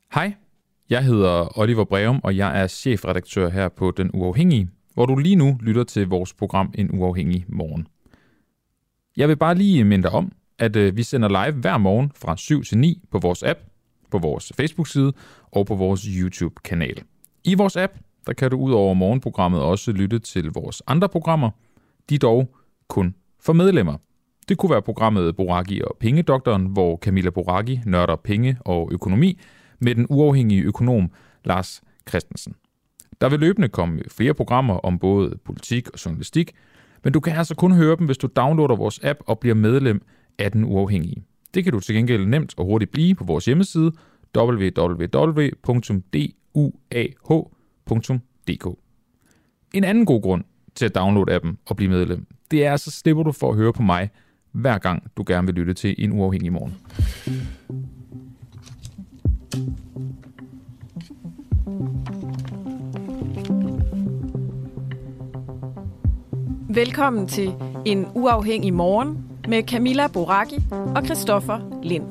Hej, jeg hedder Oliver Breum, og jeg er chefredaktør her på Den Uafhængige, hvor du lige nu lytter til vores program En Uafhængig Morgen. Jeg vil bare lige minde dig om, at vi sender live hver morgen fra 7 til 9 på vores app, på vores Facebook-side og på vores YouTube-kanal. I vores app, der kan du ud over morgenprogrammet også lytte til vores andre programmer. De er dog kun for medlemmer. Det kunne være programmet Boraghi og Pengedoktoren, hvor Camilla Boraghi nørder penge og økonomi med den uafhængige økonom Lars Christensen. Der vil løbende komme flere programmer om både politik og journalistik, men du kan altså kun høre dem, hvis du downloader vores app og bliver medlem af Den Uafhængige. Det kan du til gengæld nemt og hurtigt blive på vores hjemmeside www.duah.dk. En anden god grund til at downloade appen og blive medlem, det er, så slipper du for at høre på mig, hver gang du gerne vil lytte til En Uafhængig Morgen. Velkommen til En Uafhængig Morgen med Camilla Boraghi og Christoffer Lind.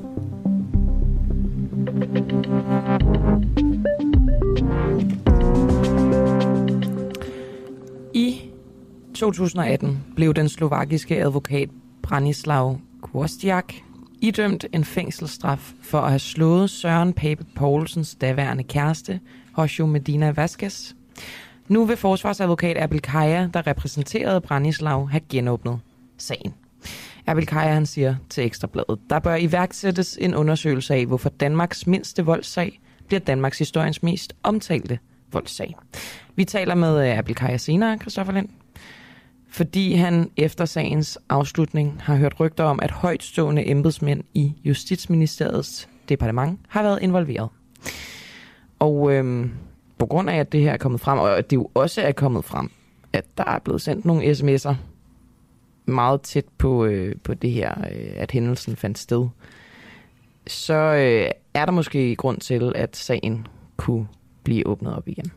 I 2018 blev den slovakiske advokat Branislav Gwozdjak idømt en fængselsstraf for at have slået Søren Pape Poulsens daværende kæreste, Hoshio Medina Vazquez. Nu vil forsvarsadvokat Erbil Kaya, der repræsenterede Branislav, have genåbnet sagen. Erbil Kaya, han siger til Ekstra Bladet, der bør iværksættes en undersøgelse af, hvorfor Danmarks mindste voldssag bliver Danmarks historiens mest omtalte voldssag. Vi taler med Erbil Kaya senere, Christoffer Lind, fordi han efter sagens afslutning har hørt rygter om, at højtstående embedsmænd i Justitsministeriets departement har været involveret. Og på grund af, at det her er kommet frem, og at det jo også er kommet frem, at der er blevet sendt nogle sms'er meget tæt på det her, at hændelsen fandt sted, så er der måske grund til, at sagen kunne blive åbnet op igen.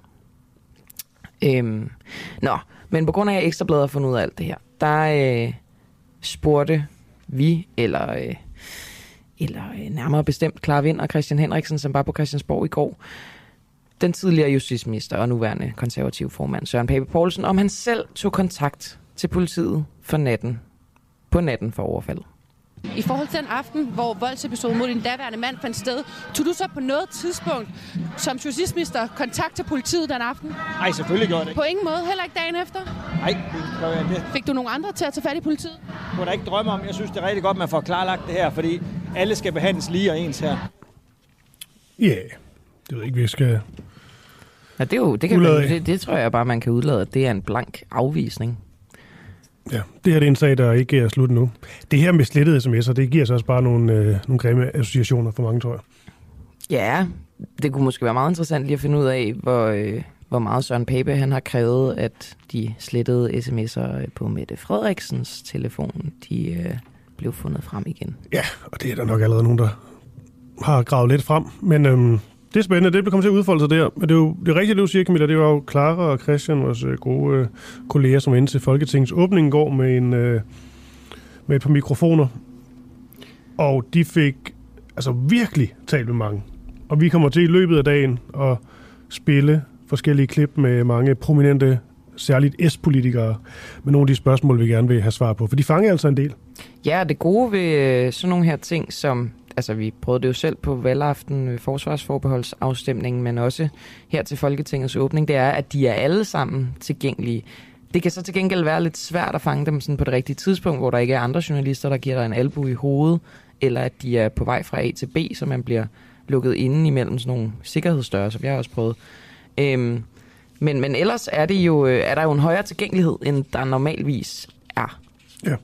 Men på grund af, at Ekstra Bladet har fundet ud af alt det her, der spurgte vi, eller nærmere bestemt Clara Wind og Christian Henriksen, som var på Christiansborg i går, den tidligere justitsminister og nuværende konservativ formand Søren Pape Poulsen, om han selv tog kontakt til politiet på natten for overfaldet. I forhold til den aften, hvor voldsepisoden mod din daværende mand fandt sted, tog du så på noget tidspunkt som justitsminister kontakt til politiet den aften? Nej, selvfølgelig gjorde det ikke. På ingen måde? Heller ikke dagen efter? Nej, det gør jeg ikke. Fik du nogle andre til at tage fat i politiet? Det må da ikke drømme om. Jeg synes, det er rigtig godt, at man får klarlagt det her, fordi alle skal behandles lige og ens her. Ja, det ved ikke, vi skal... Ja, det tror jeg bare, man kan udlade. Det er en blank afvisning. Ja, det her er en sag, der ikke er slut nu. Det her med slettede sms'er, det giver så også bare nogle grimme associationer for mange, tror jeg. Ja, det kunne måske være meget interessant lige at finde ud af, hvor meget Søren Pape han har krævet, at de slettede sms'er på Mette Frederiksens telefon, de blev fundet frem igen. Ja, og det er der nok allerede nogen, der har gravet lidt frem, men det er spændende, det kommer til at udfolde sig der. Men det er jo det rigtige, du siger, Camilla, det var jo Clara og Christian, vores gode kolleger, som var inde til Folketingets åbning i går med et par mikrofoner. Og de fik altså virkelig talt med mange. Og vi kommer til i løbet af dagen at spille forskellige klip med mange prominente, særligt S-politikere, med nogle af de spørgsmål, vi gerne vil have svar på. For de fanger altså en del. Ja, det gode ved sådan nogle her ting, som... Altså, vi prøvede det jo selv på valgaften, forsvarsforbeholdsafstemningen, men også her til Folketingets åbning, det er, at de er alle sammen tilgængelige. Det kan så til gengæld være lidt svært at fange dem sådan på det rigtige tidspunkt, hvor der ikke er andre journalister, der giver dig en albue i hovedet, eller at de er på vej fra A til B, så man bliver lukket inde imellem sådan nogle sikkerhedsdøre, som jeg har også prøvet. Men ellers er der jo en højere tilgængelighed, end der normalvis er. Ja.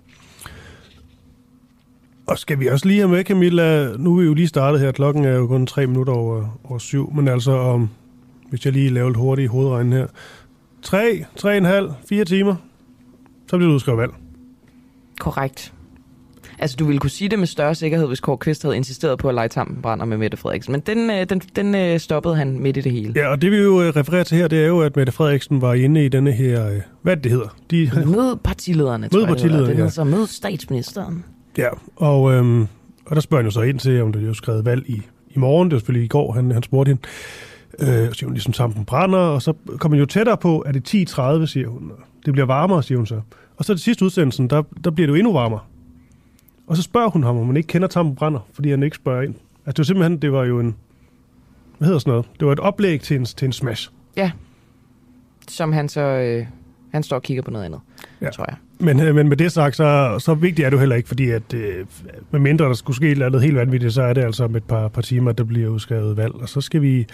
Og skal vi også lige have med, Camilla, nu er vi jo lige startet her, klokken er jo kun 3 minutter over 7, men altså hvis jeg lige laver lidt hurtigt i hovedregnen her, 3,5, 4 timer, så bliver du udskrevet valg. Korrekt. Altså, du ville kunne sige det med større sikkerhed, hvis Kåre Kvist havde insisteret på at lege tampenbrænder med Mette Frederiksen, men den stoppede han midt i det hele. Ja, og det vi jo refererer til her, det er jo, at Mette Frederiksen var inde i denne her, hvad det hedder? Mød partilederne, tror jeg det hedder. Det hedder så mød statsministeren. Ja, og der spørger jeg jo så ind til, om der er skrevet valg i morgen, det var selvfølgelig i går, han spurgte hende. Så siger hun ligesom, tampen brænder, og så kommer han jo tættere på, at det er 10:30, siger hun. Det bliver varmere, siger hun så. Og så det sidste udsendelsen, der bliver det jo endnu varmere. Og så spørger hun ham, om man ikke kender tampen brænder, fordi han ikke spørger ind. Altså det var simpelthen, det var jo en, hvad hedder sådan noget? Det var et oplæg til en smash. Ja, som han så, han står og kigger på noget andet, tror jeg. Men med det sagt, så vigtigt er det jo heller ikke, fordi at med mindre der skulle ske et eller andet helt vanvittigt, så er det altså om et par timer, der bliver udskrevet valg, og så skal vi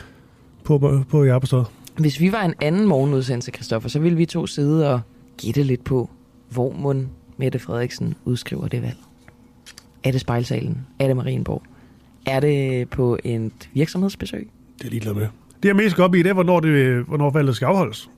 på i arbejdsstedet. Hvis vi var en anden morgenudsendelse, Christoffer, så ville vi to sidde og gætte lidt på, hvor mon Mette Frederiksen udskriver det valg. Er det Spejlsalen? Er det Marienborg? Er det på et virksomhedsbesøg? Det er ligeglad med. Det er mest op i det, hvornår valget skal afholdes.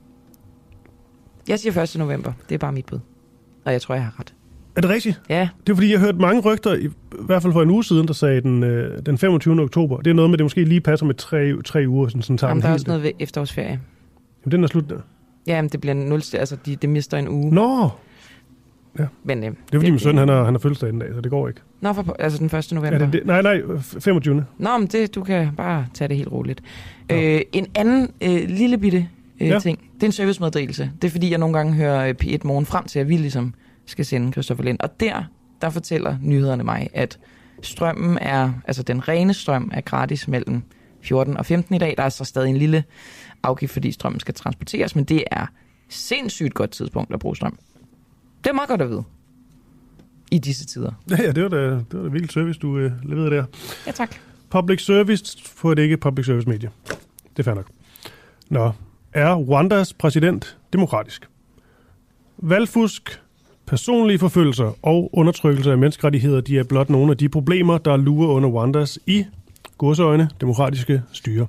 Jeg siger 1. november. Det er bare mit bud. Og jeg tror, jeg har ret. Er det rigtigt? Ja. Det er fordi, jeg har hørt mange rygter, i hvert fald for en uge siden, der sagde den 25. oktober. Det er noget med, det måske lige passer med 3 uger. Sådan jamen, der er også noget ved efterårsferie. Jamen, den er slut der. Ja, men det bliver 0, altså det mister en uge. Nå! Ja. Men, det er fordi min søn, han har fødselsdag den dag, så det går ikke. Nå, altså den 1. november? Ja, nej, 25. Nå, men du kan bare tage det helt roligt. En anden lille bitte ting, det er en servicemeddelelse. Det er fordi, jeg nogle gange hører P1 Morgen frem til, at vi ligesom skal sende Christoffer Lind. Og der fortæller nyhederne mig, at strømmen altså den rene strøm er gratis mellem 14 og 15 i dag. Der er så stadig en lille afgift, fordi strømmen skal transporteres, men det er sindssygt godt tidspunkt at bruge strøm. Det er meget godt at vide. I disse tider. Ja, det var da virkelig service, du leverede der. Ja, tak. Public service på et ikke public service medie. Det er fair nok. Nå, er Rwandas præsident demokratisk? Valgfusk, personlige forfølgelser og undertrykkelse af menneskerettigheder, de er blot nogle af de problemer, der lurer under Rwandas i gåseøjne demokratiske styre.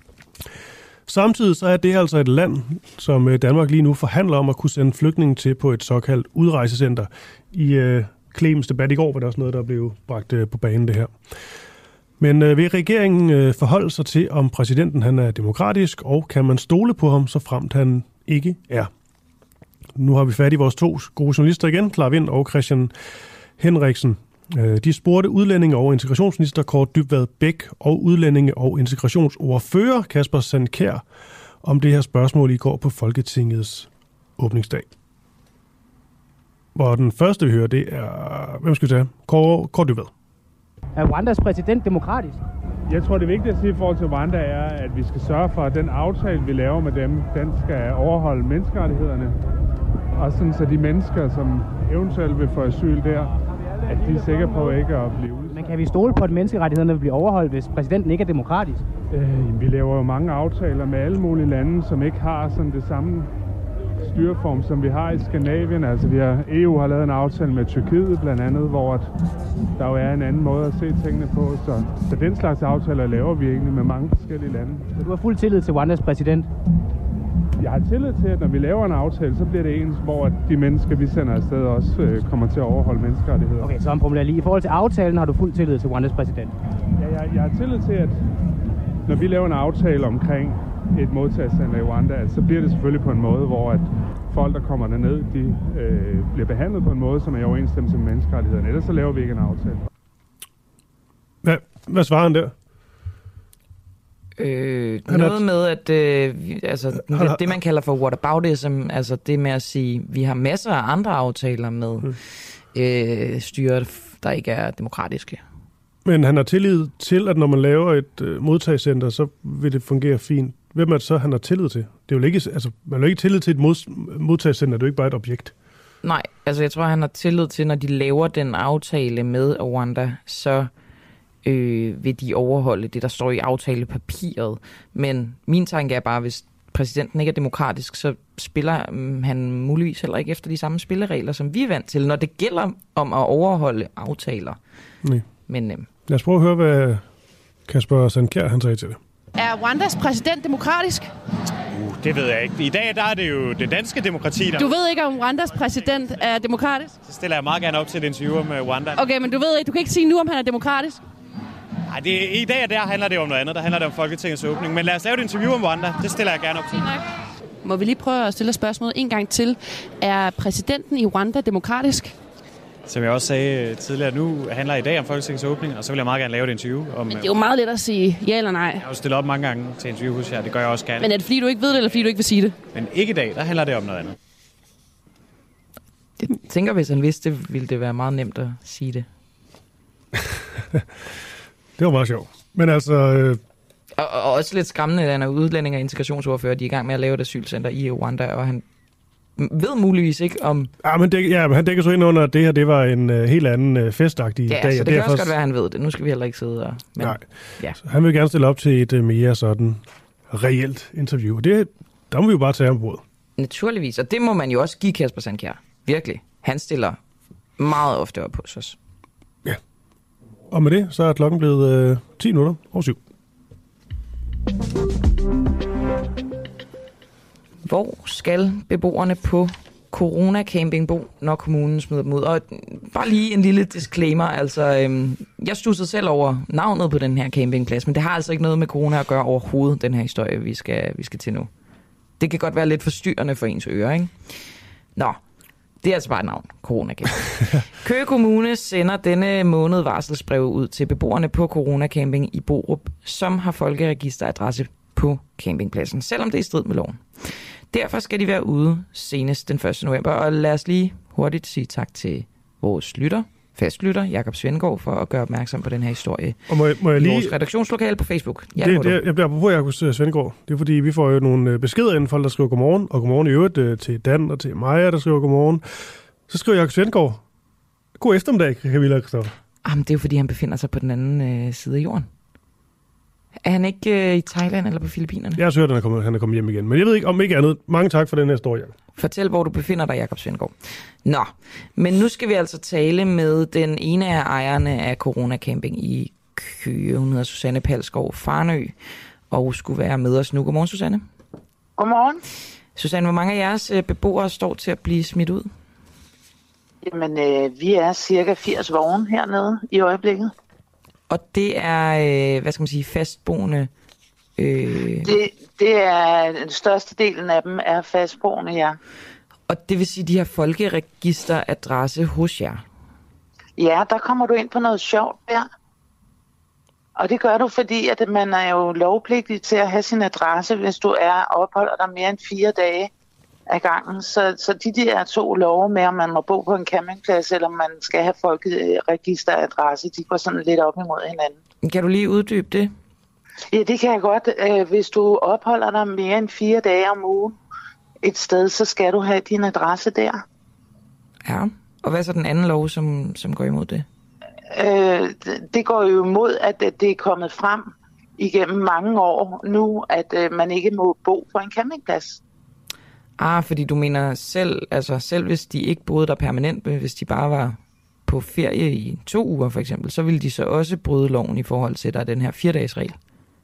Samtidig så er det altså et land, som Danmark lige nu forhandler om at kunne sende flygtninge til på et såkaldt udrejsecenter. I Clemens debat i går var der også noget, der blev bragt på banen det her. Men vil regeringen forholde sig til, om præsidenten han er demokratisk, og kan man stole på ham, så fremt han ikke er? Nu har vi fat i vores 2 gode journalister igen, Clara Vind og Christian Henriksen. De spurgte udlændinge- og integrationsminister Kaare Dybvad Bek og udlændinge- og integrationsordfører Kasper Sandkjær om det her spørgsmål i går på Folketingets åbningsdag. Hvor den første, vi hører, det er, hvem skal vi tage? Kaare Dybvad. Er Rwandas præsident demokratisk? Jeg tror, det vigtige at sige i forhold til Rwanda er, at vi skal sørge for, at den aftale, vi laver med dem, den skal overholde menneskerettighederne. Og sådan, så de mennesker, som eventuelt vil få asyl der, at de er sikre på ikke at blive udsat. Men kan vi stole på, at menneskerettighederne vil blive overholdt, hvis præsidenten ikke er demokratisk? Vi laver jo mange aftaler med alle mulige lande, som ikke har sådan det samme styreform, som vi har i Skandinavien. Altså EU har lavet en aftale med Tyrkiet blandt andet, hvor der jo er en anden måde at se tingene på. Så den slags aftaler laver vi egentlig med mange forskellige lande. Så du har fuld tillid til Rwandas præsident? Jeg har tillid til, at når vi laver en aftale, så bliver det ens, hvor de mennesker, vi sender afsted, også kommer til at overholde menneskerettigheder. Okay, så en problem lige. I forhold til aftalen har du fuld tillid til Rwandas præsident? Ja, jeg har tillid til, at når vi laver en aftale omkring et modtagscenter i Rwanda, så bliver det selvfølgelig på en måde, hvor at folk, der kommer derned, de bliver behandlet på en måde, som er i overensstemmelse med menneskerettighederne. Ellers så laver vi ikke en aftale. Hvad svarer han der? Noget med, at det man kalder for whataboutism, altså det med at sige, vi har masser af andre aftaler med styret, der ikke er demokratiske. Men han har tillid til, at når man laver et modtagscenter, så vil det fungere fint. Hvem er det så, han har tillid til? Det er jo ikke, altså, man har jo ikke tillid til et modtagscenter, det er jo ikke bare et objekt. Nej, altså jeg tror, han har tillid til, når de laver den aftale med Rwanda, så vil de overholde det, der står i aftalepapiret. Men min tanke er bare, hvis præsidenten ikke er demokratisk, så spiller han muligvis heller ikke efter de samme spilleregler, som vi er vant til, når det gælder om at overholde aftaler. Nej. Men lad os prøve at høre, hvad Kasper Sandkjær han sagde til det. Er Rwandas præsident demokratisk? Det ved jeg ikke. I dag der er det jo det danske demokrati, der... Du ved ikke, om Rwandas præsident er demokratisk? Så stiller jeg meget gerne op til et interview med Rwanda. Okay, men du ved ikke, du kan ikke sige nu, om han er demokratisk? Nej, i dag der handler det om noget andet. Der handler det om Folketingets åbning. Men lad os lave et interview om Rwanda. Det stiller jeg gerne op til. Må vi lige prøve at stille spørgsmålet en gang til. Er præsidenten i Rwanda demokratisk? Som jeg også sagde tidligere, nu handler i dag om Folketingets åbning, og så vil jeg meget gerne lave et interview. Men det er jo meget let at sige ja eller nej. Jeg har jo stillet op mange gange til interview hos jer, det gør jeg også gerne. Men er det fordi, du ikke ved det, eller fordi du ikke vil sige det? Men ikke i dag, der handler det om noget andet. Jeg tænker, hvis han vidste det, ville det være meget nemt at sige det. Det var meget sjovt. Men altså... Og også lidt skræmmende, at han er udlænding og integrationsordfører, de er i gang med at lave et asylcenter i Rwanda, og han ved muligvis ikke om... men han dækker så ind under, at det her det var en helt anden festagtig dag. Ja, så det kan også godt være, at han ved det. Nu skal vi heller ikke sidde og... Men, nej, ja. Så han vil gerne stille op til et mere sådan reelt interview. Der må vi jo bare tage ham på bordet. Naturligvis, og det må man jo også give Kasper Sandkjær. Virkelig. Han stiller meget ofte op hos os. Ja. Og med det, så er klokken blevet 7:10. Hvor skal beboerne på Corona Camping bo, når kommunen smider dem ud? Og bare lige en lille disclaimer. Altså, jeg studsede selv over navnet på den her campingplads, men det har altså ikke noget med corona at gøre overhovedet, den her historie, vi skal til nu. Det kan godt være lidt forstyrrende for ens ører, ikke? Nå, det er altså bare et navn. Corona Camping. Køge Kommune sender denne måned varselsbrev ud til beboerne på Corona Camping i Borup, som har folkeregisteradresse på campingpladsen, selvom det er i strid med loven. Derfor skal de være ude senest den 1. november, og lad os lige hurtigt sige tak til vores fastlytter, Jakob Svendgaard, for at gøre opmærksom på den her historie og må jeg lige... i vores redaktionslokale på Facebook. Ja, jeg bliver på Jakob Svendgaard. Det er fordi, vi får jo nogle beskeder inden folk, der skriver godmorgen, og godmorgen i øvrigt til Dan og til Maja, der skriver godmorgen. Så skriver Jakob Svendgaard, god eftermiddag, Camilla og Christoffer. Jamen, det er jo fordi, han befinder sig på den anden side af jorden. Er han ikke i Thailand eller på Filippinerne? Jeg har hørt, at han er kommet hjem igen. Men jeg ved ikke, om ikke andet. Mange tak for den her historie. Fortæl, hvor du befinder dig, Jakob Svendgaard. Nå, men nu skal vi altså tale med den ene af ejerne af Corona Camping i Køge. Hun hedder Susanne Palskov Farnø, og skulle være med os nu. Godmorgen, Susanne. Godmorgen. Susanne, hvor mange af jeres beboere står til at blive smidt ud? Jamen, vi er cirka 80 vogne hernede i øjeblikket. Og det er, hvad skal man sige, fastboende? Det er den største delen af dem er fastboende, ja. Og det vil sige, de har folkeregisteradresse hos jer? Ja, der kommer du ind på noget sjovt der. Og det gør du, fordi at man er jo lovpligtig til at have sin adresse, hvis du opholder dig mere end 4 dage ad gangen. Så de der 2 love med, om man må bo på en campingplads, eller man skal have folkeregisteradresse, de går sådan lidt op imod hinanden. Kan du lige uddybe det? Ja, det kan jeg godt. Hvis du opholder dig mere end 4 dage om ugen et sted, så skal du have din adresse der. Ja, og hvad er så den anden lov, som går imod det? Det går jo imod, at det er kommet frem igennem mange år nu, at man ikke må bo på en campingplads. Fordi du mener selv hvis de ikke boede der permanent, hvis de bare var på ferie i 2 uger for eksempel, så ville de så også bryde loven i forhold til, der er den her 4-dages-regel?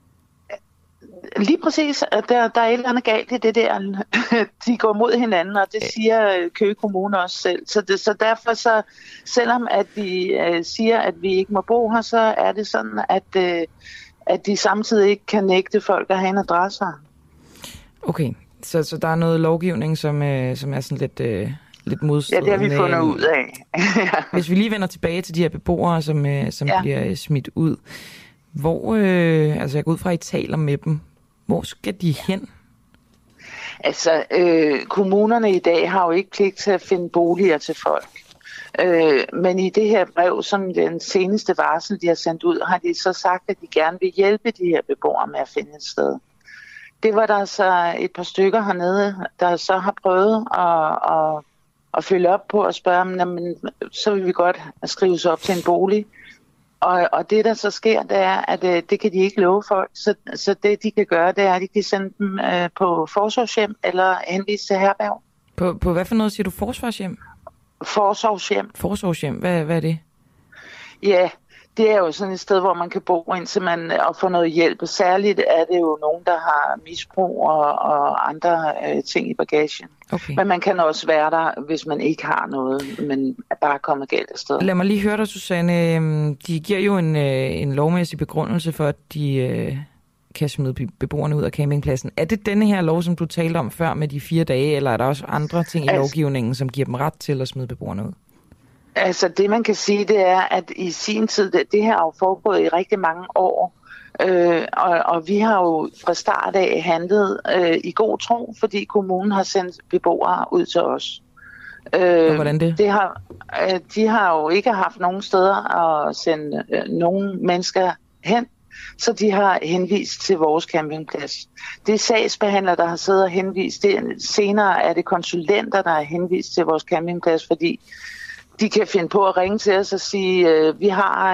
Lige præcis. Der er et eller andet galt i det der. De går mod hinanden, og det siger Køge Kommune også selv. Så derfor, selvom at de siger, at vi ikke må bo her, så er det sådan, at de samtidig ikke kan nægte folk at have en adresse. Okay, så der er noget lovgivning, som er sådan lidt modstridende. Ja, det har vi fundet ud af. Hvis vi lige vender tilbage til de her beboere, som bliver smidt ud. Hvor, jeg går ud fra, at I taler med dem. Hvor skal de hen? Altså, kommunerne i dag har jo ikke pligt til at finde boliger til folk. Men i det her brev, som den seneste varsel, de har sendt ud, har de så sagt, at de gerne vil hjælpe de her beboere med at finde et sted. Det var der så et par stykker hernede, der så har prøvet at følge op på og spørge dem, så vil vi godt skrives op til en bolig. Og det, der så sker, det er, at det kan de ikke love folk. Så det, de kan gøre, det er, at de kan sende dem på forsorgshjem eller henvise til herberg. På hvad for noget siger du? Forsvarshjem? Forsorgshjem. Forsorgshjem, hvad er det? Ja, det er jo sådan et sted, hvor man kan bo, indtil man får noget hjælp. Og særligt er det jo nogen, der har misbrug og andre ting i bagagen. Okay. Men man kan også være der, hvis man ikke har noget, men er bare kommet galt af sted. Lad mig lige høre dig, Susanne. De giver jo en lovmæssig begrundelse for, at de kan smide beboerne ud af campingpladsen. Er det denne her lov, som du talte om før med de 4 dage, eller er der også andre ting i lovgivningen, som giver dem ret til at smide beboerne ud? Altså det man kan sige, det er, at i sin tid, det her har jo foregået i rigtig mange år, og vi har jo fra start af handlet i god tro, fordi kommunen har sendt beboere ud til os. Og hvordan det? De har jo ikke haft nogen steder at sende nogen mennesker hen, så de har henvist til vores campingplads. Det er sagsbehandlere, der har siddet og henvist. Senere er det konsulenter, der har henvist til vores campingplads, fordi de kan finde på at ringe til os og sige, vi har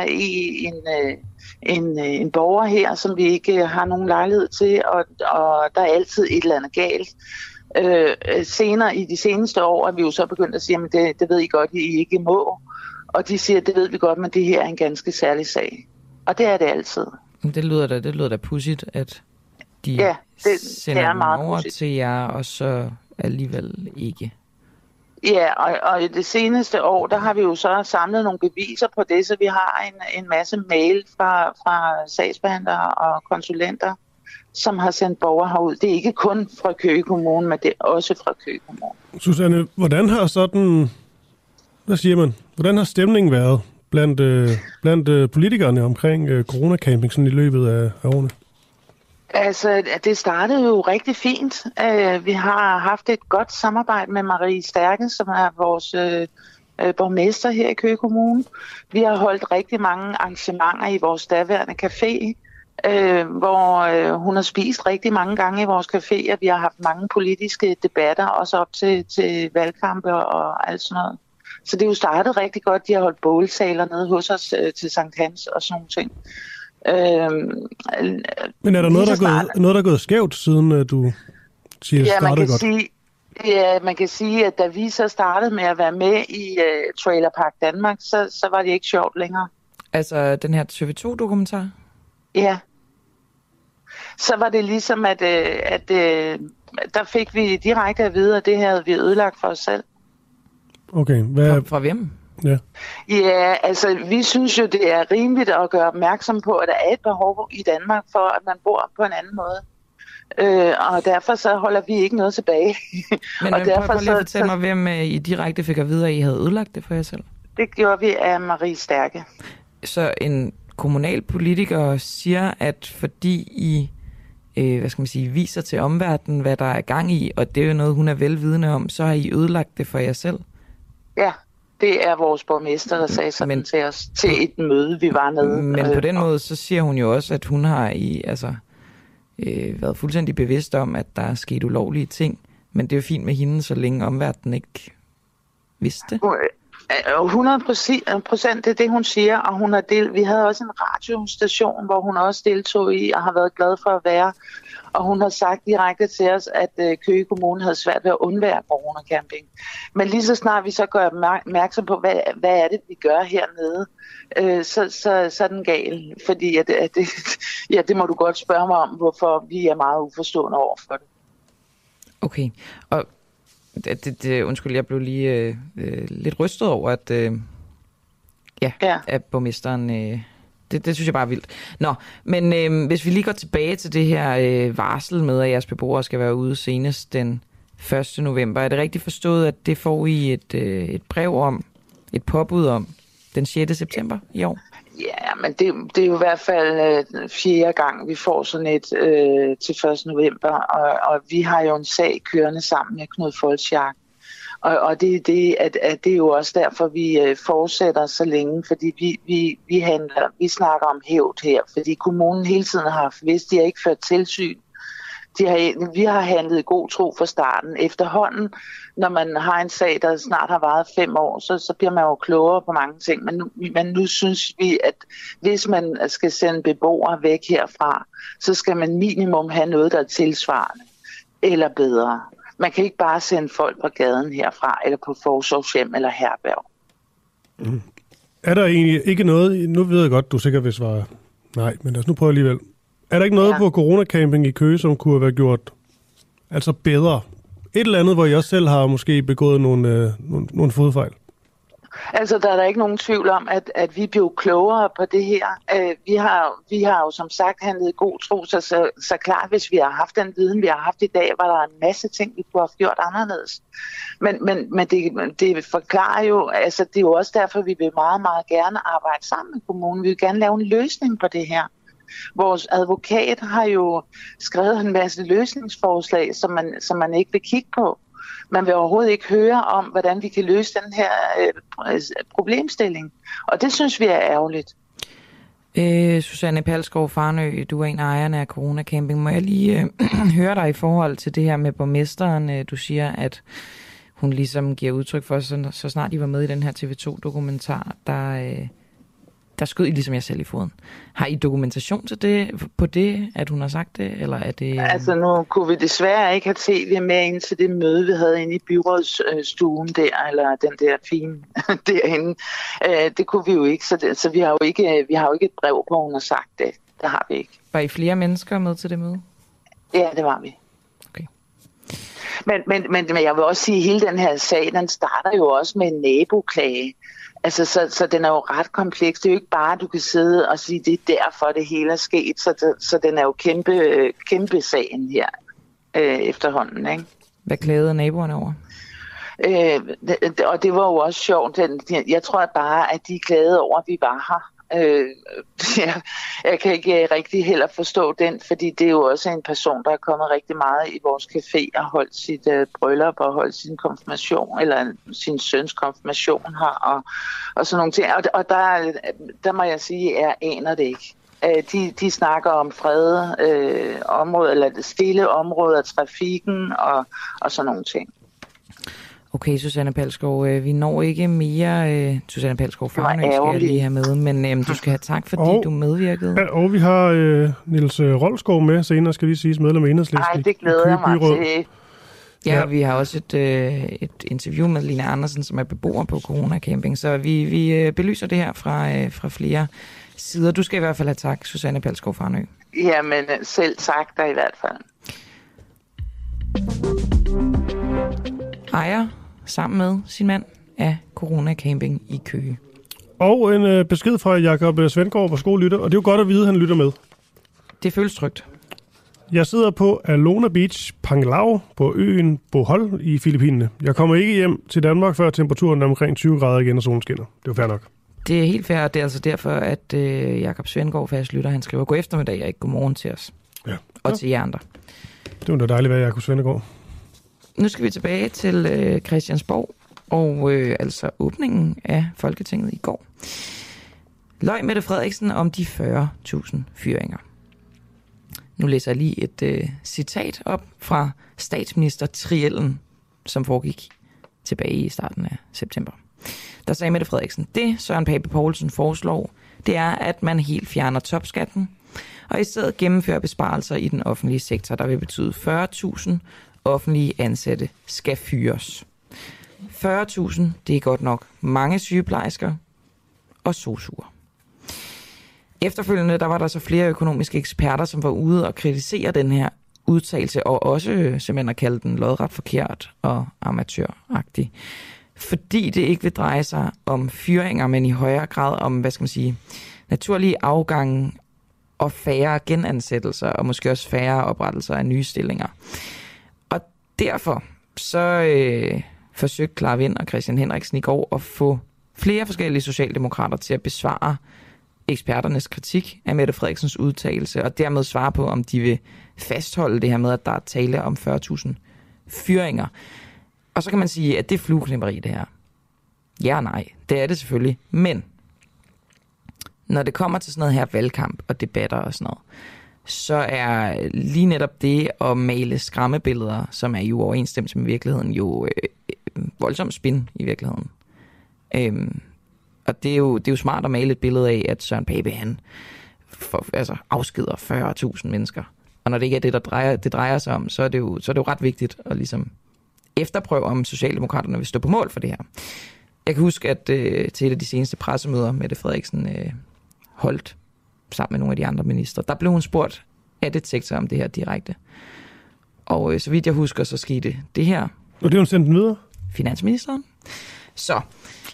en borger her, som vi ikke har nogen lejlighed til, og der er altid et eller andet galt. Senere i de seneste år er vi jo så begyndt at sige, at det ved I godt, I ikke må. Og de siger, det ved vi godt, men det her er en ganske særlig sag. Og det er det altid. Det lyder da pudsigt, at de sender dem over til jer, og så alligevel ikke. Ja, og i det seneste år, der har vi jo så samlet nogle beviser på det, så vi har en masse mail fra sagsbehandlere og konsulenter, som har sendt borgere herud. Det er ikke kun fra Køge Kommune, men det er også fra Køge Kommune. Susanne, hvordan har stemningen været blandt politikerne omkring coronacamping sådan i løbet af årene? Altså, det startede jo rigtig fint. Vi har haft et godt samarbejde med Marie Stærke, som er vores borgmester her i Køge Kommune. Vi har holdt rigtig mange arrangementer i vores daværende café, hvor hun har spist rigtig mange gange i vores café, og vi har haft mange politiske debatter, også op til valgkampe og alt sådan noget. Så det er jo startet rigtig godt. De har holdt bålsaler nede hos os til Sankt Hans og sådan nogle ting. Men er der noget, der er gået skævt, siden du siger, startede godt? Man kan sige, at da vi så startede med at være med i Trailer Park Danmark, så var det ikke sjovt længere. Altså den her TV2-dokumentar? Ja. Så var det ligesom, at der fik vi direkte at vide, at det her havde vi ødelagt for os selv. Okay. Fra hvem? Ja, altså vi synes jo, det er rimeligt at gøre opmærksom på, at der er et behov i Danmark for, at man bor på en anden måde. Og derfor så holder vi ikke noget tilbage. Men prøv lige at fortælle mig, hvem I direkte fik at vide, at I havde ødelagt det for jer selv? Det gjorde vi af Marie Stærke. Så en kommunalpolitiker siger, at fordi I viser til omverdenen, hvad der er gang i, og det er jo noget, hun er velvidende om, så har I ødelagt det for jer selv? Ja, det er vores borgmester, der sagde sådan til os til et møde, vi var nede. Men på den måde, så siger hun jo også, at hun har været fuldstændig bevidst om, at der er sket ulovlige ting. Men det er jo fint med hende, så længe omverdenen ikke vidste det. 100%, det er det, hun siger. Og vi havde også en radiostation, hvor hun også deltog i og har været glad for at være. Og hun har sagt direkte til os, at Køge Kommune havde svært ved at undvære coronacamping. Men lige så snart vi så gør opmærksom på, hvad er det, vi gør hernede, så er den gal. Fordi det må du godt spørge mig om, hvorfor vi er meget uforstående over for det. Okay, og undskyld, jeg blev lige lidt rystet over, at borgmesteren... Det synes jeg bare er vildt. Nå, men hvis vi lige går tilbage til det her varsel med, at jeres beboere skal være ude senest den 1. november. Er det rigtigt forstået, at det får I et brev om, et påbud om den 6. september i år? Ja, men det er jo i hvert fald 4. gang, vi får sådan et til 1. november. Og vi har jo en sag kørende sammen med Knud Foldschack. Og det er jo også derfor, vi fortsætter så længe, fordi vi snakker om hævd her, fordi kommunen hele tiden har haft, hvis de har ikke ført tilsyn. Vi har handlet i god tro fra starten. Efterhånden, når man har en sag, der snart har varet 5 år, så bliver man jo klogere på mange ting. Men nu synes vi, at hvis man skal sende beboere væk herfra, så skal man minimum have noget, der er tilsvarende eller bedre. Man kan ikke bare sende folk på gaden herfra, eller på forsorgshjem eller herberg. Mm. Er der egentlig ikke noget, nu ved jeg godt, du sikkert vil svare nej, men lad os nu prøve alligevel. Er der ikke noget på coronacamping i Køge, som kunne have været gjort bedre? Et eller andet, hvor I også selv har måske begået nogle fodfejl? Altså, der er der ikke nogen tvivl om, at vi blev klogere på det her. Vi har jo som sagt handlet i god tro, så klart, hvis vi har haft den viden, vi har haft i dag, var der en masse ting, vi kunne have gjort anderledes. Men det forklarer jo, altså det er jo også derfor, vi vil meget, meget gerne arbejde sammen med kommunen. Vi vil gerne lave en løsning på det her. Vores advokat har jo skrevet en masse løsningsforslag, som man ikke vil kigge på. Man vil overhovedet ikke høre om, hvordan vi kan løse den her problemstilling. Og det synes vi er ærgerligt. Susanne Palsgaard Farnø, du er en af ejerne af Corona Camping. Må jeg lige høre dig i forhold til det her med borgmesteren? Du siger, at hun ligesom giver udtryk for, så snart I var med i den her TV2-dokumentar, der skød I ligesom jeg selv i foden. Har I dokumentation til det, på det, at hun har sagt det? Eller er det... Altså nu kunne vi desværre ikke have tv med ind til det møde, vi havde inde i byrådsstuen der, eller den der fine derinde. Det kunne vi jo ikke, så vi har jo ikke et brev på, hun har sagt det. Det har vi ikke. Var I flere mennesker med til det møde? Ja, det var vi. Okay. Men jeg vil også sige, at hele den her sag, den starter jo også med en naboklage. Altså, så den er jo ret kompleks. Det er jo ikke bare, at du kan sidde og sige, at det er derfor, det hele er sket. Så den er jo kæmpe sagen her efterhånden, ikke? Hvad klagede naboerne over? Og det var jo også sjovt. Jeg tror bare, at de klagede over, at vi var her. Jeg kan ikke rigtig heller forstå den, fordi det er jo også en person, der er kommet rigtig meget i vores café og holdt sit bryllup og holdt sin konfirmation, eller sin søns konfirmation her, og sådan nogle ting. Og der må jeg sige, at jeg aner det ikke. De snakker om fredede områder, eller stille områder, trafikken og sådan nogle ting. Okay, Susanne Palsgaard, vi når ikke mere. Susanne Palsgaard Farnø skal jeg lige have med, men du skal have tak, fordi du medvirkede. Ja, og vi har Niels Rolskov med senere, skal lige siges, medlem af Enhedslisten. Nej, det glæder jeg mig til. Ja, vi har også et interview med Lina Andersen, som er beboer på Corona Camping, så vi belyser det her fra flere sider. Du skal i hvert fald have tak, Susanne Palsgaard Farnø. Jamen, selv tak der i hvert fald. Ejer sammen med sin mand af Corona Camping i Køge. Og en besked fra Jakob Svendgaard, vores gode lytter, og det er jo godt at vide, at han lytter med. Det føles trygt. Jeg sidder på Alona Beach, Panglao, på øen Bohol i Filippinerne. Jeg kommer ikke hjem til Danmark, før temperaturen er omkring 20 grader igen, og solen skinner. Det er fair nok. Det er helt fair, og det er altså derfor, at Jakob Svendgaard, fast lytter, han skriver god eftermiddag og ikke god morgen til os. Ja. Og til jer andre. Det var da dejligt at være Jakob Svendgaard. Nu skal vi tilbage til Christiansborg og altså åbningen af Folketinget i går. Løg Mette Frederiksen om de 40.000 fyringer. Nu læser jeg lige et citat op fra statsministertriellen, som foregik tilbage i starten af september. Der sagde Mette Frederiksen, det Søren Pape Poulsen foreslår, det er, at man helt fjerner topskatten, og i stedet gennemfører besparelser i den offentlige sektor, der vil betyde 40.000 offentlige ansatte skal fyres. 40.000, det er godt nok mange sygeplejersker og sosuer. Efterfølgende, der var der så flere økonomiske eksperter, som var ude og kritisere den her udtalelse, og også simpelthen at kalde den lodret forkert og amatøragtig. Fordi det ikke vil dreje sig om fyringer, men i højere grad om, hvad skal man sige, naturlige afgange og færre genansættelser, og måske også færre oprettelser af nye stillinger. Og derfor så forsøgte Clara Vind og Christian Henriksen i går at få flere forskellige socialdemokrater til at besvare eksperternes kritik af Mette Frederiksens udtalelse, og dermed svare på, om de vil fastholde det her med, at der er tale om 40.000 fyringer. Og så kan man sige, at det er flueknæpperi, det her. Ja og nej, det er det selvfølgelig. Men når det kommer til sådan noget her valgkamp og debatter og sådan noget, så er lige netop det at male skræmmebilleder, som er jo overensstemmelse med virkeligheden, jo voldsomt spin i virkeligheden. Og det er jo smart at male et billede af, at Søren Pape, han afskeder 40.000 mennesker. Og når det ikke er det drejer sig om, så er det jo ret vigtigt at ligesom efterprøve, om Socialdemokraterne vil stå på mål for det her. Jeg kan huske, at til et af de seneste pressemøder, Mette Frederiksen holdt sammen med nogle af de andre ministre, der blev hun spurgt af Detektor om det her direkte. Og så vidt jeg husker, så skete det her. Og det er hun sendt den videre? Finansministeren. Så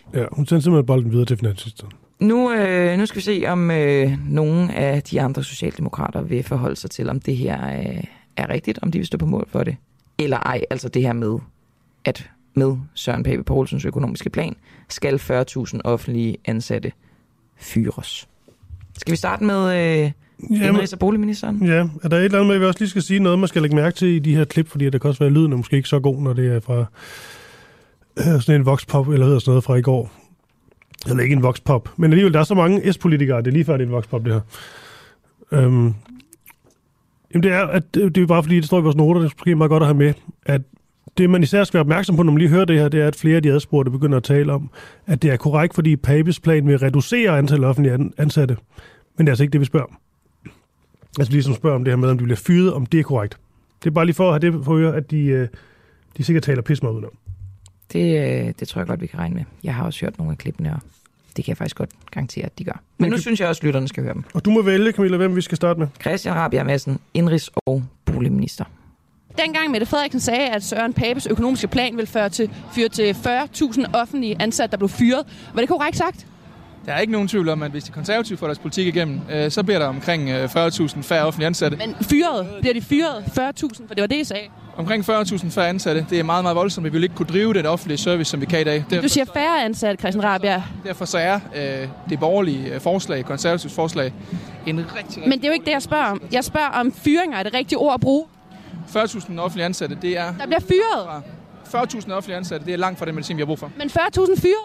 Ja, hun sendte simpelthen bolden videre til finansministeren. Nu skal vi se, om nogle af de andre socialdemokrater vil forholde sig til, om det her er rigtigt, om de vil stå på mål for det, eller ej. Altså det her med, at med Søren Pape Poulsens økonomiske plan skal 40.000 offentlige ansatte fyres. Skal vi starte med indrigs- og boligministeren? Ja, er der et eller andet med, at vi også lige skal sige noget, man skal lægge mærke til i de her klip, fordi der kan også være lyden, og måske ikke så god, når det er fra sådan en voxpop, eller hedder sådan noget fra i går. Eller ikke en voxpop. Men alligevel, der er så mange S-politikere, det er lige før, det er en voxpop, det her. Jamen det er jo bare fordi, det står i vores noter, det er måske meget godt at have med, at det, man især skal være opmærksom på, når man lige hører det her, det er, at flere af de adspurgte begynder at tale om, at det er korrekt, fordi Papes plan vil reducere antallet af offentlige ansatte. Men det er altså ikke det, vi spørger om. Altså ligesom spørger om det her med, om de bliver fyret, om det er korrekt. Det er bare lige for at have det for at høre, at de sikkert taler pis meget udenom. Det tror jeg godt, vi kan regne med. Jeg har også hørt nogle af klippene, og det kan jeg faktisk godt garantere, at de gør. Men nu synes jeg også, at lytterne skal høre dem. Og du må vælge, Camilla, hvem vi skal starte med. Christian Rabjerg Madsen, indrigs- og boligminister. Dengang Mette Frederiksen sagde, at Søren Papes økonomiske plan ville føre til 40.000 offentlige ansatte, der blev fyret. Var det korrekt sagt? Der er ikke nogen tvivl om, at hvis de konservative får deres politik igennem, så bliver der omkring 40.000 færre offentlige ansatte. Men fyret? Bliver de fyret 40.000? For det var det, I sagde. Omkring 40.000 færre ansatte. Det er meget, meget voldsomt. Vi vil ikke kunne drive den offentlige service, som vi kan i dag. Du siger færre ansatte, Christian Rabjerg. Derfor så er det borgerlige forslag, konservativs forslag, en rigtig... Men det er jo ikke det, jeg spørger om. Jeg spørger om fyringer er det rigtige ord at bruge. 40.000 offentlige ansatte, det er... Der bliver fyret! 40.000 offentlige ansatte, det er langt fra den medicin, vi har brug for. Men 40.000 fyret?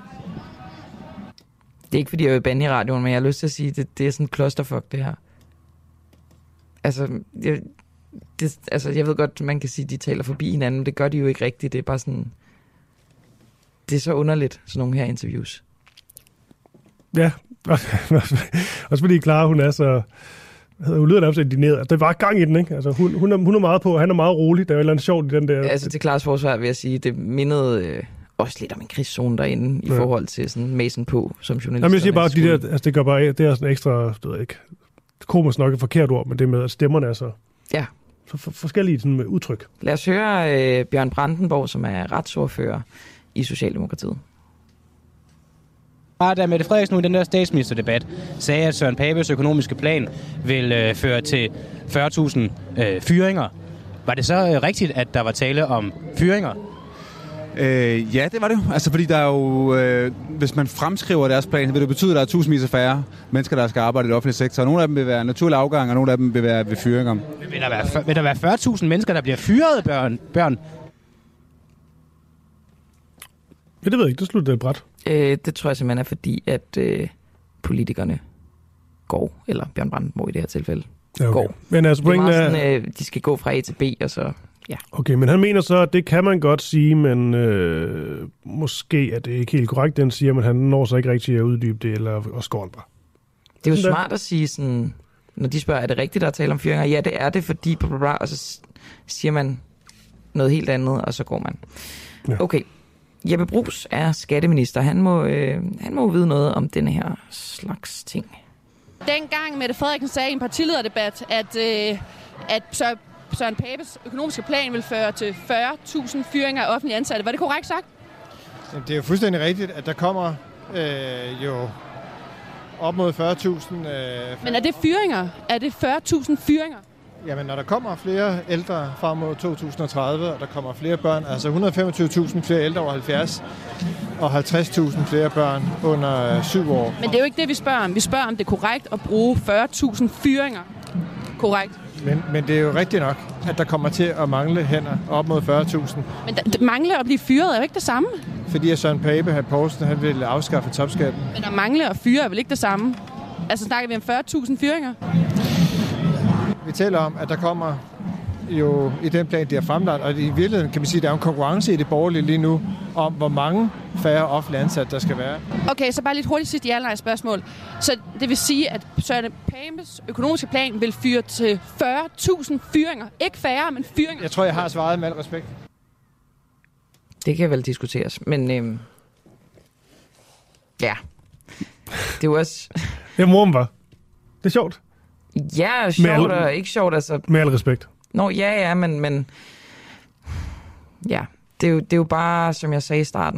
Det er ikke, fordi jeg vil bande i radioen, men jeg har lyst til at sige, at det er sådan en clusterfuck, det her. Altså, jeg ved godt, man kan sige, at de taler forbi hinanden, men det gør de jo ikke rigtigt. Det er bare sådan... Det er så underligt, sådan nogle her interviews. Ja, også fordi Clara, hun er så... Hun lyder nærmest indineret. Der var gang i den, ikke? Altså, hun er meget på, han er meget rolig. Der er jo et eller andet sjovt i den der... Altså, til Claras forsvar vil jeg sige, det mindede... også lidt om en krigszone derinde, i forhold til sådan Mason på som journalist. Jamen, jeg siger bare, at de der, altså, det gør bare, det er sådan ekstra, det ved jeg ikke, komisk nok et forkert ord, men det med, at stemmerne er så, ja, så forskellige sådan, udtryk. Lad os høre Bjørn Brandenborg, som er retsordfører i Socialdemokratiet. Da Mette Frederiksen nu i den der statsministerdebat sagde, at Søren Papes økonomiske plan vil føre til 40.000 fyringer, var det så rigtigt, at der var tale om fyringer? Ja, det var det jo. Altså, fordi der er jo, hvis man fremskriver deres plan, vil det betyde, at der er tusindvis af færre mennesker, der skal arbejde i det offentlige sektor. Nogle af dem vil være naturlig afgang, og nogle af dem vil være ved fyringer. Vil der være 40.000 mennesker, der bliver fyret, Bjørn? Ja, det ved jeg ikke. Det slutter det bræt. Det tror jeg simpelthen er fordi, at politikerne går, eller Bjørn Brandenborg i det her tilfælde, går. Men altså, det er meget sådan, de skal gå fra A til B, og så... Ja. Okay, men han mener så, at det kan man godt sige, men måske er det ikke helt korrekt, den siger, men han når så ikke rigtig at uddybe det, eller også går han bare. Det er jo smart at sige sådan, når de spørger, er det rigtigt at tale om fyringer? Ja, det er det, fordi blablabla, og så siger man noget helt andet, og så går man. Ja. Okay, Jeppe Bruus er skatteminister. Han må vide noget om denne her slags ting. Dengang Mette Frederiksen sagde i en partilederdebat, at Søren Papes økonomiske plan vil føre til 40.000 fyringer af offentlige ansatte. Var det korrekt sagt? Det er jo fuldstændig rigtigt, at der kommer jo op mod 40.000... Men er det fyringer? Er det 40.000 fyringer? Jamen, når der kommer flere ældre frem mod 2030, og der kommer flere børn, altså 125.000 flere ældre over 70, og 50.000 flere børn under 7 år. Men det er jo ikke det, vi spørger om. Vi spørger, om det er korrekt at bruge 40.000 fyringer. Korrekt. Men det er jo rigtigt nok, at der kommer til at mangle hænder op mod 40.000. Men mangle at blive fyret er jo ikke det samme. Fordi at Søren Pape Poulsen, han vil afskaffe topskatten. Men at mangle at fyre er vel ikke det samme? Altså snakker vi om 40.000 fyringer? Vi taler om, at der kommer jo i den plan, de har fremlagt, og i virkeligheden kan man sige, at der er en konkurrence i det borgerlige lige nu, om hvor mange færre offentlige ansatte, der skal være. Okay, så bare lidt hurtigt sidst ja-nej spørgsmål. Så det vil sige, at Søren Papes økonomiske plan vil fyre til 40.000 fyringer. Ikke færre, men fyringer. Jeg tror, jeg har svaret med al respekt. Det kan vel diskuteres, men ja. Det er jo også... Det er moren var. Det er sjovt. Ja, sjovt og ikke sjovt, altså... Med al respekt. Nå, men... Ja, det er jo bare, som jeg sagde i starten,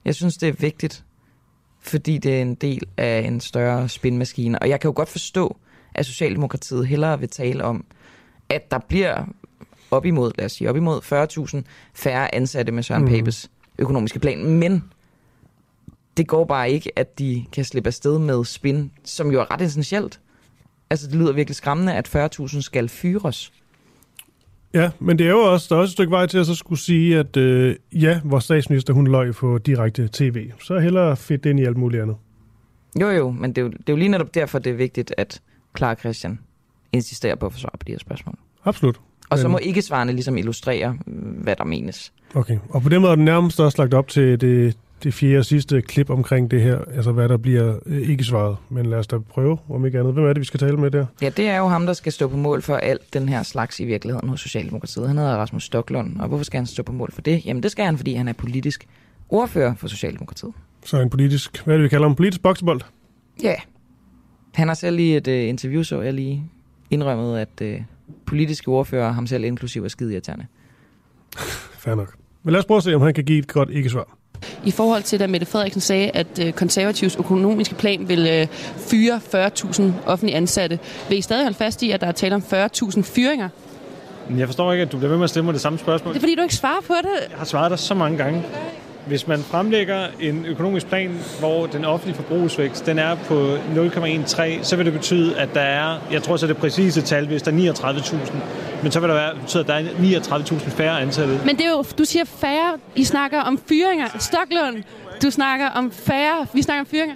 Jeg synes, det er vigtigt, fordi det er en del af en større spinmaskine. Og jeg kan jo godt forstå, at Socialdemokratiet hellere vil tale om, at der bliver op imod 40.000 færre ansatte med Søren Papes økonomiske plan. Men det går bare ikke, at de kan slippe afsted med spin, som jo er ret essentielt. Altså, det lyder virkelig skræmmende, at 40.000 skal fyres. Ja, men det er jo også, der er også et stykke vej til at så skulle sige, at vores statsminister, hun løg på direkte tv. Så hellere fedt ind i alt muligt andet. Jo, men det er jo lige netop derfor, det er vigtigt, at Clara Christian insisterer på at få svar på de her spørgsmål. Absolut. Og så må ikke svarene ligesom illustrere, hvad der menes. Okay, og på den måde er den nærmest også lagt op til det fjerde og sidste klip omkring det her, altså hvad der bliver ikke svaret. Men lad os da prøve, om ikke andet. Hvem er det, vi skal tale med der? Ja, det er jo ham, der skal stå på mål for alt den her slags i virkeligheden hos Socialdemokratiet. Han hedder Rasmus Stoklund, og hvorfor skal han stå på mål for det? Jamen det skal han, fordi han er politisk ordfører for Socialdemokratiet. Så en politisk, hvad er det, vi kalder ham? Politisk boksebold? Ja. Han har selv i et interview, så jeg lige indrømmet, at politiske ordfører, ham selv inklusiv, er skideirriterende. Fair nok. Men lad os prøve at se, om han kan give et godt ikke-svar. I forhold til, da Mette Frederiksen sagde, at konservativs økonomiske plan vil fyre 40.000 offentlige ansatte, vil I stadig holde fast i, at der er tale om 40.000 fyringer? Jeg forstår ikke, at du bliver ved med at stemme det samme spørgsmål. Det er fordi, du ikke svarer på det. Jeg har svaret dig så mange gange. Hvis man fremlægger en økonomisk plan, hvor den offentlige forbrugsvækst den er på 0,13, så vil det betyde, at der er, jeg tror så det præcise tal, hvis der er 39.000, men så vil det betyde, at der er 39.000 færre ansatte. Men det er jo, du siger færre, I snakker om fyringer. Stoklund, du snakker om færre, vi snakker om fyringer.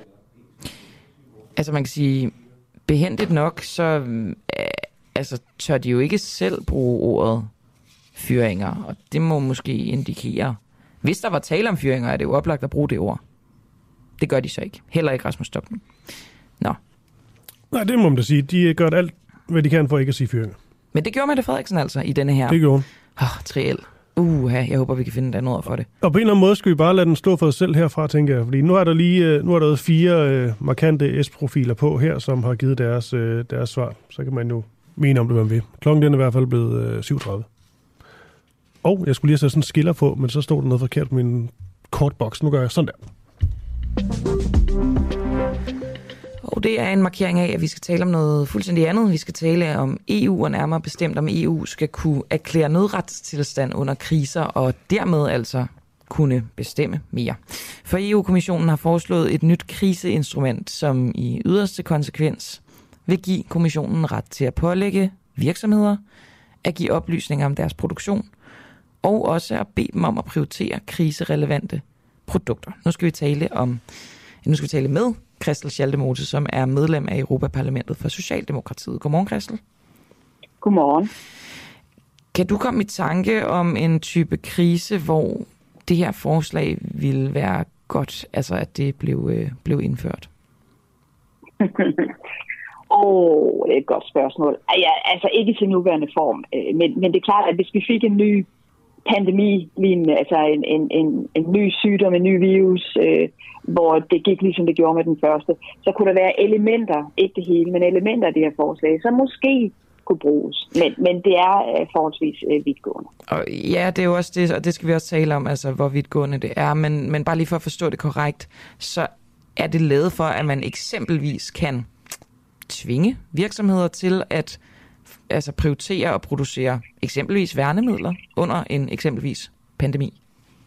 Altså man kan sige, behændigt nok, så tør de jo ikke selv bruge ordet fyringer, og det må måske indikere. Hvis der var tale om fyringer, er det jo oplagt at bruge det ord. Det gør de så ikke. Heller ikke Rasmus Stoklund. Nå. Nej, det må man da sige. De gør alt, hvad de kan for ikke at sige fyringer. Men det gjorde Mette Frederiksen altså i denne her. Det gjorde hun. Triel. Jeg håber, vi kan finde et andet ord for det. Og på en eller anden måde skal vi bare lade den stå for os selv herfra, tænker jeg. Fordi nu er der 4 markante S-profiler på her, som har givet deres svar. Så kan man jo mene om det, hvad man vil. Klokken den er i hvert fald blevet 7:30. Og jeg skulle lige have sat sådan en skiller på, men så stod der noget forkert på min kortboks. Nu gør jeg sådan der. Og det er en markering af, at vi skal tale om noget fuldstændig andet. Vi skal tale om EU, og nærmere bestemt om EU skal kunne erklære nødretstilstand under kriser, og dermed altså kunne bestemme mere. For EU-kommissionen har foreslået et nyt kriseinstrument, som i yderste konsekvens vil give kommissionen ret til at pålægge virksomheder at give oplysninger om deres produktion, og også at bede dem om at prioritere kriserelevante produkter. Nu skal vi tale med Christel Schaldemose, som er medlem af Europaparlamentet for Socialdemokratiet. Godmorgen, Christel. Godmorgen. Kan du komme i tanke om en type krise, hvor det her forslag ville være godt, altså at det blev indført? Det er et godt spørgsmål. Altså ikke til nuværende form, men det er klart, at hvis vi fik en ny pandemi, altså en ny sygdom, en ny virus, hvor det gik ligesom det gjorde med den første, så kunne der være elementer, ikke det hele, men elementer af det her forslag, som måske kunne bruges. Men det er forholdsvis vidtgående. Og ja, det er jo også det, og det skal vi også tale om, altså hvor vidtgående det er, men bare lige for at forstå det korrekt, så er det lavet for, at man eksempelvis kan tvinge virksomheder til at prioritere og producere eksempelvis værnemidler under en eksempelvis pandemi?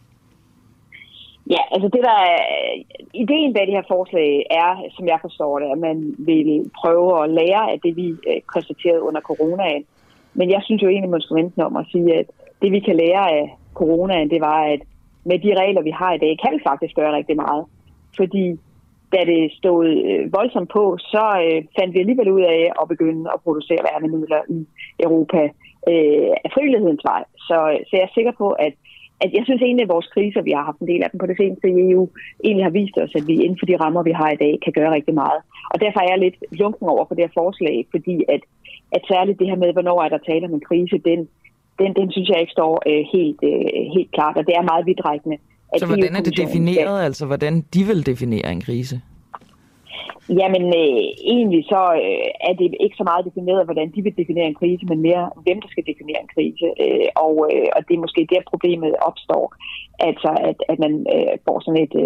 Ja, altså det der ideen bag det her forslag er, som jeg forstår det, at man vil prøve at lære af det, vi konstaterede under coronaen. Men jeg synes jo egentlig, man skal vente om at sige, at det vi kan lære af coronaen, det var, at med de regler, vi har i dag, kan vi faktisk gøre rigtig meget. Fordi da det stod voldsomt på, så fandt vi alligevel ud af at begynde at producere værnemidler i Europa af frivillighedens vej. Så jeg er sikker på, at jeg synes egentlig, at vores kriser, vi har haft en del af dem på det seneste i EU, egentlig har vist os, at vi inden for de rammer, vi har i dag, kan gøre rigtig meget. Og derfor er jeg lidt lunken over for det her forslag, fordi at særligt det her med, hvornår er der tale om en krise, den synes jeg ikke står helt klart, og det er meget vidtrækkende. Så hvordan er det defineret, altså hvordan de vil definere en krise? Jamen, egentlig så er det ikke så meget defineret, hvordan de vil definere en krise, men mere, hvem der skal definere en krise. Og det er måske der, problemet opstår. Altså, at man får sådan et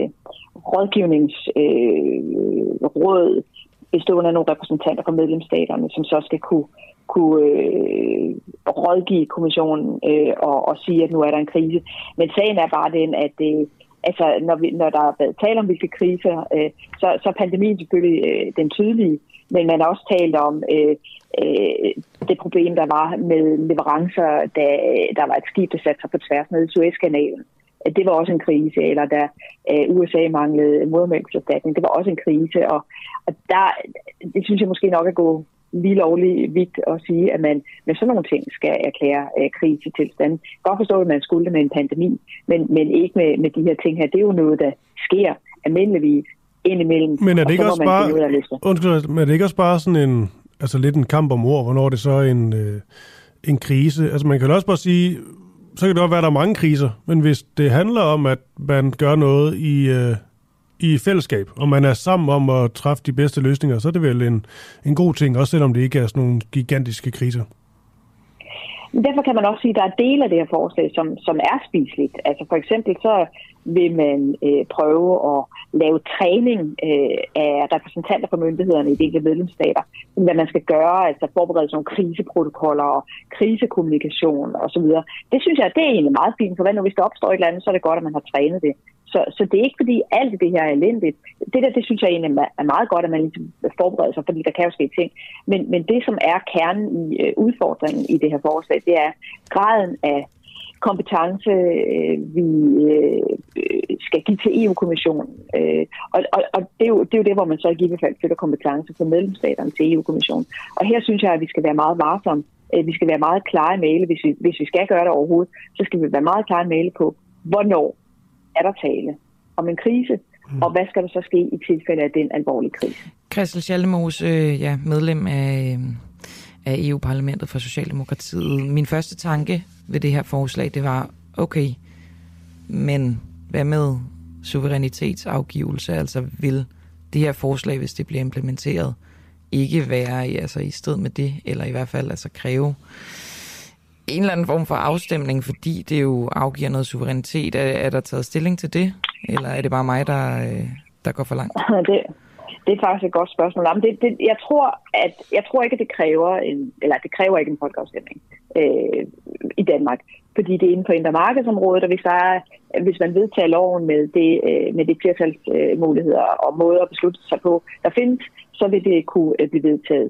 rådgivningsråd bestående af nogle repræsentanter fra medlemsstaterne, som så skal kunne rådgive kommissionen og sige, at nu er der en krise. Men sagen er bare den, at altså, når der er tale om hvilke kriser, så er pandemien selvfølgelig den tydelige, men man har også talt om det problem, der var med leverancer, da der var et skib, der satte sig på tværs ned i Suezkanalen. Det var også en krise, eller da USA manglede modermælkserstatning, det var også en krise, og der, det synes jeg måske nok at gå lige lovligt vidt at sige, at man med sådan nogle ting skal erklære krisetilstand. Jeg kan godt forstå, at man skulle med en pandemi, men ikke med de her ting her. Det er jo noget, der sker almindeligvis indimellem. Men er det ikke også bare, men er det ikke også bare sådan en, altså lidt en kamp om ord, hvornår det så er en krise? Altså man kan også bare sige, så kan det også være, at der er mange kriser, men hvis det handler om, at man gør noget i fællesskab, og man er sammen om at træffe de bedste løsninger, så er det vel en god ting, også selvom det ikke er sådan nogle gigantiske kriser. Derfor kan man også sige, at der er dele af det her forslag, som er spiseligt. Altså for eksempel så vil man prøve at lave træning af repræsentanter for myndighederne i de enkelte medlemsstater, hvad man skal gøre, altså forberede sådan nogle kriseprotokoller og krisekommunikation osv. Det synes jeg, det er egentlig meget fint, for hvad nu hvis der opstår et eller andet, så er det godt, at man har trænet det. Så det er ikke fordi alt det her er elendigt. Det synes jeg egentlig er meget godt, at man ligesom forbereder sig, fordi der kan jo ske ting. Men det, som er kernen i udfordringen i det her forslag, det er graden af kompetence, vi skal give til EU-kommissionen. Og det er jo det, hvor man så i givet fald flytter kompetence fra medlemsstaterne til EU-kommissionen. Og her synes jeg, at vi skal være meget varsomme. Vi skal være meget klare i mæle. Hvis vi skal gøre det overhovedet, så skal vi være meget klare i mæle på, hvornår er der tale om en krise, og hvad skal der så ske i tilfælde af den alvorlige krise. Christel Schaldemose, medlem af EU-parlamentet for Socialdemokratiet. Min første tanke ved det her forslag, det var, okay, men hvad med suverænitetsafgivelse? Altså vil det her forslag, hvis det bliver implementeret, ikke være i strid med det, eller i hvert fald kræve en eller anden form for afstemning, fordi det jo afgiver noget suverænitet. Er der taget stilling til det, eller er det bare mig, der går for langt? Det er faktisk et godt spørgsmål. Jeg tror ikke, at det kræver ikke en folkeafstemning i Danmark, fordi det er inden for indre markedsområdet, og hvis man vedtager loven med de flertalsmuligheder og måder at beslutte sig på, der findes, så vil det kunne blive vedtaget.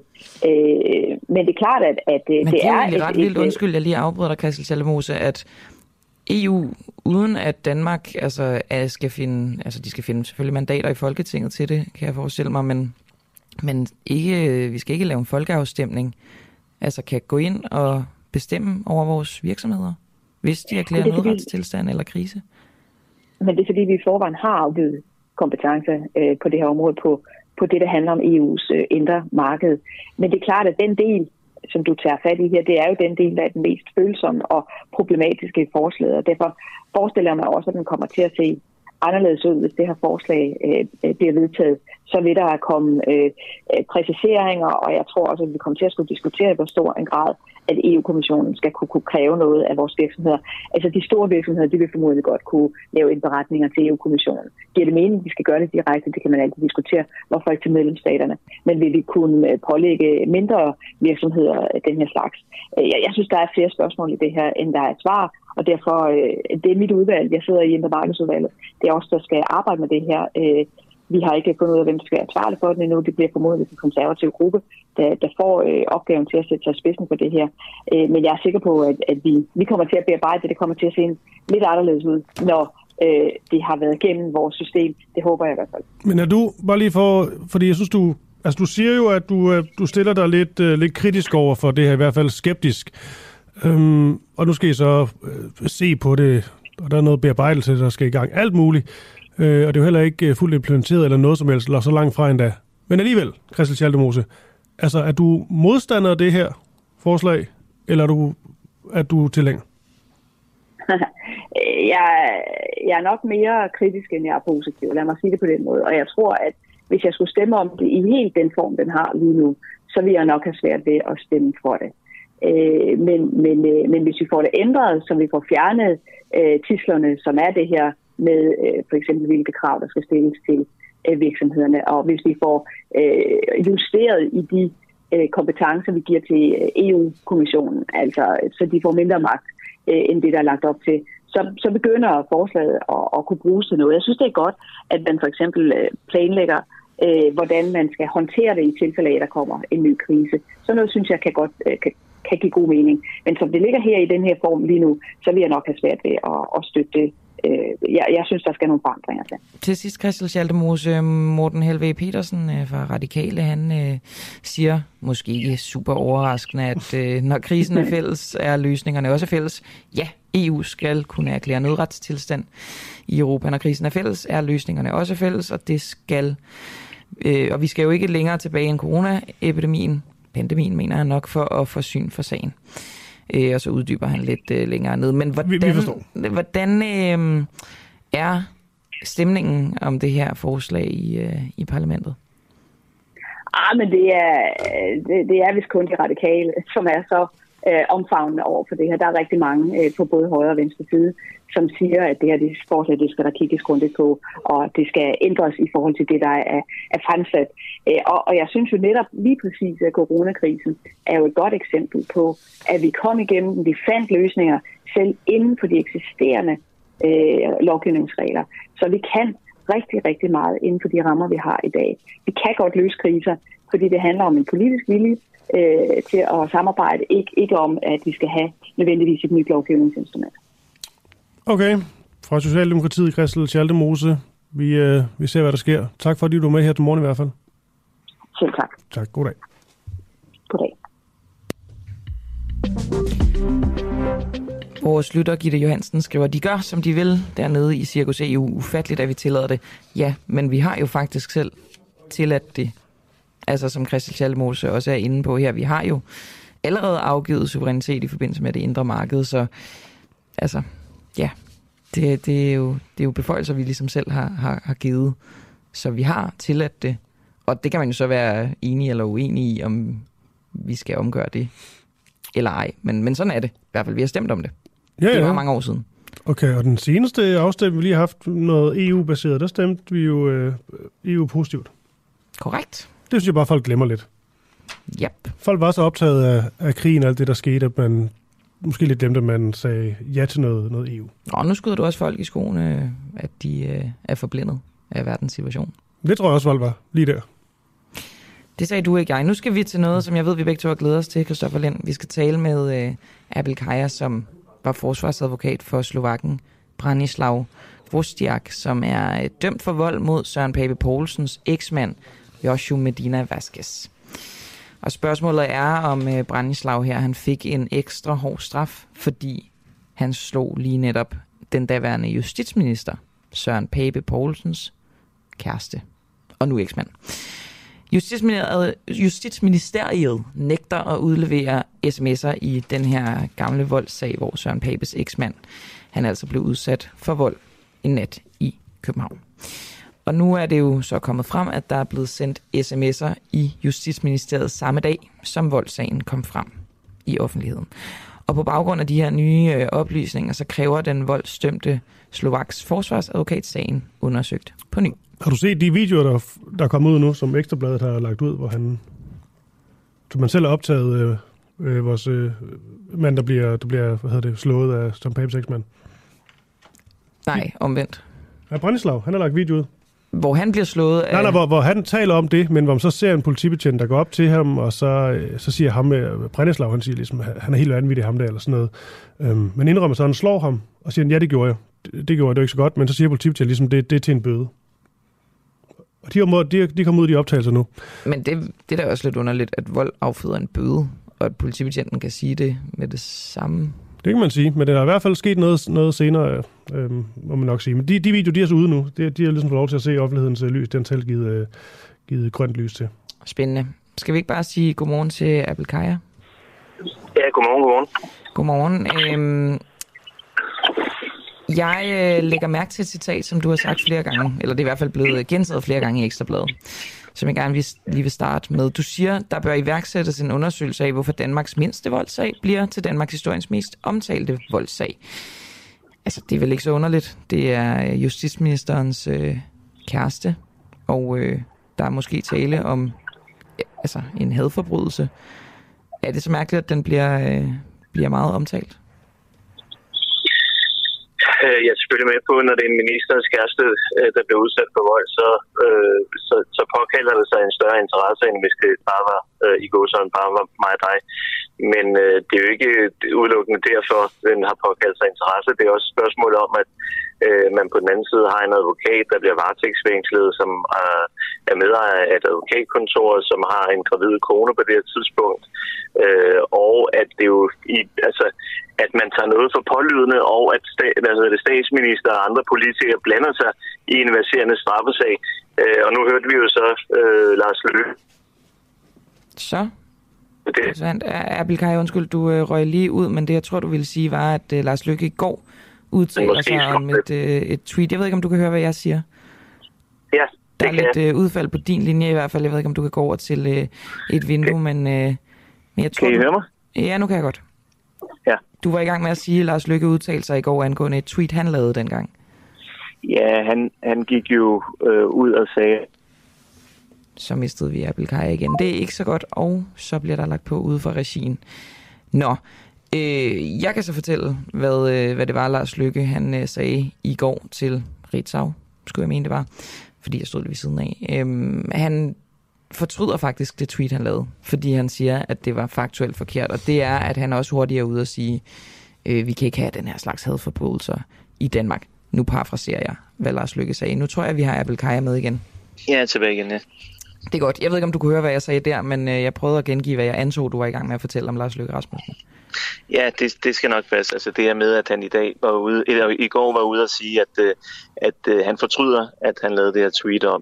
Men det er klart, at det er... Men det er egentlig ret vildt, undskyld, jeg lige afbryder dig, Christel Schaldemose, at EU, uden at Danmark skal finde, de skal finde selvfølgelig mandater i Folketinget til det, kan jeg forestille mig, men ikke, vi skal ikke lave en folkeafstemning, kan gå ind og bestemme over vores virksomheder, hvis de erklærer nødretstilstand eller krise. Men det er fordi, vi i forvejen har afgivet kompetence på det her område på det, der handler om EU's indre marked. Men det er klart, at den del, som du tager fat i her, det er jo den del, der er den mest følsomme og problematiske i forslaget. Og derfor forestiller jeg mig også, at den kommer til at se anderledes ud, hvis det her forslag bliver vedtaget. Så vil der komme præciseringer, og jeg tror også, at vi kommer til at skulle diskutere, hvor stor en grad, at EU-kommissionen skal kunne kræve noget af vores virksomheder. Altså de store virksomheder, de vil formodentlig godt kunne lave indberetninger til EU-kommissionen. Giver det mening, at vi skal gøre det direkte? Det kan man altid diskutere, hvorfor ikke til medlemsstaterne. Men vil vi kunne pålægge mindre virksomheder den her slags? Jeg synes, der er flere spørgsmål i det her, end der er et svar. Og derfor, det er mit udvalg. Jeg sidder i indre markedsudvalget. Det er også der skal arbejde med det her. Vi har ikke fundet ud af, hvem der skal være ansvarlig for det endnu. Det bliver formodentlig en konservativ gruppe, der får opgaven til at sætte sig i spidsen for det her. Men jeg er sikker på, at vi kommer til at bearbejde det. Det kommer til at se lidt anderledes ud, når det har været igennem vores system. Det håber jeg i hvert fald. Men er du, bare lige fordi jeg synes, du siger jo, at du stiller dig lidt kritisk over for det her, i hvert fald skeptisk. Og nu skal I så se på det, og der er noget bearbejdelse, der skal i gang. Alt muligt. Og det er jo heller ikke fuldt implementeret eller noget som helst, eller så langt fra endda. Men alligevel, Christel Schaldemose, er du modstander af det her forslag, eller er du tilhænger? Jeg er nok mere kritisk, end jeg er positiv. Lad mig sige det på den måde. Og jeg tror, hvis jeg skulle stemme om det i helt den form, den har lige nu, så vil jeg nok have svært ved at stemme for det. Men hvis vi får det ændret, så vi får fjernet tidslerne, som er det her med for eksempel hvilke krav, der skal stilles til virksomhederne, og hvis vi får justeret i de kompetencer, vi giver til EU-kommissionen, altså så de får mindre magt end det, der er lagt op til, så begynder forslaget at kunne bruges til noget. Jeg synes, det er godt, at man for eksempel planlægger, hvordan man skal håndtere det i tilfælde af, at der kommer en ny krise. Så noget synes jeg kan give god mening. Men som det ligger her i den her form lige nu, så vil jeg nok have svært ved at støtte det. Jeg synes, der skal nogle forandringer til. Til sidst, Christel Schaldemose, Morten Helveg Petersen fra Radikale, han siger, måske ikke super overraskende, at når krisen er fælles, er løsningerne også fælles. Ja, EU skal kunne erklære nødretstilstand i Europa. Når krisen er fælles, er løsningerne også fælles, og det skal... og vi skal jo ikke længere tilbage end coronaepidemien, pandemien mener han nok, for at få syn for sagen. Og så uddyber han lidt længere ned. Men hvordan er stemningen om det her forslag i parlamentet? Men det er vist kun de radikale, som er så omfavnende over for det her. Der er rigtig mange på både højre og venstre side, som siger, at det her forslag, det skal der kigges grundigt på, og det skal ændres i forhold til det, der er fremsat. Og jeg synes jo netop lige præcis, at coronakrisen er jo et godt eksempel på, at vi kom igennem den, vi fandt løsninger selv inden for de eksisterende lovgivningsregler. Så vi kan rigtig, rigtig meget inden for de rammer, vi har i dag. Vi kan godt løse kriser, fordi det handler om en politisk vilje til at samarbejde, ikke om, at vi skal have nødvendigvis et nyt lovgivningsinstrument. Okay. Fra Socialdemokratiet, Christel Schaldemose, vi ser, hvad der sker. Tak fordi du er med her til morgen i hvert fald. Selv tak. Tak. God dag. God dag. Vores lytter, Gitte Johansen, skriver, de gør, som de vil dernede i Cirkus EU. Ufatteligt, at vi tillader det. Ja, men vi har jo faktisk selv tilladt det. Altså, som Christel Schaldemose også er inde på her, vi har jo allerede afgivet suverænitet i forbindelse med det indre marked, så altså, ja, det er jo beføjelser, vi ligesom selv har givet. Så vi har tilladt det, og det kan man jo så være enig eller uenig i, om vi skal omgøre det eller ej. Men sådan er det. I hvert fald, vi har stemt om det. Ja. Det var mange år siden. Okay, og den seneste afstemning, vi lige har haft noget EU-baseret, der stemte vi jo EU positivt. Korrekt. Det synes jeg bare, folk glemmer lidt. Yep. Folk var så optaget af krigen og alt det, der skete, at man måske lidt glemte, at man sagde ja til noget EU. Og nu skyder du også folk i skoene, at de er forblændet af verdens situation. Det tror jeg også, folk var lige der. Det sagde du ikke jeg. Nu skal vi til noget, som jeg ved, vi begge to har glædet os til, Christoffer Lind. Vi skal tale med Abelkaja, som var forsvarsadvokat for slovakken Branislav Kvosdiak, som er dømt for vold mod Søren Pape Poulsens eksmand, Joshua Medina Vazquez. Og spørgsmålet er, om Branislav her, han fik en ekstra hård straf, fordi han slog lige netop den daværende justitsminister, Søren Pape Poulsens kæreste, og nu eksmand. Justitsministeriet nægter at udlevere sms'er i den her gamle voldssag, hvor Søren Papes eksmand, han altså blev udsat for vold en nat i København. Og nu er det jo så kommet frem, at der er blevet sendt sms'er i Justitsministeriet samme dag, som voldssagen kom frem i offentligheden. Og på baggrund af de her nye oplysninger, så kræver den voldsdømte Slovaks forsvarsadvokat sagen undersøgt på ny. Har du set de videoer, der er kommet ud nu, som Ekstrabladet har lagt ud, hvor man selv har optaget vores mand, der bliver slået af Søren Papes eksmand? Nej, omvendt. Ja, Branislav, han har lagt video ud. Hvor han bliver slået af... Nej, hvor han taler om det, men hvor man så ser en politibetjent, der går op til ham, og så siger ham, Branislav, han siger ligesom, han er helt vanvittig ham der, eller sådan noget. Men indrømmer så, han slår ham, og siger, ja, det gjorde jeg. Det gjorde jeg, det ikke så godt, men så siger politibetjent ligesom, det er til en bøde. Og de kommer ud af de optagelser nu. Men det er da også lidt underligt, at vold afføder en bøde, og at politibetjenten kan sige det med det samme. Det kan man sige, men der er i hvert fald sket noget senere, må man nok sige. Men de videoer, de er så ude nu. De har ligesom fået lov til at se offentlighedens lys. Den selv givet grønt lys til. Spændende. Skal vi ikke bare sige godmorgen til Abelkaja? Ja, godmorgen. Godmorgen. Jeg lægger mærke til et citat, som du har sagt flere gange, eller det er i hvert fald blevet gentaget flere gange i Ekstra Bladet, som jeg gerne lige vil starte med. Du siger, der bør iværksættes en undersøgelse af, hvorfor Danmarks mindste voldssag bliver til Danmarks historiens mest omtalte voldssag. Altså, det er vel ikke så underligt. Det er justitsministerens kæreste, og der er måske tale om en hadforbrydelse. Er det så mærkeligt, at den bliver meget omtalt? Jeg er selvfølgelig med på, når det er en ministers kæreste, der bliver udsat for vold, så påkalder det sig en større interesse, end hvis det bare var i gåsøjne bare var mig og dig. Men det er jo ikke udelukkende derfor, den har påkaldt sig interesse. Det er også et spørgsmål om, at man på den anden side har en advokat, der bliver varetægtsfængslet, som er medejer af et advokatkontor, som har en gravid kone på det her tidspunkt. Og at det jo at man tager noget for pålydende, og at statsminister og andre politikere blander sig i en verserende straffesag. Og nu hørte vi jo så Lars Løkke. Så? Abelkaj, undskyld, du røg lige ud, men det jeg tror, du ville sige, var, at Lars Løkke i går udtaler sig om et tweet. Jeg ved ikke, om du kan høre, hvad jeg siger. Ja, der er lidt udfald på din linje i hvert fald. Jeg ved ikke, om du kan gå over til et vindue, men jeg tror... Kan I høre mig? Ja, nu kan jeg godt. Ja. Du var i gang med at sige, at Lars Løkke udtalte sig i går angående et tweet, han lavede dengang. Ja, han gik jo ud og sagde... Så mistede vi Abelkaj igen. Det er ikke så godt, og så bliver der lagt på ude for regien. Nå, jeg kan så fortælle, hvad det var, Lars Løkke han sagde i går til Ritzau, skulle jeg mene det var, fordi jeg stod lidt ved siden af. Han fortryder faktisk det tweet, han lavede, fordi han siger, at det var faktuelt forkert, og det er, at han også hurtigt er ude og sige, vi kan ikke have den her slags hadforbrydelser i Danmark. Nu parafraserer jeg, hvad Lars Løkke sagde. Nu tror jeg, vi har Abelkaj med igen. Ja, tilbage igen, ja. Det er godt. Jeg ved ikke, om du kunne høre, hvad jeg sagde der, men jeg prøvede at gengive, hvad jeg antog, du var i gang med at fortælle om Lars Løkke Rasmussen. Ja, det skal nok passe. Altså det er med, at han i går var ude at sige, at han fortryder, at han lavede det her tweet om,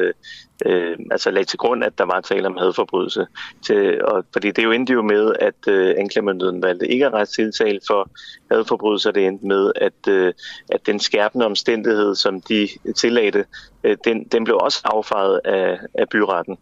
at lagde til grund, at der var tale om hadforbrydelse. Fordi det endte jo med, at anklagemyndigheden valgte ikke at rejse tiltale for hadforbrydelser. Det endte med, at den skærpende omstændighed, som de tillagde, den blev også affejet af byretten.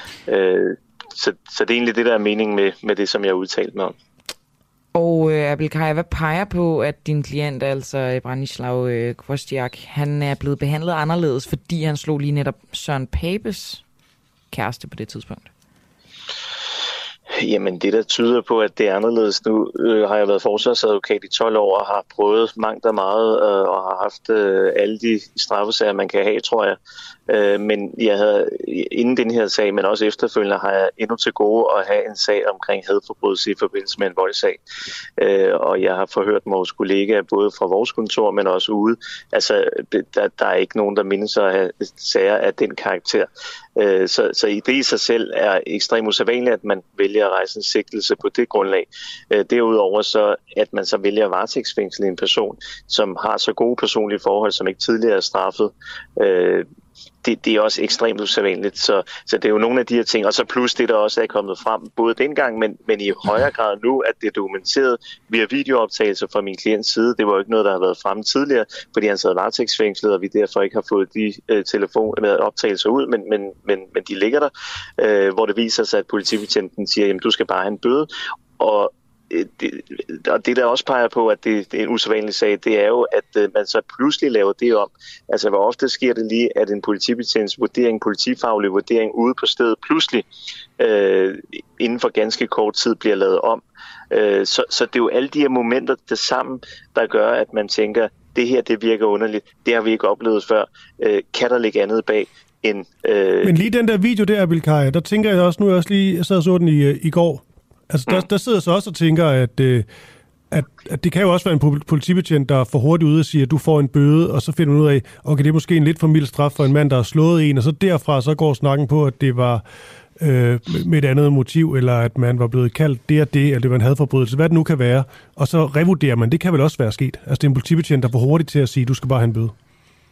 Så det er egentlig det, der er meningen med det, som jeg udtalte mig om. Og Abelkaj, hvad peger på, at din klient, altså Branislav Kvostiak, han er blevet behandlet anderledes, fordi han slog lige netop Søren Papes kæreste på det tidspunkt? Jamen det, der tyder på, at det er anderledes nu, har jeg været forsvarsadvokat i 12 år og har prøvet mangt og meget og har haft alle de straffesager, man kan have, tror jeg. Men jeg havde inden den her sag, men også efterfølgende, har jeg endnu til gode at have en sag omkring hadforbrydelse i forbindelse med en voldssag. Og jeg har forhørt vores kollegaer både fra vores kontor, men også ude. Altså, der er ikke nogen, der minder sig at have sager af den karakter. Så det i sig selv er ekstremt usædvanligt, at man vælger at rejse en sigtelse på det grundlag. Derudover så, at man så vælger at varetægtsfængsle en person, som har så gode personlige forhold, som ikke tidligere er straffet. Det er også ekstremt usædvanligt, så det er jo nogle af de her ting, og så plus det, der også er kommet frem, både dengang, men i højere grad nu, at det er dokumenteret via videooptagelser fra min klients side. Det var jo ikke noget, der har været fremme tidligere, fordi han sad varetægtsfængslet, og vi derfor ikke har fået de optagelser ud, men de ligger der, hvor det viser sig, at politibetjenten siger, jamen du skal bare have en bøde, og det der også peger på, at det er en usædvanlig sag, det er jo, at man så pludselig laver det om. Altså, hvor ofte sker det lige, at en politibetjents vurdering, politifaglig vurdering ude på stedet pludselig inden for ganske kort tid bliver lavet om. Så det er jo alle de her momenter det sammen, der gør, at man tænker, det her, det virker underligt. Det har vi ikke oplevet før. Kan der ligge andet bag? Men lige den der video der, Abelkaj, der tænker jeg også, nu jeg også lige, jeg sad og så den i går. Altså, der sidder så også og tænker, at det kan jo også være en politibetjent, der er for hurtigt ude og siger, at du får en bøde, og så finder man ud af, okay, det er måske en lidt for mild straf for en mand, der har slået en, og så derfra så går snakken på, at det var med et andet motiv, eller at man var blevet kaldt det og det, eller det var en hadforbrydelse, hvad det nu kan være, og så revurderer man. Det kan vel også være sket. Altså, det er en politibetjent, der er for hurtigt til at sige, at du skal bare have en bøde.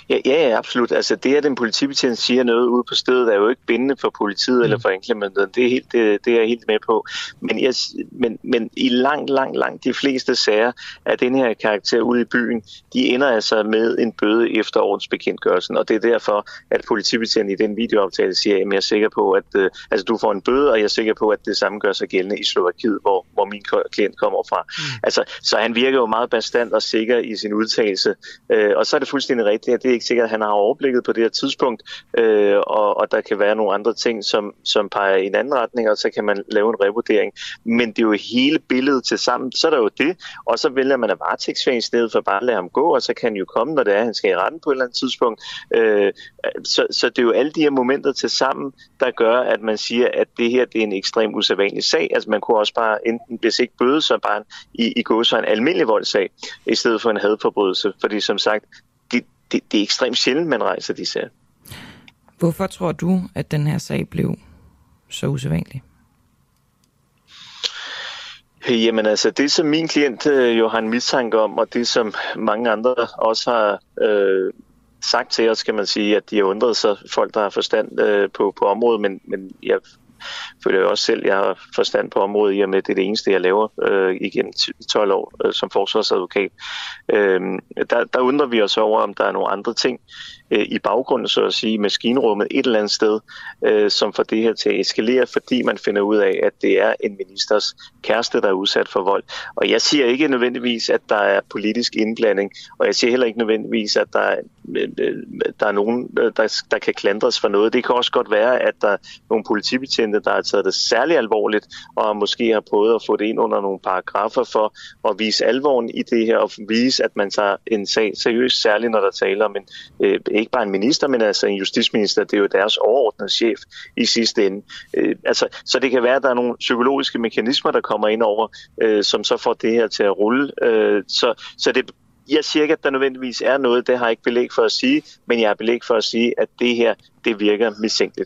Ja, absolut. Altså det, at en politibetjent siger noget ude på stedet, er jo ikke bindende for politiet eller for anklagemyndigheden. Det er jeg helt med på. Men i langt de fleste sager af den her karakter ude i byen, de ender altså med en bøde efter ordensbekendtgørelsen. Og det er derfor, at politibetjenten i den videoaftale siger, at jeg er sikker på, at du får en bøde, og jeg er sikker på, at det samme gør sig gældende i Slovakiet, hvor min klient kommer fra. Altså, så han virker jo meget bastant og sikker i sin udtalelse. Og så er det fuldstændig rigtigt, at det er ikke sikkert, at han har overblikket på det her tidspunkt, og der kan være nogle andre ting, som peger i en anden retning, og så kan man lave en revurdering. Men det er jo hele billedet til sammen, så er der jo det, og så vælger man at varetægtsfængsle i stedet for bare at lade ham gå, og så kan han jo komme, når det er, han skal i retten på et eller andet tidspunkt. Så det er jo alle de her momenter til sammen, der gør, at man siger, at det her det er en ekstremt usædvanlig sag. Altså man kunne også bare enten, hvis ikke bøde, så bare i gå så en almindelig voldssag, i stedet for en hadforbrydelse. Fordi som sagt, det er ekstremt sjældent, man rejser de sager. Hvorfor tror du, at den her sag blev så usædvanlig? Jamen altså, det som min klient jo har en mistanke om, og det som mange andre også har sagt til os, kan man sige, at de har undret sig, folk der har forstand på området, men jeg føler jo også selv, at jeg har forstand på området i og med, det er det eneste, jeg laver igen 12 år som forsvarsadvokat. Der undrer vi os over, om der er nogle andre ting i baggrunden, så at sige, maskinrummet et eller andet sted, som får det her til at eskalere, fordi man finder ud af, at det er en ministers kæreste, der er udsat for vold. Og jeg siger ikke nødvendigvis, at der er politisk indblanding, og jeg siger heller ikke nødvendigvis, at der er nogen, der kan klandres for noget. Det kan også godt være, at der er nogle politibetjente, der har taget det særlig alvorligt, og måske har prøvet at få det ind under nogle paragrafer for at vise alvoren i det her, og vise, at man tager en sag seriøst, særligt når der taler om ikke bare en minister, men altså en justitsminister, det er jo deres overordnede chef i sidste ende. Så det kan være, at der er nogle psykologiske mekanismer, der kommer ind over, som så får det her til at rulle. Så det, jeg siger ikke, at der nødvendigvis er noget, det har jeg ikke belæg for at sige, men jeg har belæg for at sige, at det her, det virker mistænkeligt.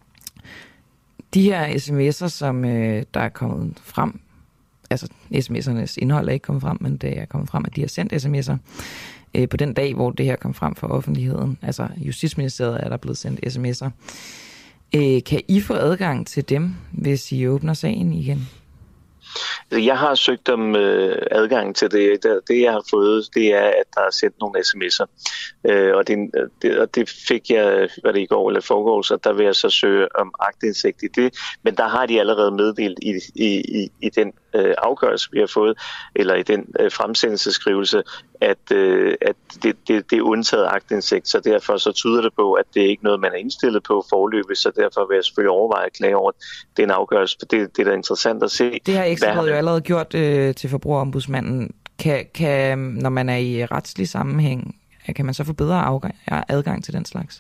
De her sms'er, som der er kommet frem, altså sms'ernes indhold er ikke kommet frem, men det er kommet frem, at de har sendt sms'er på den dag, hvor det her kom frem for offentligheden. Altså Justitsministeriet er der blevet sendt sms'er. Kan I få adgang til dem, hvis I åbner sagen igen? Jeg har søgt om adgang til det. Det, jeg har fået, det er, at der er sendt nogle sms'er. Og det fik jeg, var det i går eller forgårs, så der vil jeg så søge om aktindsigt i det. Men der har de allerede meddelt i den afgørelse, vi har fået, eller i den fremsendelseskrivelse, at det er undtaget aktindsigt. Så derfor så tyder det på, at det ikke er noget, man er indstillet på forløbet, så derfor vil jeg selvfølgelig overveje at klage over den afgørelse, for det er da interessant at se. Det har Ekstrabladet jo allerede gjort til Forbrugerombudsmanden. Kan, når man er i retslig sammenhæng, kan man så få bedre adgang til den slags?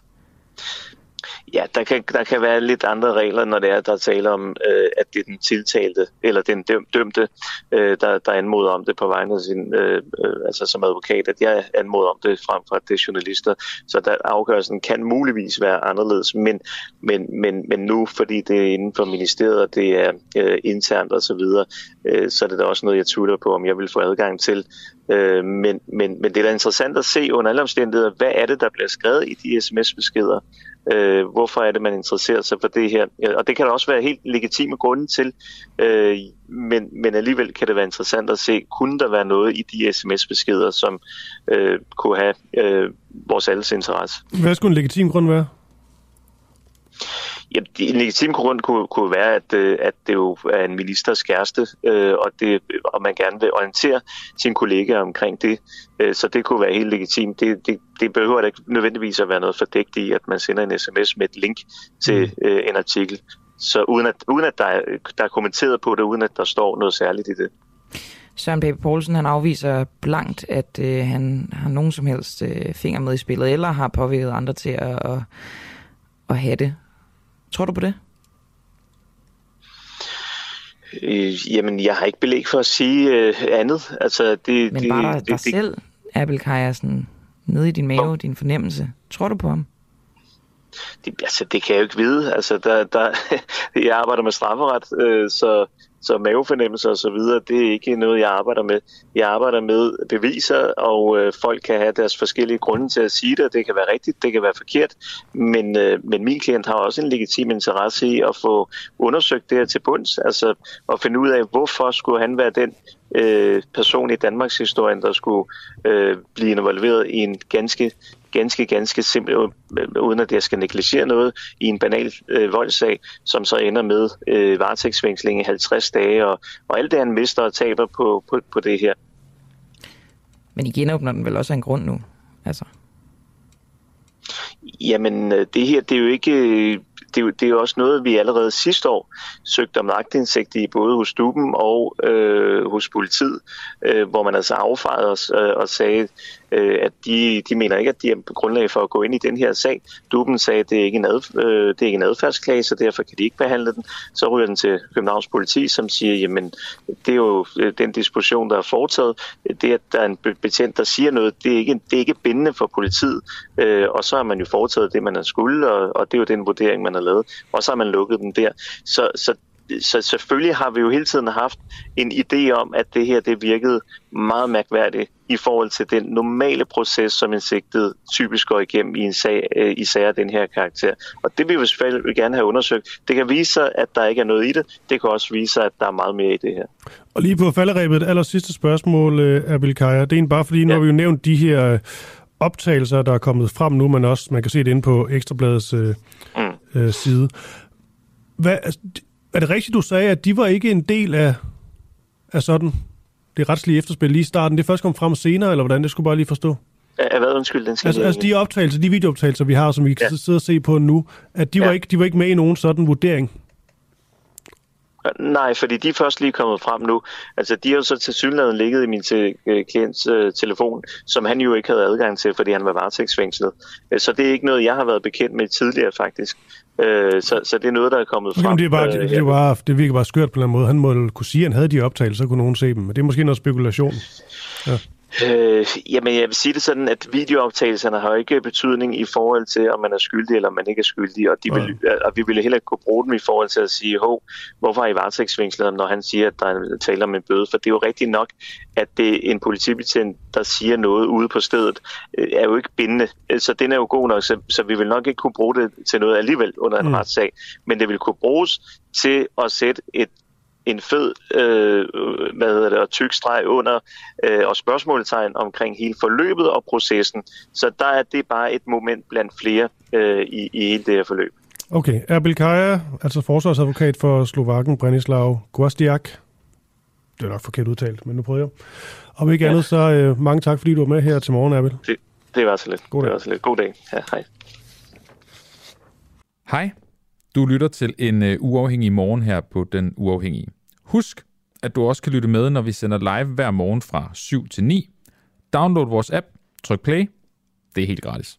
Ja, der kan være lidt andre regler, når det er, der taler om, at det er den tiltalte eller den dømte, der anmoder om det på vegne af sin, altså som advokat, at jeg anmoder om det frem for at det er journalister. Så der afgørelsen kan muligvis være anderledes, men nu, fordi det er inden for ministeriet, og det er internt og så videre, så er det da også noget, jeg tvivler på, om jeg vil få adgang til. Men det er da interessant at se under alle omstændigheder, hvad er det, der bliver skrevet i de sms-beskeder? Hvorfor er det, man interesserer sig for det her? Og det kan der også være helt legitime grunde til, men alligevel kan det være interessant at se, kunne der være noget i de sms-beskeder, som kunne have vores alles interesse? Hvad skulle en legitim grund være? Ja, en legitim grund kunne være, at det jo er en ministers kæreste, og man gerne vil orientere sine kollegaer omkring det. Så det kunne være helt legitimt. Det behøver da ikke nødvendigvis at være noget fordækt i, at man sender en sms med et link til en artikel. Så uden at der er kommenteret på det, uden at der står noget særligt i det. Søren Pape Poulsen, han afviser blankt, at han har nogen som helst finger med i spillet, eller har påvirket andre til at have det. Tror du på det? Jamen, jeg har ikke belæg for at sige andet. Altså, men bare dig selv, Abelkaja, sådan nede i din mave, din fornemmelse. Tror du på ham? Det kan jeg jo ikke vide. Altså, jeg arbejder med strafferet, Så mavefornemmelser og så videre, det er ikke noget, jeg arbejder med. Jeg arbejder med beviser, og folk kan have deres forskellige grunde til at sige det. Det kan være rigtigt, det kan være forkert, men min klient har også en legitim interesse i at få undersøgt det her til bunds, altså at finde ud af, hvorfor skulle han være den person i Danmarks historien, der skulle blive involveret i en ganske simpel, uden at jeg skal negligere noget, i en banal voldssag, som så ender med varetægtsfængsling i 50 dage, og alt det, han mister og taber på det her. Men I genåbner den vel også af en grund nu? Altså. Jamen, det her, det er jo ikke... Det er jo også noget, vi allerede sidste år søgte om aktindsigt i, både hos DUP'en og hos politiet, hvor man altså affejede os og sagde, at de mener ikke, at de er på grundlag for at gå ind i den her sag. DUP'en sagde, at det er ikke en adfærdsklage, så derfor kan de ikke behandle den. Så ryger den til Københavns Politi, som siger, jamen, det er jo den disposition, der er foretaget. Det, at der er en betjent, der siger noget, det er ikke bindende for politiet. Og så har man jo foretaget det, man har skulle, og det er jo den vurdering, man har lavet. Og så har man lukket den der. Så selvfølgelig har vi jo hele tiden haft en idé om, at det her det virkede meget mærkværdigt i forhold til den normale proces, som en sigtet typisk går igennem i en sag, i sager af den her karakter. Og det vil vi selvfølgelig gerne have undersøgt. Det kan vise sig, at der ikke er noget i det. Det kan også vise sig, at der er meget mere i det her. Og lige på falderebet, aller sidste spørgsmål, Erbil Kaya. Det er bare fordi, nu har vi jo nævnt de her optagelser, der er kommet frem nu, men også, man kan se det inde på Ekstrabladets side. Er det rigtigt, du sagde, at de var ikke en del af sådan det retslige efterspil lige i starten? Det først kom frem senere, eller hvordan? Det skulle bare lige forstå. Hvad undskyld? Den altså de optagelser, de videooptagelser, vi har, som vi kan sidde og se på nu, at de var ikke med i nogen sådan vurdering? Nej, fordi de er først lige kommet frem nu. Altså, de har jo så tilsyneladende ligget i min klients telefon, som han jo ikke havde adgang til, fordi han var varetægtsfængslet. Så det er ikke noget, jeg har været bekendt med tidligere, faktisk. Så det er noget, der er kommet frem. Det virker bare skørt på en eller anden måde. Han må kunne sige, at han havde de optagelser, så kunne nogen se dem. Men det er måske noget spekulation. Ja. Jamen, jeg vil sige det sådan, at videooptagelserne har jo ikke betydning i forhold til, om man er skyldig eller om man ikke er skyldig, og vi ville heller ikke kunne bruge dem i forhold til at sige, hvorfor er I varetægtsfængslet, når han siger, at der er tale om en bøde, for det er jo rigtigt nok, at det er en politibetjent, der siger noget ude på stedet, er jo ikke bindende, så den er jo god nok, så vi vil nok ikke kunne bruge det til noget alligevel under en retssag, men det vil kunne bruges til at sætte en fed og tyk streg under og spørgsmålstegn omkring hele forløbet og processen. Så der er det bare et moment blandt flere i hele det her forløb. Okay. Erbil Kaya, altså forsvarsadvokat for Slovakken, Branislav Gvoždiak. Det er nok forkert udtalt, men nu prøver jeg. Om ikke andet, så mange tak, fordi du var med her til morgen, Erbil. Det var så lidt. God dag. Ja, hej. Hej. Du lytter til en uafhængig morgen her på Den Uafhængige. Husk, at du også kan lytte med, når vi sender live hver morgen fra 7 til 9. Download vores app, tryk play. Det er helt gratis.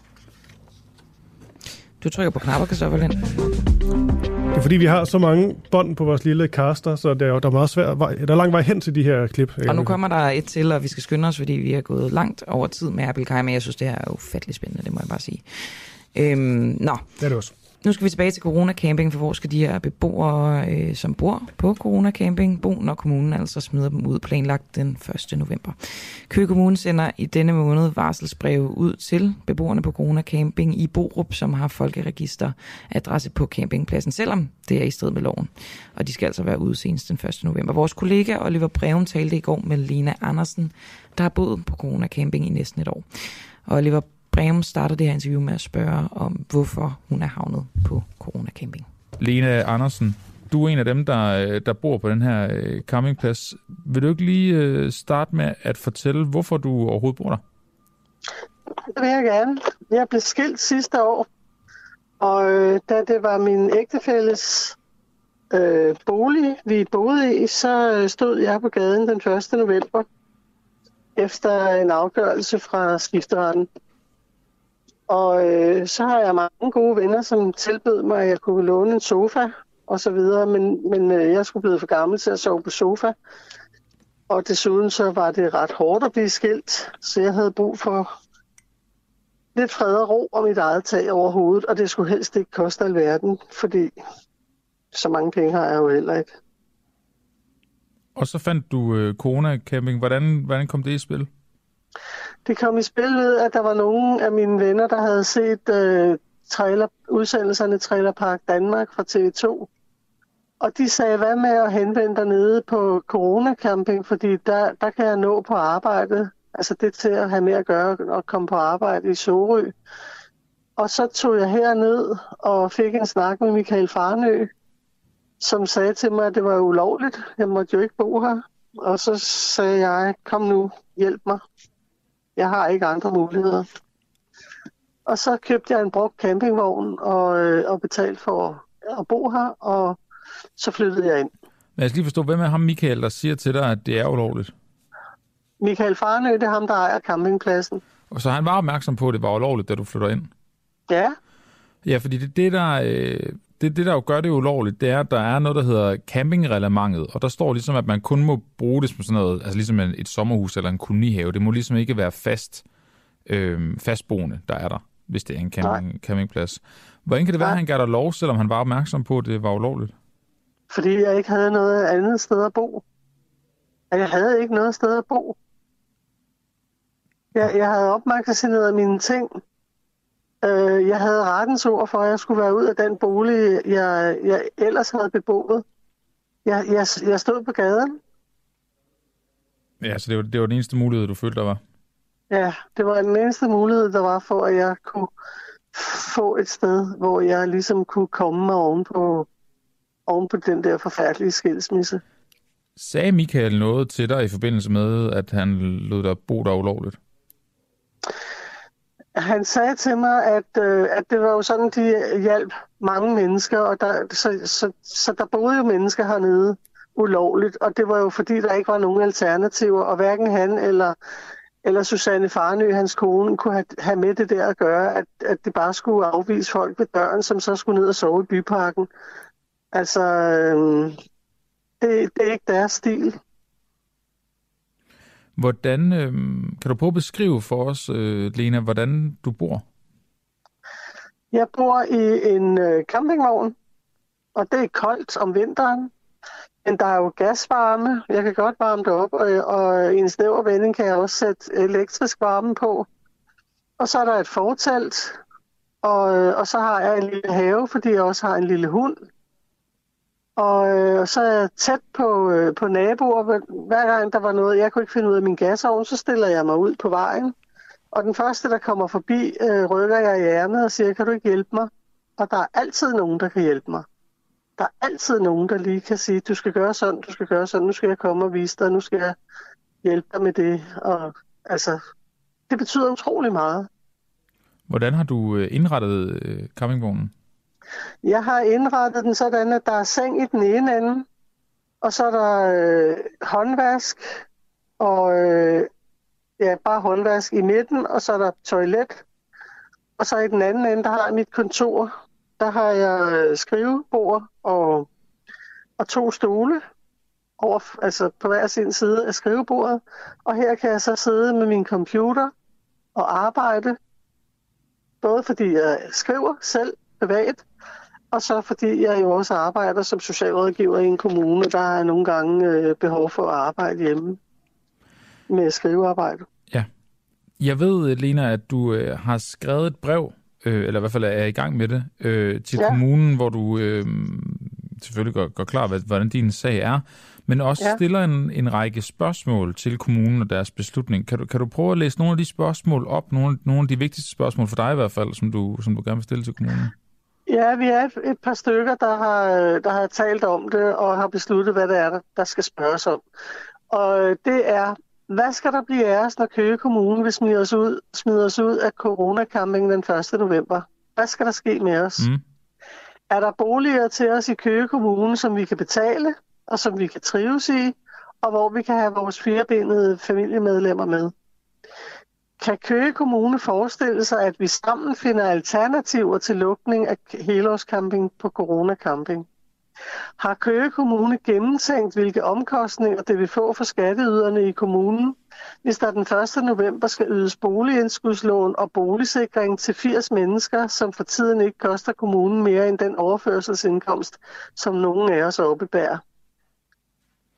Du trykker på knapper, Kristoffer Lind. Det er fordi, vi har så mange bånd på vores lille caster, så der er meget svært. Der er lang vej hen til de her klip. Og nu kommer der et til, og vi skal skynde os, fordi vi er gået langt over tid med Erbil Kaya, men jeg synes, det her er ufattelig spændende, det må jeg bare sige. Det er det også. Nu skal vi tilbage til Corona Camping, for hvor skal de her beboere, som bor på Corona Camping, bo, når kommunen altså smider dem ud planlagt den 1. november. Køge Kommune sender i denne måned varselsbreve ud til beboerne på Corona Camping i Borup, som har folkeregisteradresse på campingpladsen, selvom det er i strid med loven. Og de skal altså være ude senest den 1. november. Vores kollega Oliver Breum talte i går med Lena Andersen, der har boet på Corona Camping i næsten et år. Og Oliver Breum starter det her interview med at spørge om, hvorfor hun er havnet på Corona Camping. Lena Andersen, du er en af dem, der bor på den her campingplads. Vil du ikke lige starte med at fortælle, hvorfor du overhovedet bor der? Det vil jeg gerne. Jeg blev skilt sidste år, og da det var min ægtefælles bolig, vi boede i, så stod jeg på gaden den 1. november efter en afgørelse fra skifteretten. Og så har jeg mange gode venner, som tilbød mig, at jeg kunne låne en sofa og så videre, men jeg skulle blive for gammel til at sove på sofa. Og desuden så var det ret hårdt at blive skilt, så jeg havde brug for lidt fred og ro og mit eget tag over hovedet, og det skulle helst ikke koste alverden, fordi så mange penge har jeg jo heller ikke. Og så fandt du Corona-camping. Hvordan kom det i spil? Det kom i spil ved, at der var nogle af mine venner, der havde set udsendelserne Trailerpark Danmark fra TV2. Og de sagde, hvad med at henvende dig nede på Corona Camping, fordi der kan jeg nå på arbejde. Altså det til at have med at gøre og komme på arbejde i Sorø. Og så tog jeg herned og fik en snak med Michael Farnø, som sagde til mig, at det var ulovligt. Jeg måtte jo ikke bo her. Og så sagde jeg, kom nu, hjælp mig. Jeg har ikke andre muligheder. Og så købte jeg en brugt campingvogn og betalte for at bo her, og så flyttede jeg ind. Men jeg skal lige forstå, hvem er ham Michael, der siger til dig, at det er ulovligt? Michael Farnø, det er ham, der ejer campingpladsen. Og så han var opmærksom på, at det var ulovligt, da du flytter ind? Ja. Ja, fordi det der jo gør det ulovligt, det er, at der er noget, der hedder campingreglementet, og der står ligesom, at man kun må bruge det som sådan noget, altså ligesom et sommerhus eller en kolonihave. Det må ligesom ikke være fastboende, der er der, hvis det er en campingplads. Hvordan kan det være, at han gav dig lov, selvom han var opmærksom på, at det var ulovligt? Fordi jeg ikke havde noget andet sted at bo. Jeg havde ikke noget sted at bo. Jeg havde opmagasineret mine ting. Jeg havde rettens ord for, at jeg skulle være ud af den bolig, jeg ellers havde beboet. Jeg stod på gaden. Ja, så det var den eneste mulighed, du følte, der var? Ja, det var den eneste mulighed, der var for, at jeg kunne få et sted, hvor jeg ligesom kunne komme mig oven på den der forfærdelige skilsmisse. Sagde Michael noget til dig i forbindelse med, at han lod dig bo der ulovligt? Han sagde til mig, at det var jo sådan, de hjalp mange mennesker, og så der boede jo mennesker hernede ulovligt, og det var jo fordi, der ikke var nogen alternativer, og hverken han eller Susanne Farnø, hans kone, kunne have med det der at gøre, at det bare skulle afvise folk ved døren, som så skulle ned og sove i byparken. Altså, det er ikke deres stil. Hvordan, kan du prøve at beskrive for os, Lena, hvordan du bor? Jeg bor i en campingvogn, og det er koldt om vinteren. Men der er jo gasvarme. Jeg kan godt varme det op, og i en snæver vending kan jeg også sætte elektrisk varme på. Og så er der et fortelt, og så har jeg en lille have, fordi jeg også har en lille hund. Og så er jeg tæt på naboer. Hver gang der var noget, jeg kunne ikke finde ud af min gasovn, så stiller jeg mig ud på vejen. Og den første, der kommer forbi, rykker jeg i ærmet og siger, kan du ikke hjælpe mig? Og der er altid nogen, der kan hjælpe mig. Der er altid nogen, der lige kan sige, du skal gøre sådan, du skal gøre sådan, nu skal jeg komme og vise dig, nu skal jeg hjælpe dig med det. Og altså, det betyder utrolig meget. Hvordan har du indrettet campingvognen? Jeg har indrettet den sådan, at der er seng i den ene ende, og så er der håndvask, og bare håndvask i midten, og så er der toilet. Og så i den anden ende, der har jeg mit kontor. Der har jeg skrivebord og 2 stole altså på hver sin side af skrivebordet. Og her kan jeg så sidde med min computer og arbejde, både fordi jeg skriver selv privat, og så fordi jeg jo også arbejder som socialrådgiver i en kommune, der er nogle gange behov for at arbejde hjemme med skrivearbejde. Ja. Jeg ved, Lena, at du har skrevet et brev, eller i hvert fald er i gang med det, til kommunen, hvor du selvfølgelig gør klar, hvordan din sag er, men også stiller en række spørgsmål til kommunen og deres beslutning. Kan du prøve at læse nogle af de spørgsmål op, nogle af de vigtigste spørgsmål for dig i hvert fald, som du gerne vil stille til kommunen? Ja, vi er et par stykker, der har talt om det og har besluttet, hvad det er, der skal spørges om. Og det er, hvad skal der blive af os, når Køge Kommune vil smide os ud af coronacampingen den 1. november? Hvad skal der ske med os? Er der boliger til os i Køge Kommune, som vi kan betale, og som vi kan trives i, og hvor vi kan have vores 4-benede familiemedlemmer med? Kan Køge Kommune forestille sig, at vi sammen finder alternativer til lukning af helårscamping på coronacamping? Har Køge Kommune gennemtænkt, hvilke omkostninger det vil få for skatteyderne i kommunen, hvis der den 1. november skal ydes boligindskudslån og boligsikring til 80 mennesker, som for tiden ikke koster kommunen mere end den overførselsindkomst, som nogen af os oppebærer?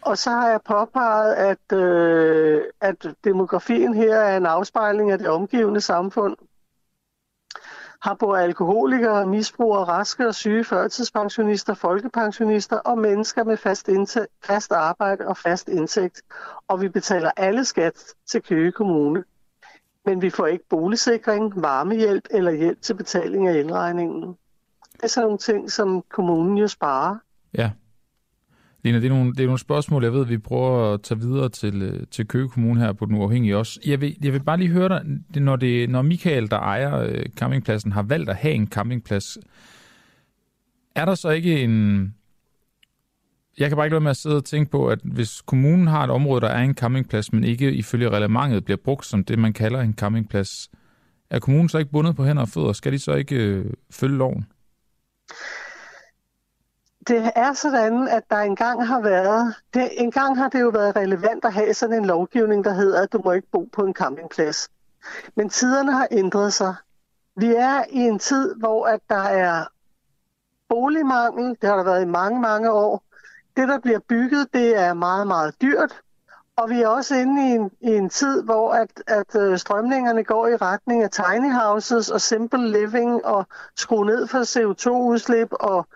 Og så har jeg påpeget, at demografien her er en afspejling af det omgivende samfund. Her bor alkoholikere, misbrugere, raske og syge, førtidspensionister, folkepensionister og mennesker med fast arbejde og fast indtægt. Og vi betaler alle skat til Køge Kommune. Men vi får ikke boligsikring, varmehjælp eller hjælp til betaling af elregningen. Det er sådan nogle ting, som kommunen jo sparer. Ja. Lena, det er nogle spørgsmål, jeg ved, vi prøver at tage videre til Køge Kommune her på Den Uafhængige også. Jeg vil bare lige høre dig, når Michael, der ejer campingpladsen, har valgt at have en campingplads, er der så ikke en... Jeg kan bare ikke lade med at sidde og tænke på, at hvis kommunen har et område, der er en campingplads, men ikke ifølge reglementet bliver brugt som det, man kalder en campingplads, er kommunen så ikke bundet på hænder og fødder? Skal de så ikke følge loven? Det er sådan, at der engang har det jo været relevant at have sådan en lovgivning, der hedder, at du må ikke bo på en campingplads. Men tiderne har ændret sig. Vi er i en tid, hvor at der er boligmangel. Det har der været i mange, mange år. Det, der bliver bygget, det er meget, meget dyrt. Og vi er også inde i en tid, hvor at strømningerne går i retning af tiny houses og simple living og skrue ned for CO2-udslip og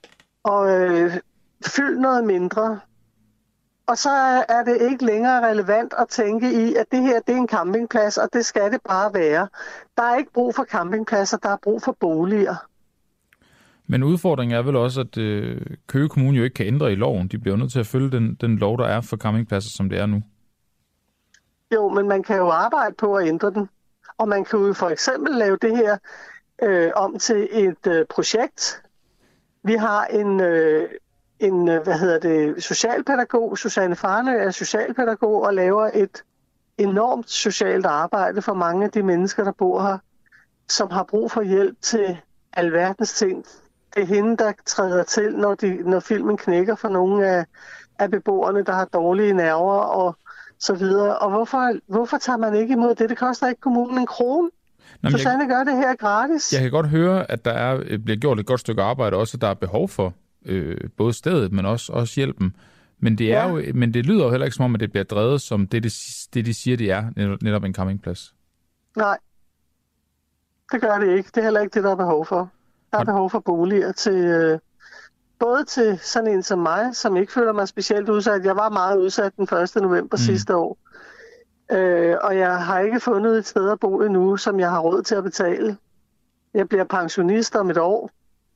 fyld noget mindre. Og så er det ikke længere relevant at tænke i, at det her det er en campingplads, og det skal det bare være. Der er ikke brug for campingpladser, der er brug for boliger. Men udfordringen er vel også, at Køge Kommune jo ikke kan ændre i loven. De bliver nødt til at følge den lov, der er for campingpladser, som det er nu. Jo, men man kan jo arbejde på at ændre den. Og man kan jo for eksempel lave det her om til et projekt. Vi har en socialpædagog, Susanne Farnø er socialpædagog og laver et enormt socialt arbejde for mange af de mennesker, der bor her, som har brug for hjælp til alverdens ting. Det er hende, der træder til, når filmen knækker for nogle af beboerne, der har dårlige nerver og så videre. Og hvorfor tager man ikke imod det? Det koster ikke kommunen en krone. Susanne gør det her gratis. Jeg kan godt høre, at der bliver gjort et godt stykke arbejde, også at der er behov for både stedet, men også hjælpen. Men det er men det lyder jo heller ikke som om, at det bliver drevet som det de siger, det er, netop en campingplads. Nej, det gør det ikke. Det er heller ikke det, der er behov for. Der er behov for boliger til både til sådan en som mig, som ikke føler mig specielt udsat. Jeg var meget udsat den 1. november sidste år. Og jeg har ikke fundet et sted at bo endnu, som jeg har råd til at betale. Jeg bliver pensionist om et år.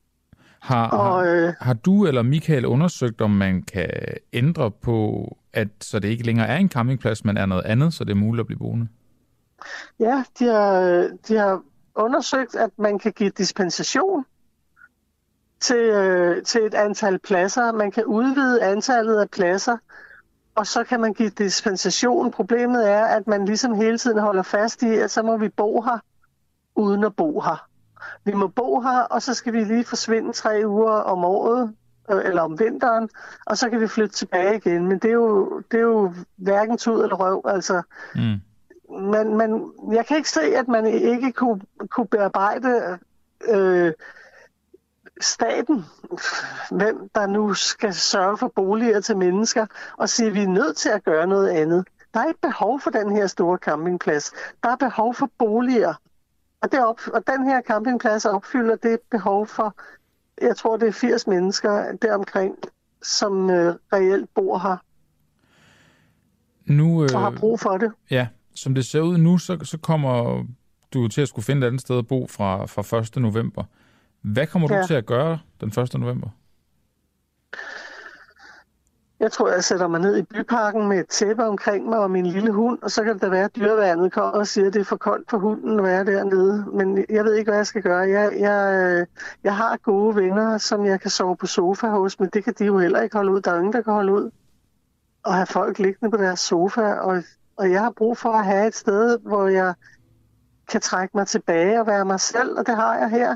Har du eller Michael undersøgt, om man kan ændre på, så det ikke længere er en campingplads, men er noget andet, så det er muligt at blive boende? Ja, de har undersøgt, at man kan give dispensation til et antal pladser. Man kan udvide antallet af pladser, og så kan man give dispensation. Problemet er, at man ligesom hele tiden holder fast i, at så må vi bo her, uden at bo her. Vi må bo her, og så skal vi lige forsvinde 3 uger om året, eller om vinteren, og så kan vi flytte tilbage igen. Men det er jo hverken tud eller røv. Altså, men jeg kan ikke se, at man ikke kunne bearbejde staten, hvem der nu skal sørge for boliger til mennesker, og sige, at vi er nødt til at gøre noget andet. Der er ikke behov for den her store campingplads. Der er behov for boliger. Og den her campingplads opfylder det behov for, jeg tror det er 80 mennesker deromkring, som reelt bor her. Nu, og har brug for det. Ja, som det ser ud nu, så kommer du til at skulle finde et andet sted at bo fra 1. november. Hvad kommer du til at gøre den 1. november? Jeg tror, jeg sætter mig ned i byparken med et tæppe omkring mig og min lille hund, og så kan det da være, at dyreværnet kommer og siger, at det er for koldt for hunden at være dernede. Men jeg ved ikke, hvad jeg skal gøre. Jeg har gode venner, som jeg kan sove på sofa hos, men det kan de jo heller ikke holde ud. Der er ingen, der kan holde ud og have folk liggende på deres sofa. Og jeg har brug for at have et sted, hvor jeg kan trække mig tilbage og være mig selv, og det har jeg her.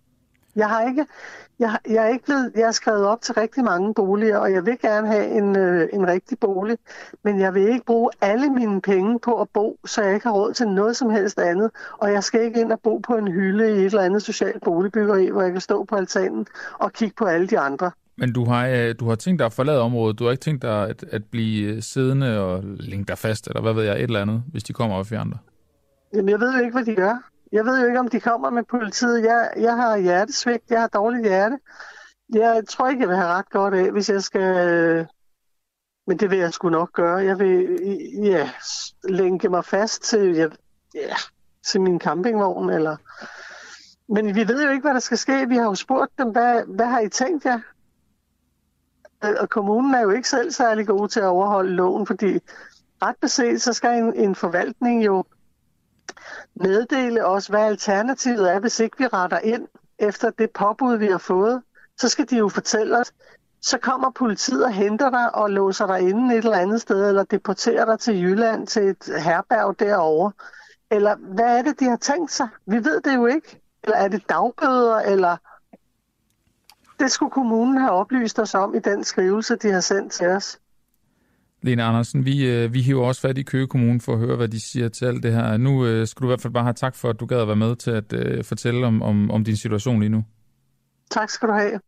Jeg er skrevet op til rigtig mange boliger, og jeg vil gerne have en rigtig bolig, men jeg vil ikke bruge alle mine penge på at bo, så jeg ikke har råd til noget som helst andet, og jeg skal ikke ind og bo på en hylde i et eller andet socialt boligbyggeri, hvor jeg kan stå på altanen og kigge på alle de andre. Men du har tænkt dig at forlade området. Du har ikke tænkt dig at blive siddende og længe dig fast, eller hvad ved jeg, et eller andet, hvis de kommer og fjerner dig? Jamen, jeg ved jo ikke, hvad de gør. Jeg ved jo ikke, om de kommer med politiet. Jeg har hjertesvigt, jeg har dårligt hjerte. Jeg tror ikke, jeg vil have ret godt af, hvis jeg skal... Men det vil jeg sgu nok gøre. Jeg vil lænke mig fast til min campingvogn, eller... Men vi ved jo ikke, hvad der skal ske. Vi har jo spurgt dem, hvad har I tænkt jer? Og kommunen er jo ikke selv særlig god til at overholde loven, fordi ret beset, så skal en forvaltning jo meddele os, hvad alternativet er, hvis ikke vi retter ind efter det påbud, vi har fået. Så skal de jo fortælle os, så kommer politiet og henter dig og låser dig inde et eller andet sted, eller deporterer dig til Jylland, til et herberg derovre. Eller hvad er det, de har tænkt sig? Vi ved det jo ikke. Eller er det dagbøder, eller... Det skulle kommunen have oplyst os om i den skrivelse, de har sendt til os. Lene Andersen, vi hiver også fat i Køge Kommune for at høre, hvad de siger til alt det her. Nu skal du i hvert fald bare have tak for, at du gad at være med til at fortælle om din situation lige nu. Tak skal du have.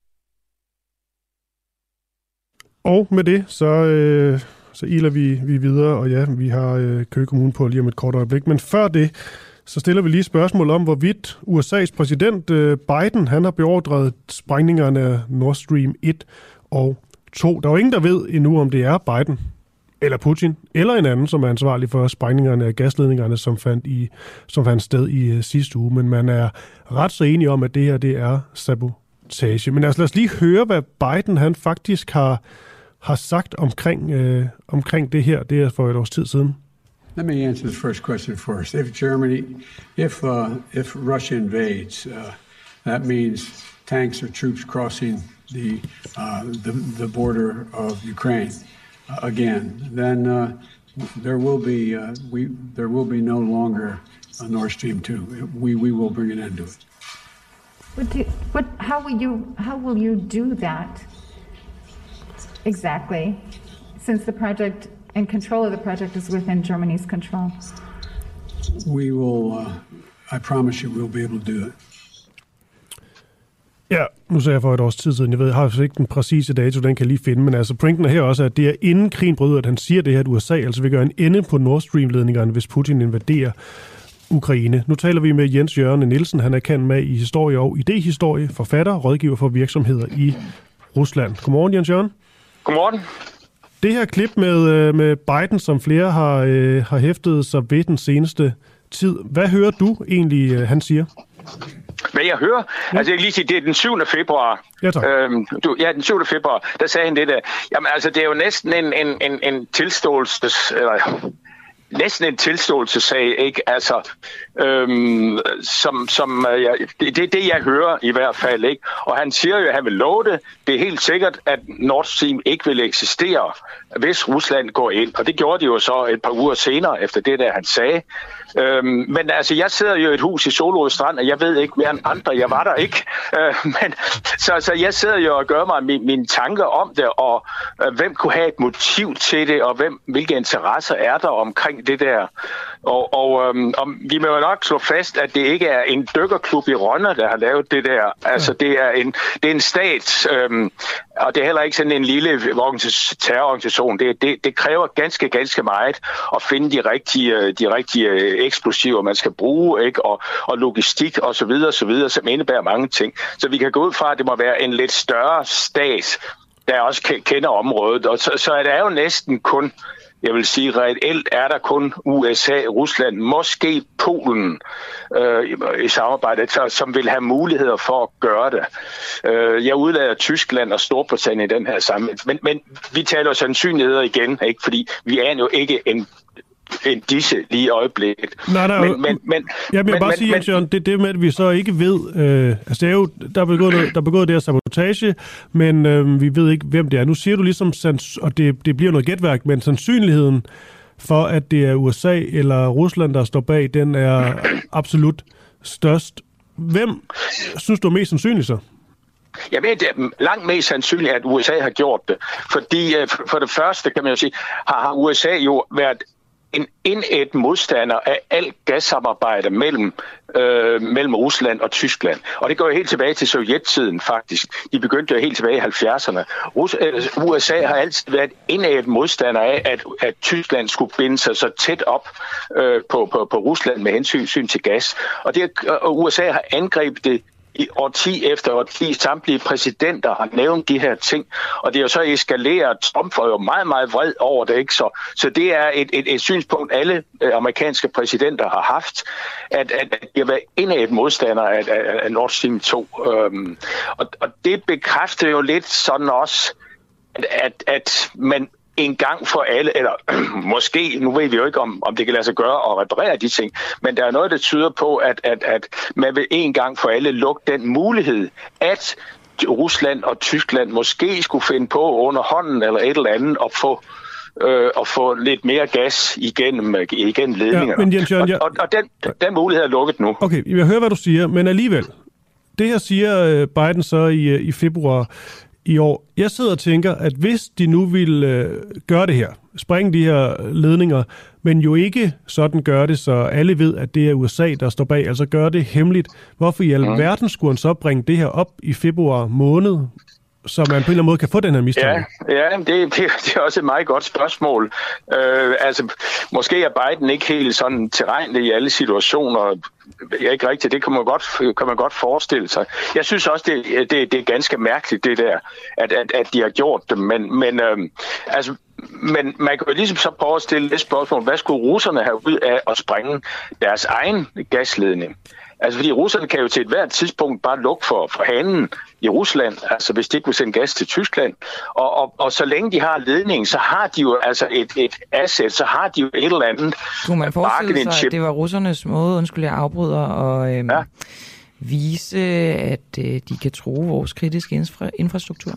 Og med det, så iler vi videre, og ja, vi har Køge Kommune på lige om et kort øjeblik. Men før det, så stiller vi lige spørgsmål om, hvorvidt USA's præsident Biden, han har beordret sprængningerne af Nord Stream 1 og 2. Der er jo ingen, der ved endnu, om det er Biden eller Putin, eller en anden, som er ansvarlig for sprængningerne af gasledningerne, som fandt sted i sidste uge. Men man er ret så enige om, at det her, det er sabotage. Men lad os lige høre, hvad Biden, han faktisk har sagt omkring det her. Det er for et års tid siden. Let me answer the first question first. If Russia invades, that means tanks or troops crossing the border of Ukraine again. Then there will be no longer a Nord Stream 2. We will bring an end to it. How will you do that exactly? Since the project and control of the project is within Germany's control. We will, I promise you, we'll be able to do it. Ja, nu sagde jeg for et års tid siden, jeg har ikke den præcise dato, den kan jeg lige finde, men altså pointen er her også, at det er inden krigen brød ud, at han siger det her, at USA altså vil gøre en ende på Nord Stream-ledningerne, hvis Putin invaderer Ukraine. Nu taler vi med Jens Jørgen Nielsen, han er kendt med i historie og idehistorie, forfatter, rådgiver for virksomheder i Rusland. Godmorgen, Jens Jørgen. Godmorgen. Det her klip med Biden, som flere har hæftet sig ved den seneste tid. Hvad hører du egentlig, han siger? Hvad jeg hører? Ja. Altså jeg kan lige sige, det er den 7. februar. Ja, tak. Den 7. februar, der sagde han det der. Jamen altså, det er jo næsten en tilståelsessag, ikke? Altså, det er det, jeg hører i hvert fald, ikke? Og han siger jo, at han vil love det. Det er helt sikkert, at Nord Stream ikke vil eksistere, hvis Rusland går ind. Og det gjorde de jo så et par uger senere, efter det der, han sagde. Men altså, jeg sidder jo i et hus i Solrød Strand, og jeg ved ikke mere end andre. Jeg var der ikke. Så jeg sidder jo og gør mig mine tanker om det, og hvem kunne have et motiv til det, og hvilke interesser er der omkring det der. Og vi må jo nok slå fast, at det ikke er en dykkerklub i Rønne, der har lavet det der. Altså, det er en stat, og det er heller ikke sådan en lille terrororganisation. Det kræver ganske meget at finde de rigtige eksplosiver, man skal bruge, ikke? Og logistik og så videre, som indebærer mange ting. Så vi kan gå ud fra, at det må være en lidt større stat, der også kender området. Og så er det jo næsten kun, jeg vil sige, reelt er der kun USA, Rusland, måske Polen i samarbejdet, som vil have muligheder for at gøre det. Jeg udlader Tyskland og Storbritannien i den her sammenhæng. Men vi taler jo sandsynligheder igen, ikke? Fordi vi er jo ikke en disse lige i øjeblikket. Nej, jeg vil bare sige, Jørgen, det med, at vi så ikke ved, altså det er jo, der er begået det her sabotage, men vi ved ikke, hvem det er. Nu siger du ligesom, og det bliver noget gætværk, men sandsynligheden for, at det er USA eller Rusland, der står bag, den er absolut størst. Hvem synes du er mest sandsynligt så? Jeg ved, det er langt mest sandsynligt, at USA har gjort det. Fordi for det første, kan man jo sige, har USA jo været en indædt modstander af alt gassamarbejde mellem Rusland og Tyskland. Og det går jo helt tilbage til sovjettiden faktisk. De begyndte jo helt tilbage i 70'erne. USA har altid været indædt modstander af, at Tyskland skulle binde sig så tæt op på Rusland med hensyn til gas. Og USA har angrebet det i årti efter årti. Samtlige præsidenter har nævnt de her ting, og det er jo så eskaleret. Trump var jo meget, meget vred over det, ikke? Så det er et synspunkt, alle amerikanske præsidenter har haft, at de har været indædt modstandere af Nord Stream 2. Og det bekræfter jo lidt sådan også, at man en gang for alle, eller måske, nu ved vi jo ikke, om det kan lade sig gøre at reparere de ting, men der er noget, der tyder på, at man vil en gang for alle lukke den mulighed, at Rusland og Tyskland måske skulle finde på under hånden eller et eller andet og få lidt mere gas igennem ledningerne. Ja, men Jens Jørgen, og den mulighed er lukket nu. Okay, jeg hører, hvad du siger, men alligevel, det her siger Biden så i februar i år. Jeg sidder og tænker, at hvis de nu ville gøre det her, springe de her ledninger, men jo ikke sådan gøre det, så alle ved, at det er USA, der står bag, altså gøre det hemmeligt. Hvorfor i alverden skulle han så bringe det her op i februar måned, så man på en eller anden måde kan få den her mistanke? Ja, det er også et meget godt spørgsmål. Måske er Biden ikke helt sådan tilregnelig i alle situationer. Jeg er ikke rigtigt. Det kan man godt forestille sig. Jeg synes også, det er ganske mærkeligt, det der, at de har gjort det. Men man kan jo ligesom så prøve at stille det spørgsmål, hvad skulle russerne have ud af at sprænge deres egen gasledning? Altså, fordi russerne kan jo til et hvert tidspunkt bare lukke for hanen i Rusland, altså hvis de ikke vil sende gas til Tyskland. Og så længe de har ledningen, så har de jo altså et asset, så har de jo et eller andet. Kunne man forestille sig, at det var russernes måde, undskyld jeg afbryder, og vise, at de kan true vores kritiske infrastruktur?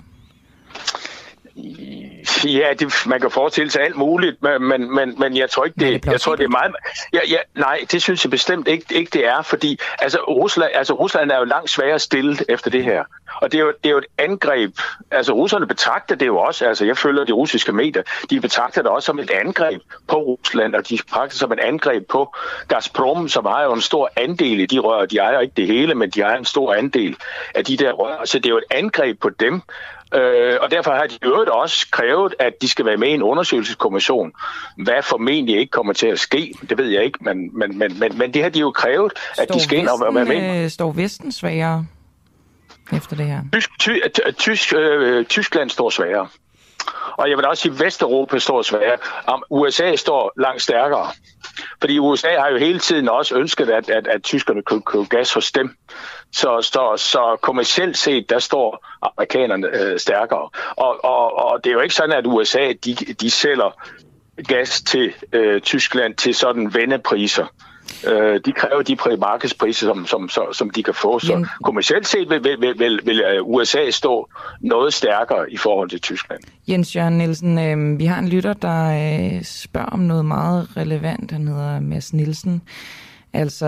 Ja, man kan forestille sig alt muligt, men jeg tror ikke det. Jeg tror det er meget. Nej, det synes jeg bestemt ikke det er, fordi Rusland er jo langt sværere stillet efter det her. Og det er jo et angreb. Altså russerne betragter det jo også. Altså jeg følger de russiske medier. De betragter det også som et angreb på Rusland, og de betragter det som et angreb på Gazprom, som har jo en stor andel i de rør. De ejer ikke det hele, men de har en stor andel af de der rør. Så det er jo et angreb på dem. Og derfor har de jo også krævet, at de skal være med i en undersøgelseskommission. Hvad formentlig ikke kommer til at ske, det ved jeg ikke, men det har de jo krævet, at de skal ind og være med. Står Vesten svagere efter det her? Tyskland står svagere. Og jeg vil også sige, at Vesteuropa står svagere. USA står langt stærkere. Fordi USA har jo hele tiden også ønsket, at tyskerne kunne købe gas hos dem. Så kommercielt set, der står amerikanerne stærkere. Og det er jo ikke sådan, at USA de sælger gas til Tyskland til sådan vendepriser. De kræver de markedspriser, som de kan få. Så kommercielt set vil USA stå noget stærkere i forhold til Tyskland. Jens Jørgen Nielsen, vi har en lytter, der spørger om noget meget relevant. Han hedder Mads Nielsen. Altså,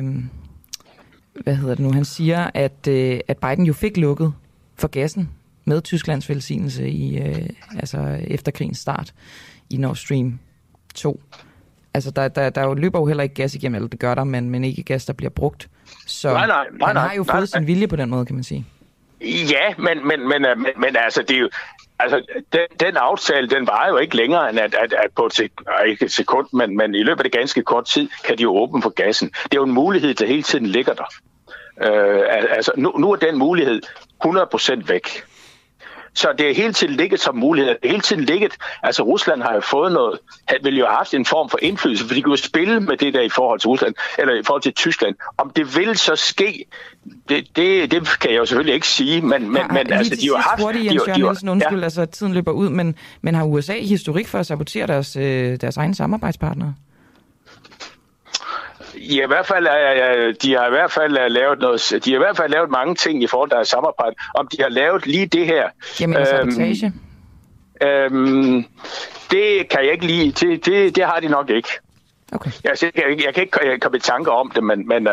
han siger, at Biden jo fik lukket for gassen med Tysklands velsignelse efter krigens start i Nord Stream 2. Altså, der løber jo heller ikke gas igennem, eller det gør der, men ikke gas, der bliver brugt. Så han har jo fået sin vilje på den måde, kan man sige. Ja, men altså, det er jo... Altså, den aftale, den var jo ikke længere end at på ikke et sekund, men i løbet af det ganske kort tid, kan de jo åbne for gassen. Det er jo en mulighed, der hele tiden ligger der. Nu er den mulighed 100% væk. Så det er hele tiden ligget som mulighed. Det er hele tiden ligget. Altså Rusland har jo fået noget, vil jo have haft en form for indflydelse, for de kunne jo spille med det der i forhold til Rusland, eller i forhold til Tyskland. Om det vil så ske, det kan jeg jo selvfølgelig ikke sige, men altså de har haft... Altså tiden løber ud, men har USA historik for at sabotere deres egne samarbejdspartnere? I hvert fald, de har i hvert fald lavet noget. De har i hvert fald lavet mange ting i forhold til deres samarbejde. Om de har lavet lige det her. Jamen, sabotage? Det kan jeg ikke lide. Det har de nok ikke. Okay. Jeg kan ikke komme i tanker om det,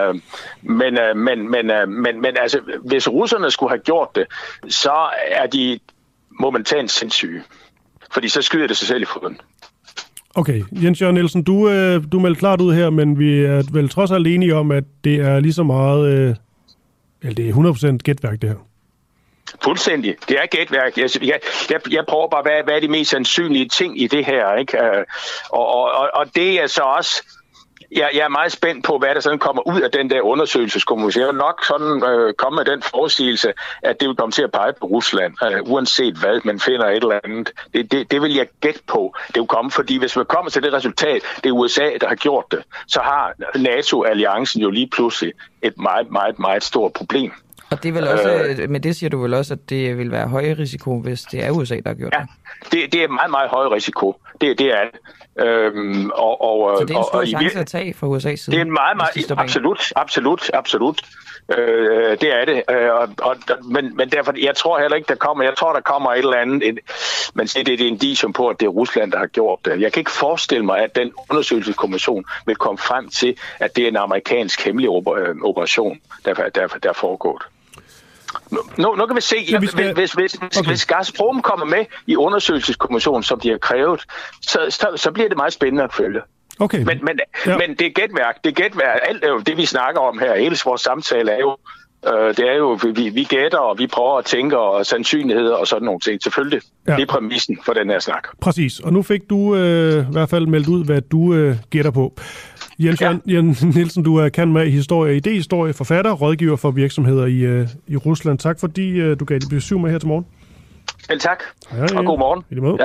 men altså, hvis russerne skulle have gjort det, så er de momentant sindssyge. Fordi så skyder det sig selv i foden. Okay, Jens Jørgen Nielsen, du meldte klart ud her, men vi er vel trods alt enige om, at det er lige så meget, det er 100% gætværk, det her. Fuldstændig. Det er gætværk. Jeg prøver bare, hvad er de mest sandsynlige ting i det her, ikke? Og det er så også... Jeg er meget spændt på, hvad der sådan kommer ud af den der undersøgelseskommission. Jeg vil nok sådan komme med den forestillelse, at det vil komme til at pege på Rusland, uanset hvad man finder et eller andet. Det vil jeg gætte på. Det vil komme, fordi hvis man kommer til det resultat, det er USA, der har gjort det, så har NATO-alliancen jo lige pludselig et meget, meget, meget stort problem. Og det vil også, med det siger du vel også, at det vil være høj risiko, hvis det er USA, der har gjort det? Det er meget, meget høj risiko. Det er det. Så det er en stor chance at tage fra USA's side? Det er en meget, meget... Absolut. Det er det. Men derfor, jeg tror heller ikke, der kommer et eller andet... Man siger, det er et indicium på, at det er Rusland, der har gjort det. Jeg kan ikke forestille mig, at den undersøgelseskommission vil komme frem til, at det er en amerikansk hemmelig operation, der er foregået. Nu kan vi se, hvis Gazprom kommer med i undersøgelseskommissionen, som de har krævet, så bliver det meget spændende at følge. Okay. Men det er gætværk. Alt det, vi snakker om her, hele vores samtale er jo, vi gætter, og vi prøver at tænke, og sandsynligheder og sådan nogle ting. Selvfølgelig. Ja. Det er præmissen for den her snak. Præcis. Og nu fik du i hvert fald meldt ud, hvad du gætter på. Jens Nielsen, du er kendt med i historie, idéhistorie, forfatter, rådgiver for virksomheder i Rusland. Tak fordi du gav dit besøg med her til morgen. Vel tak, og god morgen. I lige måde. Ja.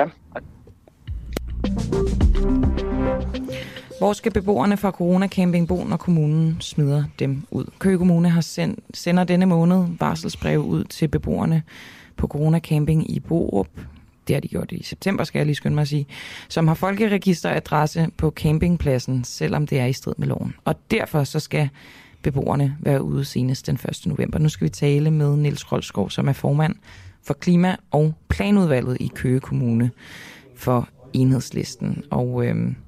Hvor skal beboerne fra Corona Camping bo, når kommunen smider dem ud? Køge Kommune sender denne måned varselsbreve ud til beboerne på Corona Camping i Borup. Det har de gjort i september, skal jeg lige skynde mig at sige, som har folkeregisteradresse på campingpladsen, selvom det er i strid med loven. Og derfor så skal beboerne være ude senest den 1. november. Nu skal vi tale med Niels Rolskov, som er formand for Klima- og Planudvalget i Køge Kommune for Enhedslisten. Og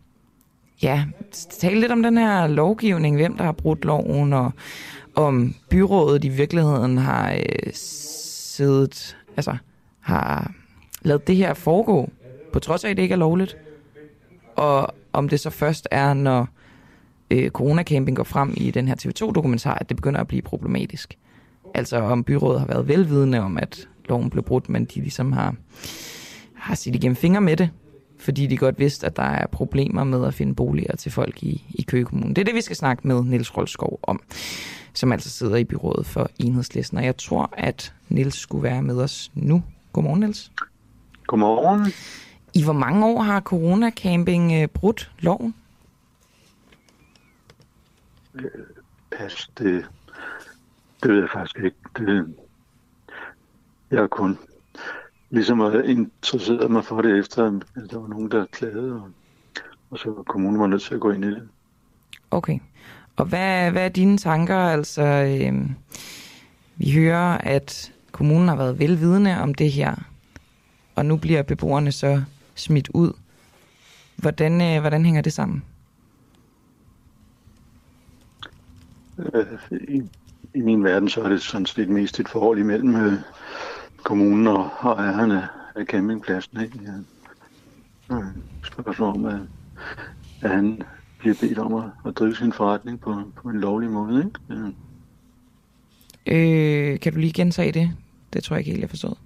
tale lidt om den her lovgivning, hvem der har brudt loven, og om byrådet i virkeligheden har har ladet det her foregå, på trods af, at det ikke er lovligt, og om det så først er, når Corona Camping går frem i den her TV2-dokumentar, at det begynder at blive problematisk. Altså om byrådet har været velvidende om, at loven blev brudt, men de ligesom har set igennem fingre med det, fordi de godt vidste, at der er problemer med at finde boliger til folk i Køge Kommune. Det er det, vi skal snakke med Niels Rolskov om, som altså sidder i byrådet for Enhedslisten. Og jeg tror, at Niels skulle være med os nu. Godmorgen, Niels. Godmorgen. I hvor mange år har Corona Camping brudt loven? Det ved jeg faktisk ikke. Jeg har kun ligesom interesseret mig for det efter, at der var nogen, der klagede, og så var kommunen var nødt til at gå ind i det. Okay. Og hvad er dine tanker? Altså, vi hører, at kommunen har været velvidende om det her, og nu bliver beboerne så smidt ud. Hvordan hænger det sammen? I min verden så er det sådan set mest et forhold imellem kommunen og ejerne af campingpladsen. Spørgsmål om, at han bliver bedt om at drive sin forretning på en lovlig måde, ikke? Kan du lige gentage det? Det tror jeg ikke helt, jeg forstod.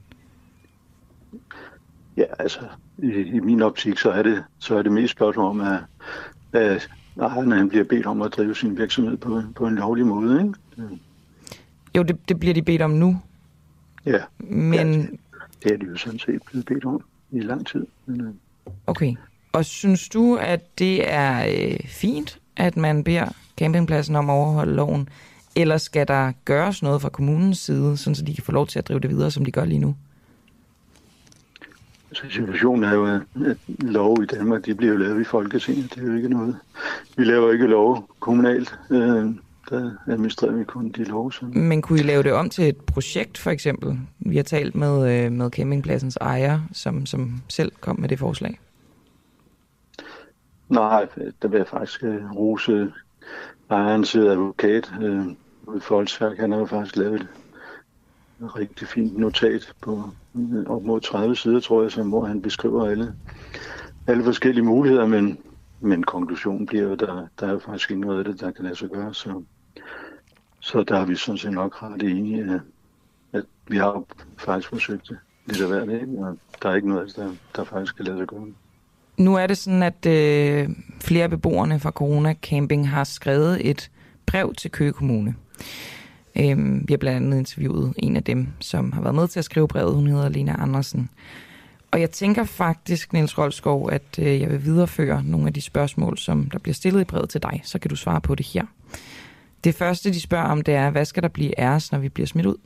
Ja, altså, i min optik, så er det mest spørgsmål om, at ejerne han bliver bedt om at drive sin virksomhed på en lovlig måde, ikke? Jo, det bliver de bedt om nu. Ja, men det er de jo sådan set blevet bedt om i lang tid. Okay, og synes du, at det er fint, at man beder campingpladsen om at overholde loven, eller skal der gøres noget fra kommunens side, sådan så de kan få lov til at drive det videre, som de gør lige nu? Altså, situationen er jo, at lov i Danmark, de bliver jo lavet i Folketinget. Det er jo ikke noget. Vi laver ikke lov kommunalt. Der administrerer vi kun de lov. Men kunne I lave det om til et projekt, for eksempel? Vi har talt med campingpladsens ejer, som selv kom med det forslag. Nej, der vil jeg faktisk rose ejerens advokat. Folksværk, han har jo faktisk lavet et rigtig fint notat på op mod 30 sider, tror jeg, hvor han beskriver alle forskellige muligheder, men konklusionen bliver jo, der er faktisk ikke noget af det, der kan lade sig gøre. Så der er vi sådan set nok ret enige, at vi har jo faktisk forsøgt det lidt af hvert, ikke? Og der er ikke noget af det, der faktisk kan lade sig gøre. Nu er det sådan, at flere beboerne fra Corona Camping har skrevet et brev til Køge Kommune. Vi har blandt andet interviewet en af dem, som har været med til at skrive brevet. Hun hedder Lena Andersen. Og jeg tænker faktisk, Niels Rolskov, at jeg vil videreføre nogle af de spørgsmål, som der bliver stillet i brevet til dig. Så kan du svare på det her. Det første, de spørger om, det er, hvad skal der blive af os, når vi bliver smidt ud?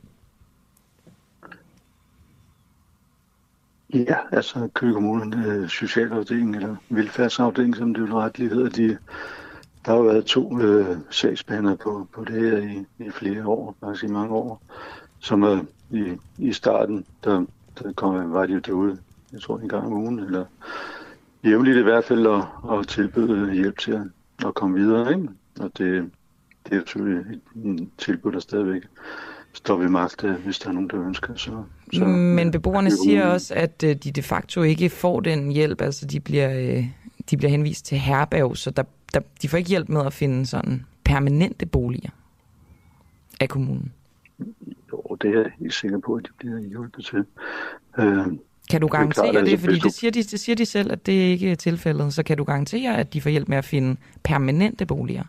Ja, altså Køge Kommune socialafdeling eller velfærdsafdeling, som det jo retligt hedder, der har jo været 2 sagsbehandlere på det her i flere år, faktisk i mange år, som er i starten, der var de jo derude, jeg tror en gang om ugen, eller jævnligt i hvert fald, og tilbyde hjælp til at komme videre, ikke? Og det er jo selvfølgelig en tilbud, der stadigvæk står ved magt, hvis der er nogen, der ønsker. Så men beboerne siger også, at de de facto ikke får den hjælp, altså de bliver henvist til herberg, så de får ikke hjælp med at finde sådan permanente boliger af kommunen. Jo, det er jeg helt sikker på, at de bliver hjulpet til. Kan du garantere det? Fordi det siger de selv, at det ikke er tilfældet. Så kan du garantere, at de får hjælp med at finde permanente boliger?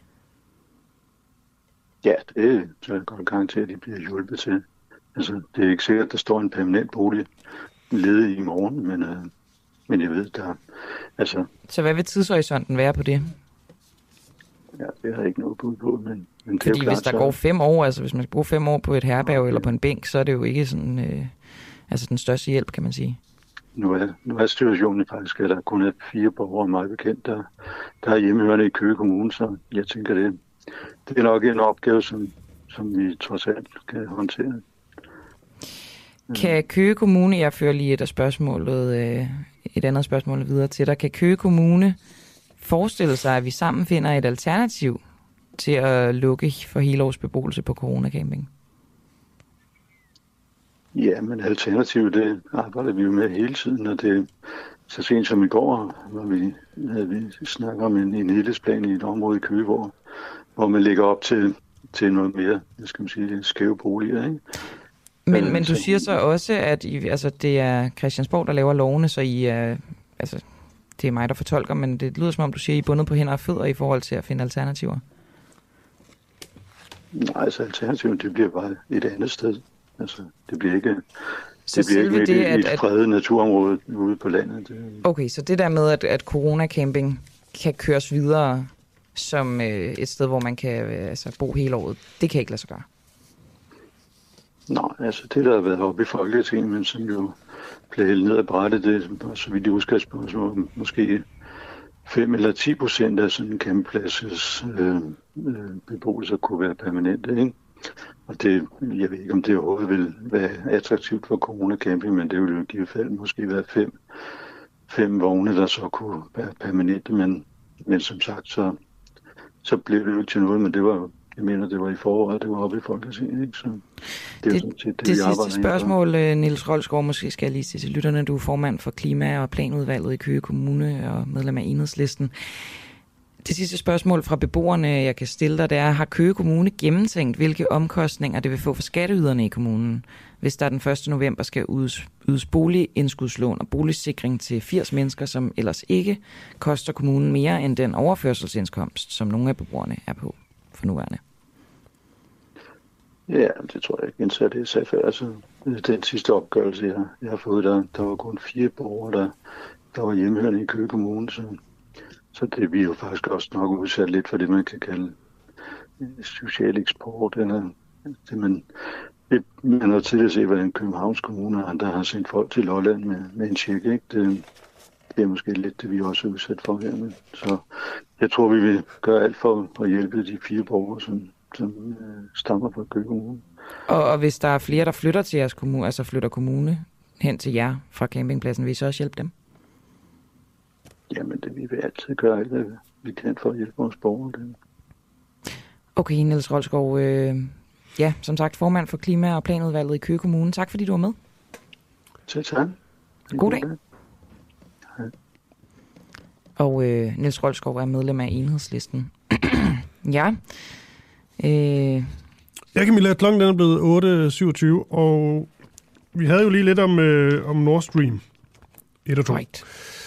Ja, det så jeg godt garantere, at de bliver hjulpet til. Altså, det er ikke sikkert, at der står en permanent bolig ledig i morgen, men jeg ved, der altså. Så hvad vil tidshorisonten være på det? Ja, det har jeg ikke noget bud på, men det fordi er klart, hvis der går 5 år, altså hvis man skal bruge 5 år på et herberg eller på en bænk, så er det jo ikke sådan, altså den største hjælp, kan man sige. Nu er situationen faktisk, at der kun er 4 borgere meget bekendt, der er hjemmehørende i Køge Kommune, så jeg tænker, det er nok en opgave, som vi trods alt kan håndtere. Kan Køge Kommune, jeg fører lige et andet spørgsmål videre til dig, kan Køge Kommune forestille sig, at vi sammen finder et alternativ til at lukke for helårsbeboelse på Corona Camping? Ja, men alternativet, det arbejder vi jo med hele tiden, og det så sent som i går, havde vi snakket om en helhedsplan i et område i Køge, hvor man lægger op til noget mere, skal man sige, skæve boliger, ikke? Men du siger så også, at det er Christiansborg, der laver lovene, så det er mig, der fortolker, men det lyder som om, du siger, I er bundet på hænder og fødder i forhold til at finde alternativer. Nej, altså alternativet, det bliver bare et andet sted. Altså, det bliver ikke et fredet naturområde ude på landet. Okay, så det der med, at Corona Camping kan køres videre som et sted, hvor man kan bo hele året, det kan ikke lade sig gøre? Nej, altså det, der har været oppe i Folketinget, men som jo blev hældt ned ad brættet, det er, så vidt jeg husker, et spørgsmål, måske 5 eller 10% af sådan en campingpladses beboelser kunne være permanente, ikke? Og det, jeg ved ikke, om det overhovedet vil være attraktivt for Corona Camping, men det ville jo i givet fald måske være 5 vogne, der så kunne være permanente, men som sagt, så blev det jo ikke til noget, men det var, jeg mener, det var i foråret, det var oppe i Folketinget, ikke? Så det er sådan set det, vi sidste spørgsmål, Niels Rolskov, måske skal jeg lige sige til lytterne, du er formand for Klima- og Planudvalget i Køge Kommune og medlem af Enhedslisten. Det sidste spørgsmål fra beboerne, jeg kan stille dig, det er, har Køge Kommune gennemtænkt, hvilke omkostninger det vil få for skatteyderne i kommunen, hvis der den 1. november skal ydes boligindskudslån og boligsikring til 80 mennesker, som ellers ikke koster kommunen mere end den overførselsindkomst, som nogle af beboerne er på for nuværende? Ja, det tror jeg ikke. Indtil det er sagt, altså den sidste opgørelse, jeg har fået, der var kun 4 borgere, der var hjemmehørende i Køge Kommune, så det bliver jo faktisk også nok udsat lidt for det, man kan kalde social eksport, eller det man har til at se, hvordan Københavns Kommune og andre har sendt folk til Lolland med en check, ikke? Det er måske lidt det, vi også er udsat for her. Men, så jeg tror, vi vil gøre alt for at hjælpe de 4 borgere, som stammer fra Køge Kommune. Og hvis der er flere, der flytter til jeres kommune, altså flytter kommune hen til jer fra campingpladsen, vil I så også hjælpe dem? Jamen, det vi vil altid gøre alt, hvad vi kan for at hjælpe vores borgere. Okay, Niels Rolskov, som sagt formand for Klima- og Planudvalget i Køge Kommune. Tak fordi du var med. Tak. God dag. Hej. Og Niels Rolskov er medlem af Enhedslisten. Ja. Ja, Camilla, klokken er blevet 8.27, og vi havde jo lige lidt om Nord Stream 1 og 2. Right.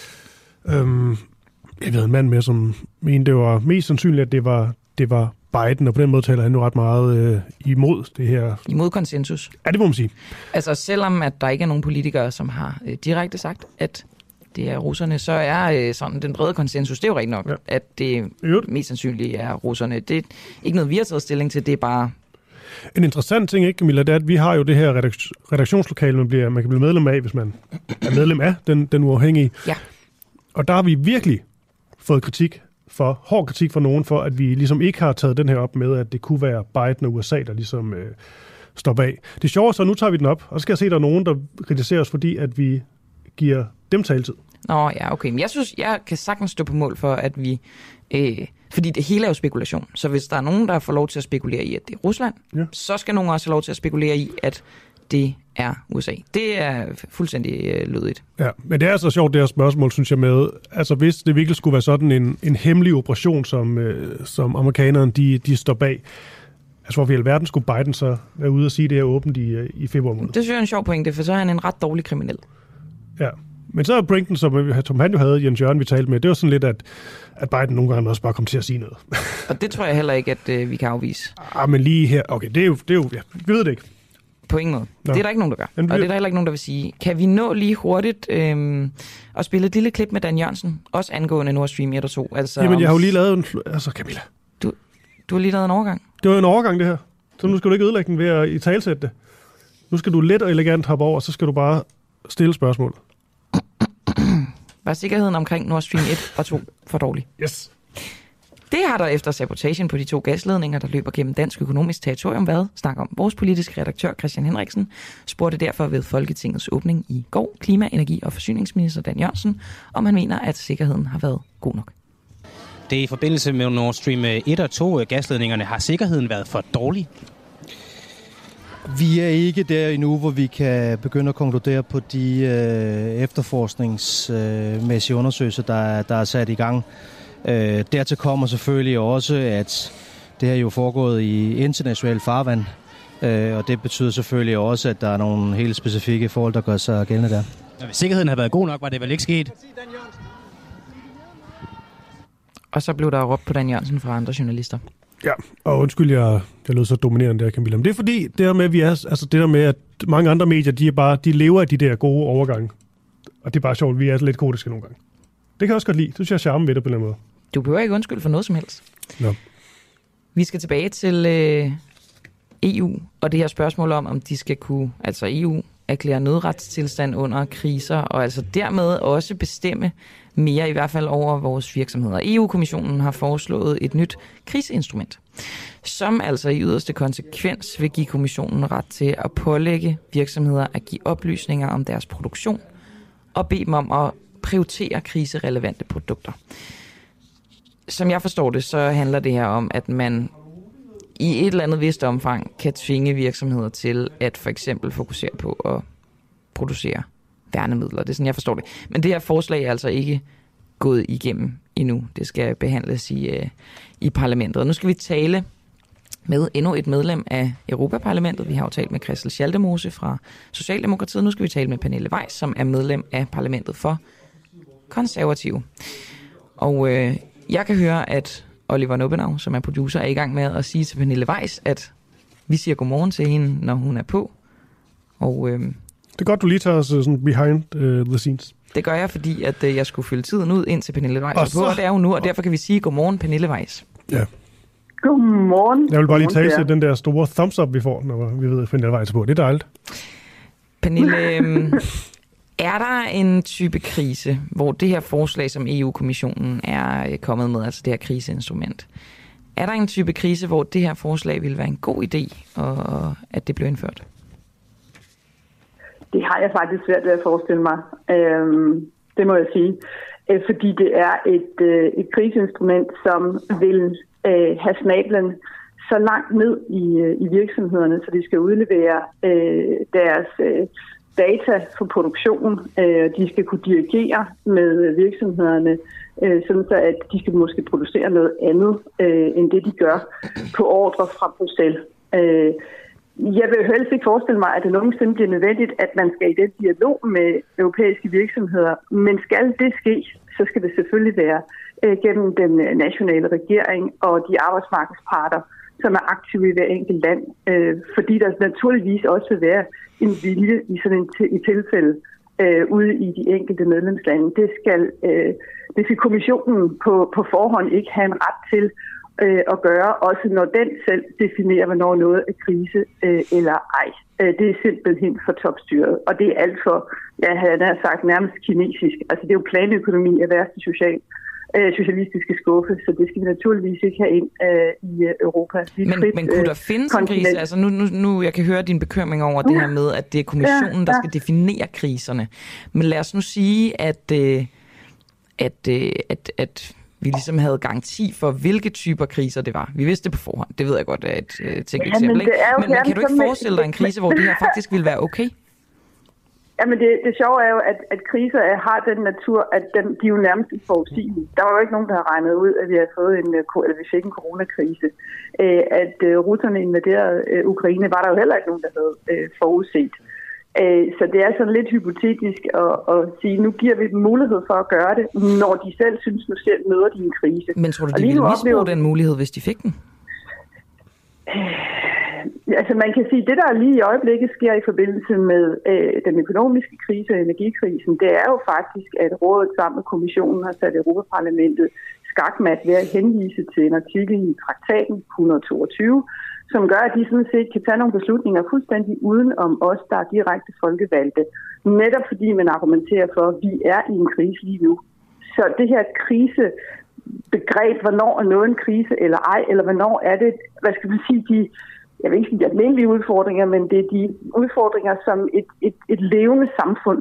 Jeg ved en mand med, som mente, det var mest sandsynligt, at det var Biden, og på den måde taler han jo ret meget imod det her. Imod konsensus. Ja, det må man sige. Altså, selvom at der ikke er nogen politikere, som har direkte sagt, at det er russerne, så er sådan den brede konsensus, det er jo rigtig nok, at det mest sandsynligt er russerne. Det er ikke noget, vi har taget stilling til, det er bare... En interessant ting, ikke, Camilla, det er, at vi har jo det her redaktionslokale, man kan blive medlem af, hvis man er medlem af den uafhængige. Ja. Og der har vi virkelig fået hård kritik fra nogen, for at vi ligesom ikke har taget den her op med, at det kunne være Biden og USA, der ligesom står bag. Det sjove er så, nu tager vi den op, og så skal jeg se, at der er nogen, der kritiserer os, fordi at vi giver dem taletid. Nå ja, okay. Men jeg synes, jeg kan sagtens stå på mål for, at vi... fordi det hele er jo spekulation. Så hvis der er nogen, der får lov til at spekulere i, at det er Rusland, så skal nogen også have lov til at spekulere i, at det er USA. Det er fuldstændig lødigt. Ja, men det er så sjovt, det her spørgsmål, synes jeg, med, altså hvis det virkelig skulle være sådan en hemmelig operation, som amerikanerne, de står bag, altså hvor vi i alverden skulle Biden så være ude og sige det her åbent i februar måned. Det synes jeg er en sjov pointe, for så er han en ret dårlig kriminel. Ja, men så er Brinken, som han jo havde, Jens Jørgen, vi talte med, det var sådan lidt, at Biden nogle gange også bare kom til at sige noget. Og det tror jeg heller ikke, at vi kan afvise. Men lige her, okay, det er jo ja, vi ved det ikke. På ingen måde. Nå. Det er der ikke nogen, der gør. Og det er der heller ikke nogen, der vil sige. Kan vi nå lige hurtigt at spille et lille klip med Dan Jørgensen, også angående Nord Stream 1 og 2? Altså, jamen, jeg har jo lige lavet en... Altså, Camilla. Du har lige lavet en overgang? Det var en overgang, det her. Så nu skal du ikke ødelægge den ved at italesætte det. Nu skal du let og elegant hoppe over, og så skal du bare stille spørgsmål. Var sikkerheden omkring Nord Stream 1 og 2 for dårlig? Yes. Det har der efter sabotagen på de 2 gasledninger, der løber gennem dansk økonomisk territorium, været snak om. Vores politiske redaktør Christian Henriksen spurgte derfor ved Folketingets åbning i går klima-, energi- og forsyningsminister Dan Jørgensen, om han mener, at sikkerheden har været god nok. Det er i forbindelse med Nord Stream 1 og 2 gasledningerne. Har sikkerheden været for dårlig? Vi er ikke der endnu, hvor vi kan begynde at konkludere på de efterforskningsmæssige undersøgelser, der er sat i gang. Dertil kommer selvfølgelig også, at det her jo foregået i international farvand, og det betyder selvfølgelig også, at der er nogle helt specifikke forhold, der gør sig gældende der. Ja, hvis sikkerheden har været god nok, var det vel ikke sket? Og så blev der råbt på Dan Jørgensen fra andre journalister. Ja, og undskyld, jeg lød så dominerende der, Camilla. Men det er fordi, det der med, at mange andre medier, de lever af de der gode overgange. Og det er bare sjovt, vi er lidt kodiske nogle gange. Det kan jeg også godt lide. Det synes jeg er charmen ved det på den måde. Du behøver ikke undskylde for noget som helst. No. Vi skal tilbage til EU, og det her spørgsmål om de skal kunne, altså EU, erklære nødretstilstand under kriser, og altså dermed også bestemme mere, i hvert fald over vores virksomheder. EU-kommissionen har foreslået et nyt kriseinstrument, som altså i yderste konsekvens vil give kommissionen ret til at pålægge virksomheder at give oplysninger om deres produktion, og bede dem om at prioritere kriserelevante produkter. Som jeg forstår det, så handler det her om, at man i et eller andet vist omfang kan tvinge virksomheder til at for eksempel fokusere på at producere værnemidler. Det er sådan, jeg forstår det. Men det her forslag er altså ikke gået igennem endnu. Det skal behandles i parlamentet. Og nu skal vi tale med endnu et medlem af Europaparlamentet. Vi har jo talt med Christel Schaldemose fra Socialdemokratiet. Nu skal vi tale med Pernille Weiss, som er medlem af parlamentet for Konservative. Og jeg kan høre, at Oliver Nubbenau, som er producer, er i gang med at sige til Pernille Weiss, at vi siger godmorgen til hende, når hun er på. Og det er godt, du lige tager os sådan behind the scenes. Det gør jeg, fordi at jeg skulle fylde tiden ud ind til Pernille Weiss. Og det er hun nu, og derfor kan vi sige godmorgen, Pernille Weiss. Ja. Godmorgen. Jeg vil bare lige tale til den der store thumbs up, vi får, når vi ved, at Pernille Weiss på. Det er dejligt. Pernille, er der en type krise, hvor det her forslag, som EU-kommissionen er kommet med, altså det her kriseinstrument, er der en type krise, hvor det her forslag ville være en god idé, og at det blev indført? Det har jeg faktisk svært ved at forestille mig. Det må jeg sige. Fordi det er et kriseinstrument, som vil have snablen så langt ned i virksomhederne, så de skal udlevere deres data for produktion. De skal kunne dirigere med virksomhederne, sådan så at de skal måske producere noget andet, end det de gør på ordre fra Bruxelles. Jeg vil helst ikke forestille mig, at det nogensinde bliver nødvendigt, at man skal i den dialog med europæiske virksomheder. Men skal det ske, så skal det selvfølgelig være gennem den nationale regering og de arbejdsmarkedsparter, som er aktive i hver enkelt land. Fordi der naturligvis også vil være en vilje i sådan et tilfælde ude i de enkelte medlemslande. Det skal kommissionen på forhånd ikke have en ret til at gøre, også når den selv definerer, hvornår noget er krise eller ej. Det er simpelthen for topstyret, og det er alt for, jeg havde sagt, nærmest kinesisk. Altså det er jo planøkonomi af værste socialistiske skuffe, så det skal vi naturligvis ikke have ind i Europa. Men kunne der findes en krise? Altså nu jeg kan høre din bekymring over det her med, at det er kommissionen, der skal definere kriserne. Men lad os nu sige, at vi ligesom havde garanti for, hvilke typer kriser det var. Vi vidste det på forhånd. Det ved jeg godt er et tænkt eksempel. Men kan du ikke forestille dig en krise, hvor det her faktisk ville være okay? Jamen det sjove er jo, at kriser har den natur, at de er jo nærmest forudsigelige. Der var jo ikke nogen, der har regnet ud, at vi har fået vi fik en coronakrise. At russerne invaderede Ukraine, var der jo heller ikke nogen, der havde forudset. Så det er sådan lidt hypotetisk at sige, nu giver vi dem mulighed for at gøre det, når de selv synes, nu selv møder de en krise. Men tror du, de ville misbruge den mulighed, hvis de fik den? Altså man kan sige, det der lige i øjeblikket sker i forbindelse med den økonomiske krise og energikrisen, det er jo faktisk, at rådet sammen med kommissionen har sat Europaparlamentet skakmat ved at henvise til en artikel i traktaten 122, som gør, at de sådan set kan tage nogle beslutninger fuldstændig uden om os, der er direkte folkevalgte. Netop fordi man argumenterer for, at vi er i en krise lige nu. Så det her krisebegreb, hvornår er noget en krise eller ej, eller hvornår er det, hvad skal man sige, jeg vil ikke sige de almindelige udfordringer, men det er de udfordringer, som et levende samfund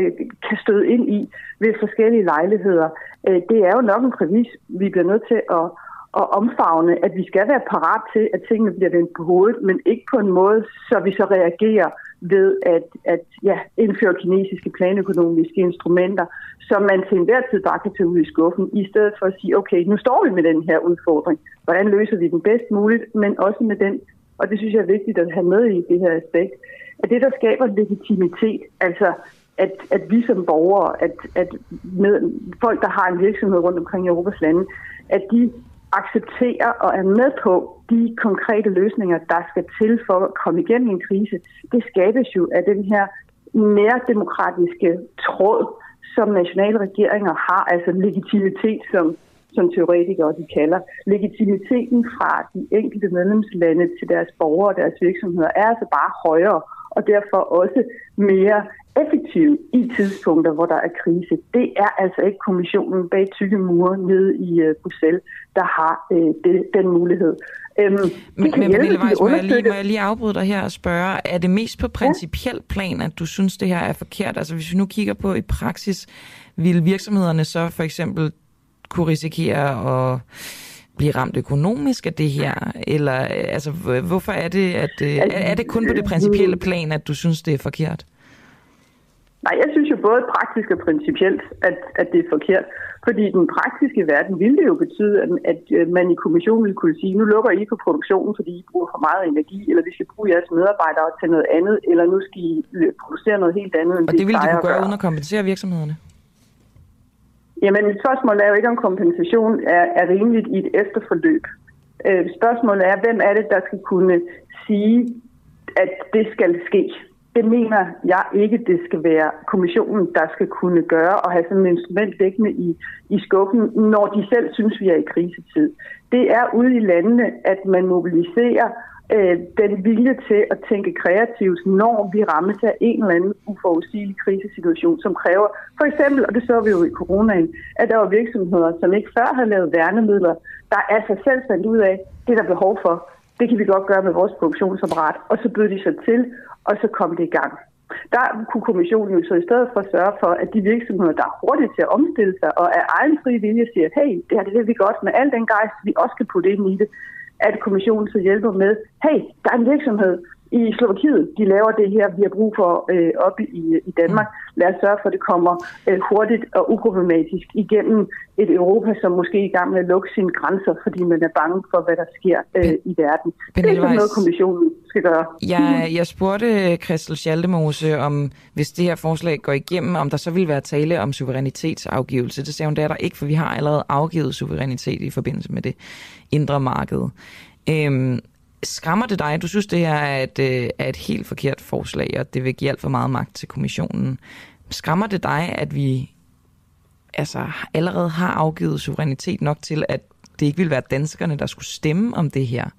kan støde ind i ved forskellige lejligheder. Det er jo nok en præmis, vi bliver nødt til at omfavne, at vi skal være parat til, at tingene bliver vendt på hovedet, men ikke på en måde, så vi så reagerer ved at indføre kinesiske planøkonomiske instrumenter, som man til enhver tid bare kan tage ud i skuffen, i stedet for at sige, okay, nu står vi med den her udfordring. Hvordan løser vi den bedst muligt, men også med den, og det synes jeg er vigtigt at have med i det her aspekt, at det, der skaber legitimitet, altså at vi som borgere, at med folk, der har en virksomhed rundt omkring i Europas lande, at de accepterer og er med på de konkrete løsninger, der skal til for at komme igennem en krise. Det skabes jo af den her nærdemokratiske tråd, som nationale regeringer har, altså legitimitet, som teoretikere de kalder. Legitimiteten fra de enkelte medlemslande til deres borgere og deres virksomheder er altså bare højere, og derfor også mere effektiv i tidspunkter, hvor der er krise. Det er altså ikke kommissionen bag tykke mure nede i Bruxelles, der har den mulighed. Men Pernille Weiss, må jeg lige afbryde dig her og spørge, er det mest på principiel plan, at du synes, det her er forkert? Altså hvis vi nu kigger på i praksis, vil virksomhederne så for eksempel kunne risikere at blive ramt økonomisk af det her? Eller altså, hvorfor er det, at er det kun på det principielle plan, at du synes, det er forkert? Nej, jeg synes jo både praktisk og principielt, at det er forkert. Fordi i den praktiske verden ville det jo betyde, at man i kommissionen ville kunne sige, nu lukker I på produktionen, fordi I bruger for meget energi, eller vi skal bruge jeres medarbejdere til noget andet, eller nu skal I producere noget helt andet, end og det ville de kunne gøre uden at kompensere virksomhederne? Jamen, spørgsmålet er jo ikke, om kompensation er rimeligt i et efterforløb. Spørgsmålet er, hvem er det, der skal kunne sige, at det skal ske? Det mener jeg ikke, det skal være kommissionen, der skal kunne gøre og have sådan et instrument liggende i skuffen, når de selv synes, vi er i krisetid. Det er ude i landene, at man mobiliserer den vilje til at tænke kreativt, når vi rammes af en eller anden uforudsigelig krisesituation, som kræver, for eksempel, og det så vi jo i coronaen, at der var virksomheder, som ikke før havde lavet værnemidler, der af sig selv fandt ud af, det er der behov for. Det kan vi godt gøre med vores produktionsapparat, og så bød de sig til, og så kom det i gang. Der kunne kommissionen jo så i stedet for sørge for, at de virksomheder, der er hurtige til at omstille sig, og af egen fri vilje siger, hey, det her det vil vi godt med al den gejst, vi også kan putte ind i det, at kommissionen så hjælper med, hey, der er en virksomhed, i Slovakiet, de laver det her, vi har brug for op i Danmark. Lad os sørge for, at det kommer hurtigt og uproblematisk igennem et Europa, som måske er i gang med at lukke sine grænser, fordi man er bange for, hvad der sker i verden. Det er sådan noget, kommissionen skal gøre. Jeg spurgte Christel Schaldemose om, hvis det her forslag går igennem, om der så vil være tale om suverænitetsafgivelse. Det sagde hun, det er der ikke, for vi har allerede afgivet suverænitet i forbindelse med det indre marked. Skræmmer det dig? Du synes, det her er et helt forkert forslag, og det vil give alt for meget magt til kommissionen. Skræmmer det dig, at vi allerede har afgivet suverænitet nok til, at det ikke ville være danskerne, der skulle stemme om det her,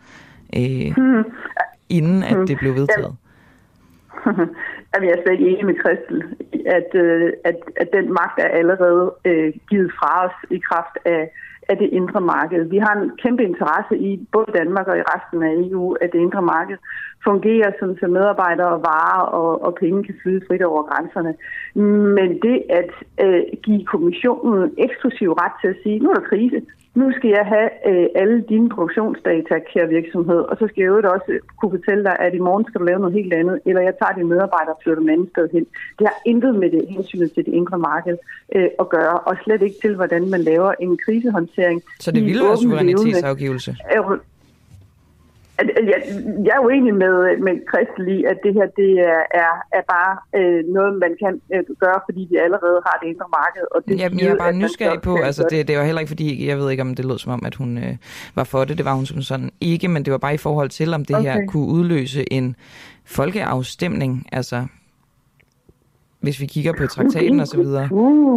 inden at det blev vedtaget? Jeg er slet ikke enig med Christel, at den magt er allerede givet fra os i kraft af det indre marked. Vi har en kæmpe interesse i, både Danmark og i resten af EU, at det indre marked fungerer, så medarbejdere og varer og penge kan flyde frit over grænserne. Men det at give kommissionen eksklusiv ret til at sige, nu er der krise, nu skal jeg have alle dine produktionsdata, kære virksomhed, og så skal jeg jo også kunne fortælle dig, at i morgen skal du lave noget helt andet, eller jeg tager dine medarbejdere og flytter dem andet sted hen. Det har intet med det hensynet til det indre marked at gøre, og slet ikke til, hvordan man laver en krisehåndtering. Så det ville være suverænitetsafgivelse? Jeg er uenig med Christel i, at det her det er bare noget, man kan gøre, fordi vi allerede har det indre marked. Og det jeg er bare nysgerrig på, altså det var heller ikke fordi, jeg ved ikke, om det lød som om, at hun var for det. Det var hun som sådan ikke, men det var bare i forhold til, om det her kunne udløse en folkeafstemning, altså hvis vi kigger på traktaten og så videre.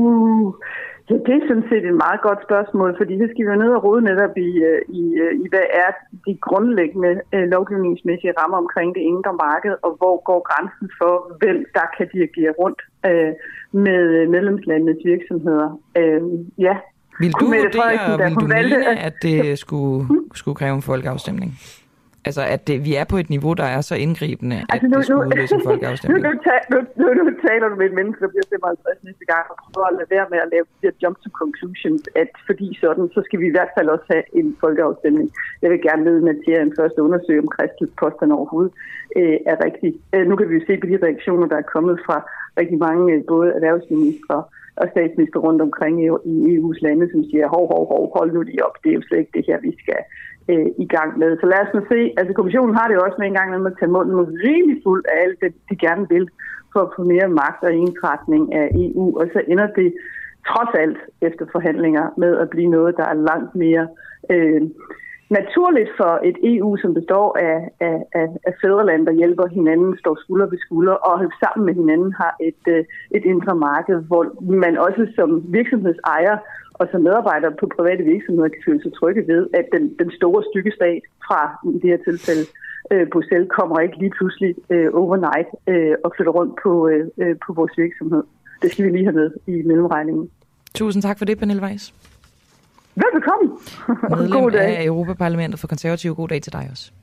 Ja, det er sådan set et meget godt spørgsmål, fordi så skal vi jo ned og rode netop i hvad er de grundlæggende lovgivningsmæssige rammer omkring det indre marked, og hvor går grænsen for, hvem der kan dirigere rundt med medlemslandenes virksomheder. Ja. Vil du mene, at det skulle kræve en folkeafstemning? Altså, at vi er på et niveau, der er så indgribende, at det skulle udløse en folkeafstemning. Nu taler du med et menneske, der bliver 55 næste gang, og prøver at lade være med at lave de her jump to conclusions, at fordi sådan, så skal vi i hvert fald også have en folkeafstemning. Jeg vil gerne lede med til en første undersøge, om Christels påstand overhovedet er rigtig. Nu kan vi jo se på de reaktioner, der er kommet fra rigtig mange, både erhvervsministre og statsminister rundt omkring i EU's lande, som siger, hold nu lige op, det er jo slet ikke det her, vi skal i gang med. Så lad os nu se, altså kommissionen har det jo også med en gang med at tage munden rigtig fuld af alt det, de gerne vil, for at få mere magt og ensretning af EU, og så ender det trods alt efter forhandlinger med at blive noget, der er langt mere naturligt for et EU, som består af fædreland, der hjælper hinanden, står skulder ved skulder, og sammen med hinanden har et indre marked, hvor man også som virksomhedsejer og som medarbejdere på private virksomheder kan føle sig trygge ved, at den store stykkestat fra, i det her tilfælde, Bruxelles, kommer ikke lige pludselig overnight og flytter rundt på vores virksomhed. Det skal vi lige have med i mellemregningen. Tusind tak for det, Pernille Weiss. Velbekomme. Medlem af Europaparlamentet for Konservative. God dag til dig også.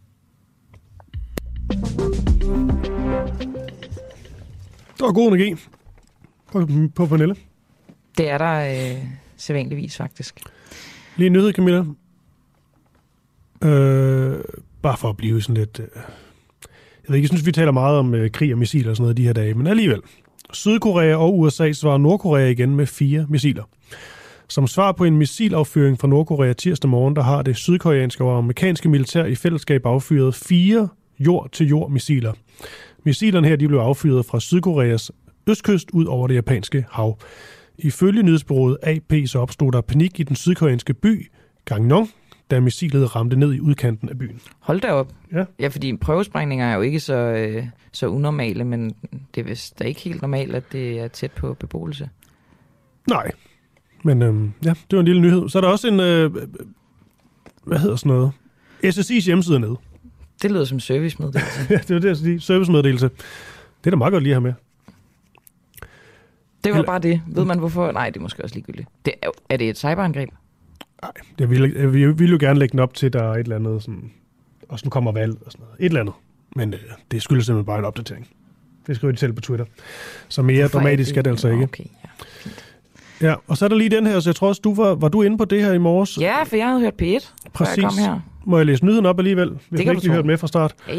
Der er god energi på Pernille. Det er der sædvanligvis, faktisk. Lige en nyhed, Camilla. Bare for at blive sådan lidt... jeg synes, vi taler meget om krig og missiler og sådan noget de her dage, men alligevel. Sydkorea og USA svarer Nordkorea igen med 4 missiler. Som svar på en missilaffyring fra Nordkorea tirsdag morgen, der har det sydkoreanske og amerikanske militær i fællesskab affyret 4 jord-til-jord missiler. Missilerne her de blev affyret fra Sydkoreas østkyst ud over det japanske hav. Ifølge nyhedsbureauet AP så opstod der panik i den sydkoreanske by Gangneung, da missilet ramte ned i udkanten af byen. Hold da op. Ja, fordi prøvesprængninger er jo ikke så unormale, men det er vist da ikke helt normalt, at det er tæt på beboelse. Nej, men det var en lille nyhed. Så er der også en, hvad hedder sådan noget, SSI's hjemmeside nede. Det lyder som servicemeddelelse. Ja, det var det, jeg sige. Servicemeddelelse. Det er da meget godt lige at have med. Det var bare det. Ved man hvorfor? Nej, det er måske også ligegyldigt. Er det et cyberangreb? Nej, vi vil jo gerne lægge den op til, der er et eller andet, sådan, og nu kommer valg og sådan noget. Et eller andet. Men det skyldes simpelthen bare en opdatering. Det skriver de selv på Twitter. Så mere dramatisk er det altså ikke. Okay, ja. Ja, og så er der lige den her, så jeg tror også, var du inde på det her i morges? Ja, for jeg havde hørt P1, præcis. Jeg kom her. Må jeg læse nyheden op alligevel, hvis du ikke har hørt med fra start? Ja.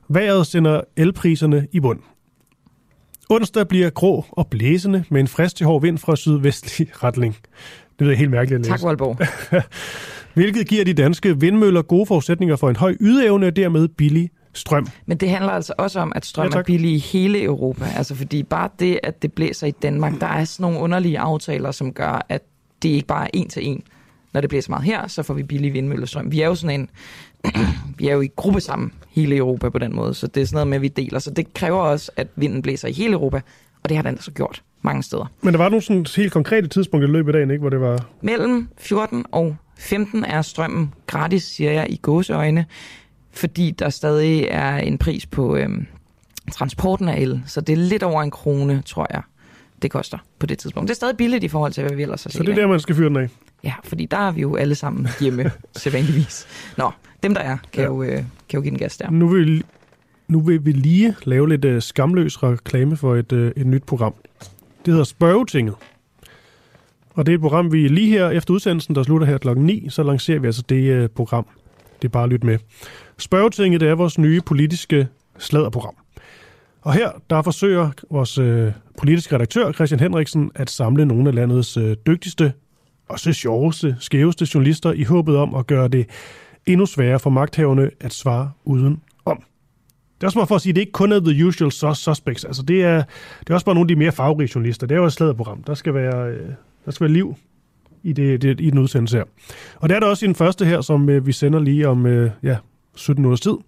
Vejret sender elpriserne i bund. Onsdag bliver grå og blæsende med en frisk til hård vind fra sydvestlig retning. Det er helt mærkeligt at læse. Tak, Voldborg. Hvilket giver de danske vindmøller gode forudsætninger for en høj ydeevne og dermed billig strøm. Men det handler altså også om, at strøm er billig i hele Europa. Altså fordi bare det, at det blæser i Danmark, der er sådan nogle underlige aftaler, som gør, at det ikke bare er 1 til 1. Når det blæser meget her, så får vi billig vindmøllestrøm. Vi er jo sådan vi er jo i gruppe sammen hele Europa på den måde, så det er sådan noget med, at vi deler. Så det kræver også, at vinden blæser i hele Europa, og det har den altså gjort mange steder. Men der var nogle sådan helt konkrete tidspunkter i løbet af dagen, ikke, hvor det var... Mellem 14 og 15 er strømmen gratis, siger jeg i gåseøjne, fordi der stadig er en pris på transporten af el, så det er lidt over 1 krone, tror jeg, det koster på det tidspunkt. Det er stadig billigt i forhold til, hvad vi ellers har set. Så det er der, man skal fyre den af? Ja, fordi der er vi jo alle sammen hjemme, sædvanligvis. Nå, dem der er, kan jo give den gas der. Nu vil vi lige lave lidt skamløs reklame for et nyt program. Det hedder Spørgetinget. Og det er et program, vi lige her efter udsendelsen, der slutter her klokken 9, så lancerer vi altså det program. Det er bare at lytte med. Spørgetinget, det er vores nye politiske sladderprogram. Og her, der forsøger vores politiske redaktør, Christian Henriksen, at samle nogle af landets dygtigste og så sjoveste, skæveste journalister i håbet om at gøre det endnu sværere for magthaverne at svare uden om. Det er også bare for at sige, at det ikke kun er the usual suspects. Altså det er også bare nogle af de mere farverige journalister. Det er jo et sladderprogram. Der skal være liv i den udsendelse her. Og det er der også i den første her, som vi sender lige om 17 ugers tid.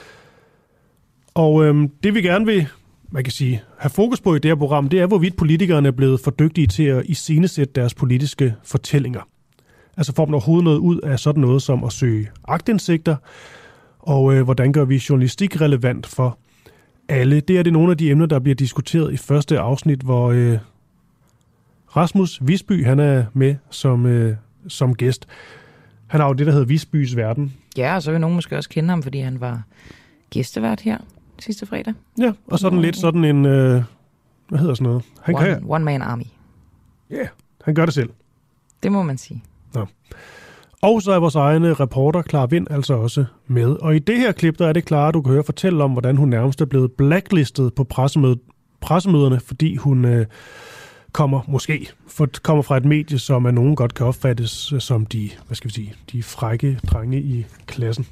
Og det vi gerne vil, man kan sige, have fokus på i det her program, det er, hvorvidt politikerne er blevet for dygtige til at iscenesætte deres politiske fortællinger. Altså får man overhovedet noget ud af sådan noget som at søge aktindsigter, og hvordan gør vi journalistik relevant for alle. Det er nogle af de emner, der bliver diskuteret i første afsnit, hvor Rasmus Visby, han er med som gæst. Han har jo det, der hedder Visbys Verden. Ja, og så vil nogen måske også kende ham, fordi han var gæstevært her sidste fredag. Ja, og sådan lidt sådan en, hvad hedder sådan noget? One Man Army. Ja, yeah, han gør det selv. Det må man sige. Nå. Og så er vores egne reporter, Clara Vind, altså også med. Og i det her klip, der er det Clara, du kan høre fortælle om, hvordan hun nærmest er blevet blacklistet på pressemøderne, fordi hun kommer fra et medie, som af nogen godt kan opfattes som de frække drenge i klassen.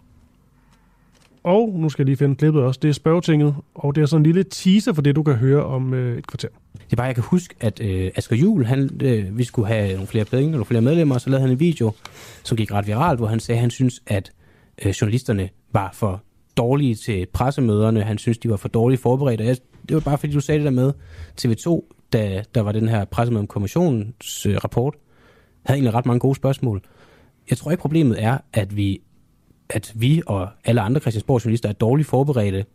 Og nu skal jeg lige finde klippet også. Det er Spørgetinget, og det er sådan en lille teaser for det, du kan høre om et kvarter. Det er bare, jeg kan huske, at Asger Juhl, vi skulle have nogle flere penge, nogle flere medlemmer, og så lavede han en video, som gik ret viralt, hvor han sagde, at han synes, at journalisterne var for dårlige til pressemøderne. Han synes, de var for dårligt forberedt. Og det var bare, fordi du sagde det der med TV2, da der var den her pressemøde om kommissionens rapport, havde egentlig ret mange gode spørgsmål. Jeg tror ikke, problemet er, at vi og alle andre Christiansborg-journalister er dårligt forberedte.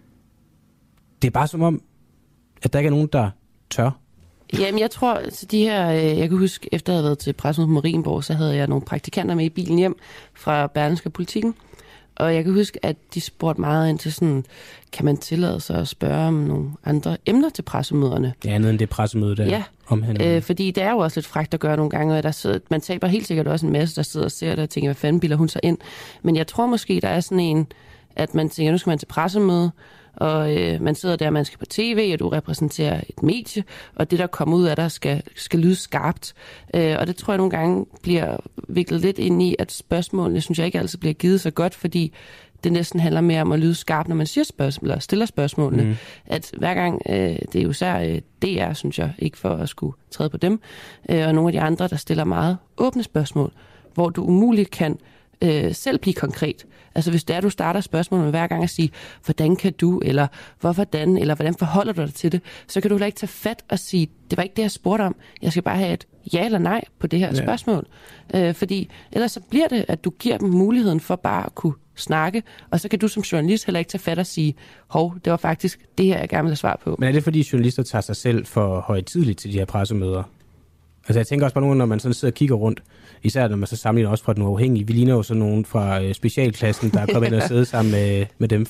Det er bare som om, at der ikke er nogen, der tør. Jamen, jeg tror, altså jeg kan huske, efter jeg havde været til pressemødet på Marienborg, så havde jeg nogle praktikanter med i bilen hjem fra Berlingske Politikken. Og jeg kan huske, at de spurgte meget ind til sådan, kan man tillade sig at spørge om nogle andre emner til pressemøderne? Ja, andet end det pressemøde, der omhandler. Fordi det er jo også lidt frækt at gøre nogle gange, og man taber helt sikkert også en masse, der sidder og ser det og tænker, hvad fanden bilder hun sig ind? Men jeg tror måske, der er sådan en, at man tænker, nu skal man til pressemøde, og man sidder der, man skal på tv, og du repræsenterer et medie, og det, der kommer ud af der, skal lyde skarpt. Og det tror jeg nogle gange bliver viklet lidt ind i, at spørgsmålene, synes jeg ikke altid bliver givet så godt, fordi det næsten handler mere om at lyde skarpt, når man stiller spørgsmålene. Mm. At hver gang, det er jo især DR, synes jeg, ikke for at skulle træde på dem, og nogle af de andre, der stiller meget åbne spørgsmål, hvor du umuligt kan selv blive konkret. Altså hvis det er, du starter spørgsmålet med hver gang at sige, hvordan kan du, eller hvordan, eller hvordan forholder du dig til det, så kan du heller ikke tage fat og sige, det var ikke det, jeg spurgte om. Jeg skal bare have et ja eller nej på det her spørgsmål. Fordi ellers så bliver det, at du giver dem muligheden for bare at kunne snakke, og så kan du som journalist heller ikke tage fat og sige, hov, det var faktisk det her, jeg gerne vil have svar på. Men er det, fordi journalister tager sig selv for højtideligt til de her pressemøder? Altså jeg tænker også bare, når man sådan sidder og kigger rundt, især når man så sammenligner også fra Den Uafhængige. Vi ligner jo sådan nogen fra specialklassen, der er kommet ind og sidde sammen med dem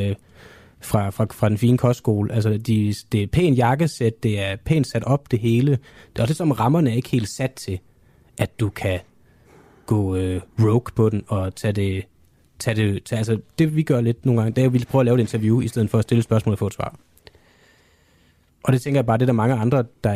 fra den fine kostskole. Altså det er pænt jakkesæt, det er pænt sat op det hele. Det er også som rammerne er ikke helt sat til, at du kan gå rogue på den og tage altså det vi gør lidt nogle gange, det er, at vi prøver at lave et interview, i stedet for at stille spørgsmål og få et svar. Og det tænker jeg bare, det er der mange andre, der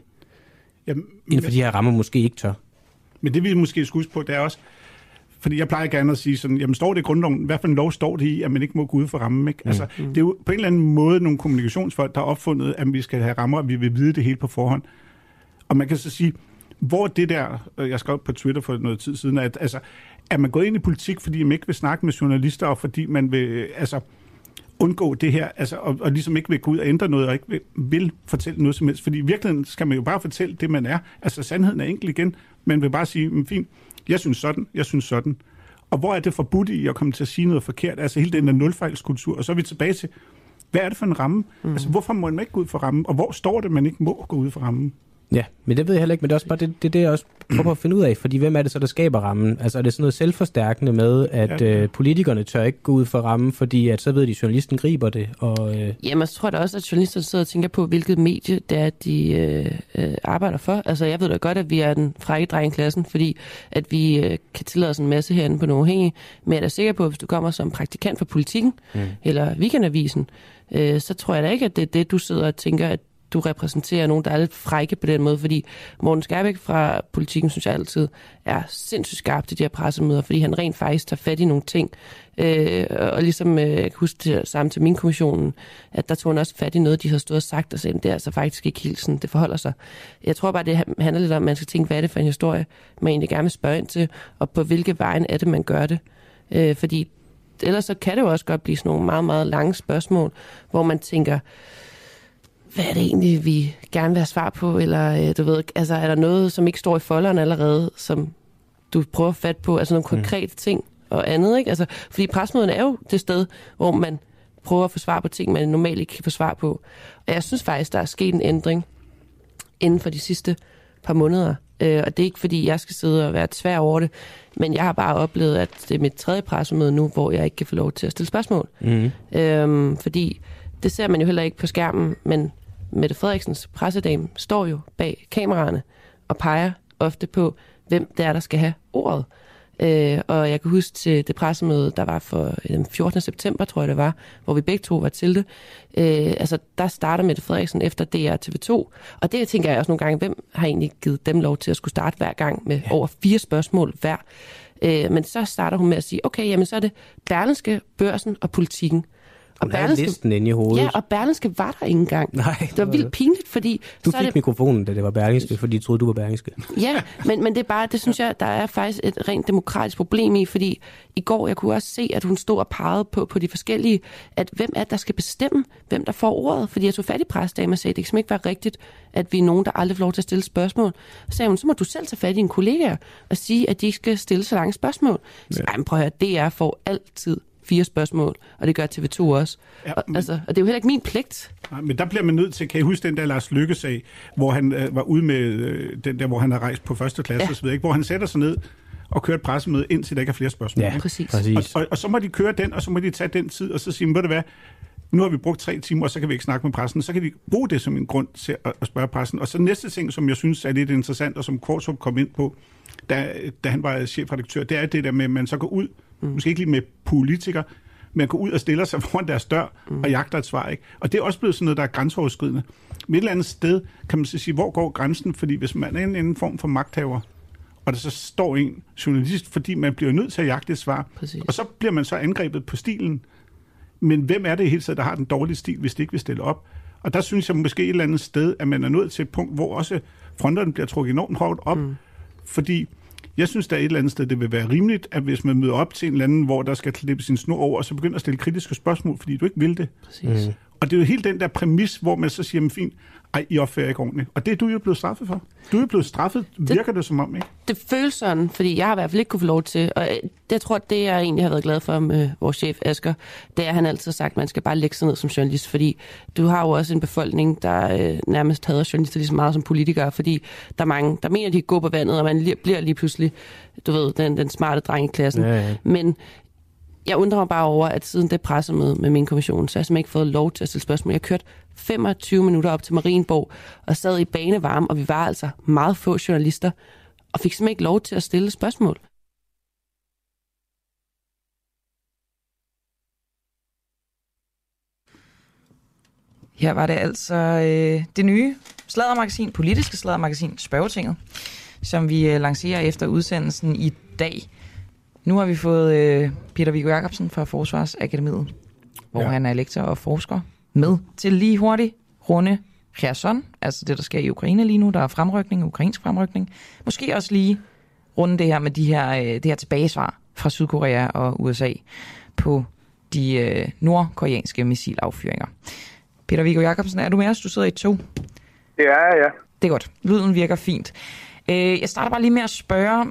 inden for de her rammer måske ikke tør. Men det vi måske skal huske på, det er også, fordi jeg plejer gerne at sige sådan, jamen står det i grundloven, i hvert fald en lov står det i, at man ikke må gå ud for rammen, ikke? Altså, det er jo på en eller anden måde nogle kommunikationsfolk, der har opfundet, at vi skal have rammer, og vi vil vide det hele på forhånd. Og man kan så sige, hvor det der, jeg skrev på Twitter for noget tid siden, at altså, er man gået ind i politik, fordi man ikke vil snakke med journalister, og fordi man vil undgå det her, og ligesom ikke vil gå ud og ændre noget, og ikke vil fortælle noget som helst. Fordi i virkeligheden skal man jo bare fortælle det, man er. Altså sandheden er enkel igen. Man vil bare sige, fint, jeg synes sådan. Og hvor er det forbudt i at komme til at sige noget forkert? Altså hele den der nulfejlskultur. Og så er vi tilbage til, hvad er det for en ramme? Altså hvorfor må man ikke gå ud for rammen? Og hvor står det, man ikke må gå ud for rammen? Ja, men det ved jeg heller ikke, men det er også bare det jeg også prøver at finde ud af, fordi hvem er det så, der skaber rammen? Altså er det sådan noget selvforstærkende med, at politikerne tør ikke gå ud for rammen, fordi at så ved de, at journalisten griber det? Jamen, jeg tror da også, at journalisterne sidder og tænker på, hvilket medie det er, de arbejder for. Altså jeg ved da godt, at vi er den frække dreng i klassen, fordi at vi kan tillade os en masse herinde på Den Uafhængige, men jeg er da sikker på, at hvis du kommer som praktikant for Politikken, eller Weekendavisen, så tror jeg da ikke, at det er det, du sidder og tænker, at du repræsenterer nogen, der er lidt frække på den måde, fordi Morten Skærbæk fra Politikken, synes jeg altid, er sindssygt skarp til de her pressemøder, fordi han rent faktisk tager fat i nogle ting. Og ligesom jeg kan huske det samme til min kommissionen, at der tog han også fat i noget, de havde stået og sagt, og sagde, det er altså faktisk ikke helt sådan, det forholder sig. Jeg tror bare, det handler lidt om, at man skal tænke, hvad er det for en historie, man egentlig gerne vil spørge ind til, og på hvilke vejen er det, man gør det. Fordi ellers så kan det jo også godt blive sådan nogle meget, meget lange spørgsmål, hvor man tænker, hvad er det egentlig, vi gerne vil have svar på? Eller du ved, altså er der noget, som ikke står i folderen allerede, som du prøver at fatte på? Altså nogle konkrete ting og andet, ikke? Altså, fordi pressemøderne er jo det sted, hvor man prøver at få svar på ting, man normalt ikke kan få svar på. Og jeg synes faktisk, der er sket en ændring inden for de sidste par måneder. Og det er ikke, fordi jeg skal sidde og være tvær over det, men jeg har bare oplevet, at det er mit 3. pressemøde nu, hvor jeg ikke kan få lov til at stille spørgsmål. Fordi det ser man jo heller ikke på skærmen, men Mette Frederiksens pressedame står jo bag kameraerne og peger ofte på, hvem det er, der skal have ordet. Og jeg kan huske til det pressemøde, der var for den 14. september, tror jeg det var, hvor vi begge to var til det. Altså, der starter Mette Frederiksen efter DR TV2. Og det tænker jeg også nogle gange, hvem har egentlig givet dem lov til at skulle starte hver gang med over 4 spørgsmål hver. Men så starter hun med at sige, okay, jamen så er det Berlingske, Børsen og Politikken. Hun havde listen inde i hovedet. Ja, og Berlingske var der ikke engang. Nej, det var vildt pinligt, fordi... Du fik mikrofonen, da det var Berlingske, fordi de troede, du var Berlingske. Ja, men det er bare, det synes jeg, der er faktisk et rent demokratisk problem i, fordi i går, jeg kunne også se, at hun stod og pegede på de forskellige, at hvem er der skal bestemme, hvem der får ordet, fordi jeg tog fat i pressedamen og sagde, det kan ikke være rigtigt, at vi er nogen, der aldrig får lov til at stille spørgsmål. Så sagde hun, så må du selv tage fat i dine kollegaer og sige, at de ikke skal stille så lange spørgsmål. Så prøv at høre, DR får altid 4 spørgsmål, og det gør TV2 også. Ja, og det er jo heller ikke min pligt. Nej, men der bliver man nødt til, kan I huske den der Lars Løkke-sag, hvor han var ude med den der, hvor han har rejst på første klasse, og så videre, ikke? Hvor han sætter sig ned og kører et pressemøde, indtil der ikke er flere spørgsmål. Ja, præcis. Og så må de køre den, og så må de tage den tid, og så sige, ved du hvad, nu har vi brugt 3 timer, og så kan vi ikke snakke med pressen. Så kan de bruge det som en grund til at spørge pressen. Og så næste ting, som jeg synes er lidt interessant, og som Kvartrup kom ind på, da han var chefredaktør, det er det der med, at man så går ud, måske ikke lige med politikere, men går ud og stiller sig foran deres dør og jagter et svar, ikke? Og det er også blevet sådan noget, der er grænseoverskridende. Men et eller andet sted kan man så sige, hvor går grænsen? Fordi hvis man er en form for magthaver, og der så står en journalist, fordi man bliver nødt til at jagte et svar, og så bliver man så angrebet på stilen. Men hvem er det i hele tiden, der har den dårlige stil, hvis det ikke vil stille op? Og der synes jeg måske et eller andet sted, at man er nået til et punkt, hvor også fronterne bliver trukket enormt hårdt op, fordi jeg synes, der er et eller andet sted, det vil være rimeligt, at hvis man møder op til en eller anden, hvor der skal klippe sin snor over, og så begynder at stille kritiske spørgsmål, fordi du ikke vil det. Præcis. Og det er jo helt den der præmis, hvor man så siger, fint, I opfører ikke ordentligt. Og det er du jo blevet straffet for. Du er jo blevet straffet, virker det som om, ikke? Det føles sådan, fordi jeg har i hvert fald ikke kunne få lov til, og jeg tror, det jeg egentlig har været glad for med vores chef Asger, det er, at han altid har sagt, at man skal bare lægge sig ned som journalist, fordi du har jo også en befolkning, der nærmest hader journalister lige så meget som politikere, fordi der er mange, der mener, de går på vandet, og man bliver lige pludselig, du ved, den smarte dreng i klassen. Ja. Men jeg undrer mig bare over, at siden det pressemøde med min kommission, så har jeg simpelthen ikke fået lov til at stille spørgsmål. Jeg kørte 25 minutter op til Marienborg og sad i banevarme, og vi var altså meget få journalister, og fik simpelthen ikke lov til at stille spørgsmål. Her var det altså det nye sladdermagasin, politiske sladdermagasin, Spørgetinget, som vi lancerer efter udsendelsen i dag. Nu har vi fået Peter Viggo Jacobsen fra Forsvarsakademiet, hvor han er lektor og forsker, med til lige hurtigt runde Kherson, altså det, der sker i Ukraine lige nu. Der er fremrykning, ukrainsk fremrykning. Måske også lige runde det her med det her tilbagesvar fra Sydkorea og USA på de nordkoreanske missilaffyringer. Peter Viggo Jacobsen, er du med os? Du sidder i et tog. Det er jeg, ja. Det er godt. Lyden virker fint. Jeg starter bare lige med at spørge.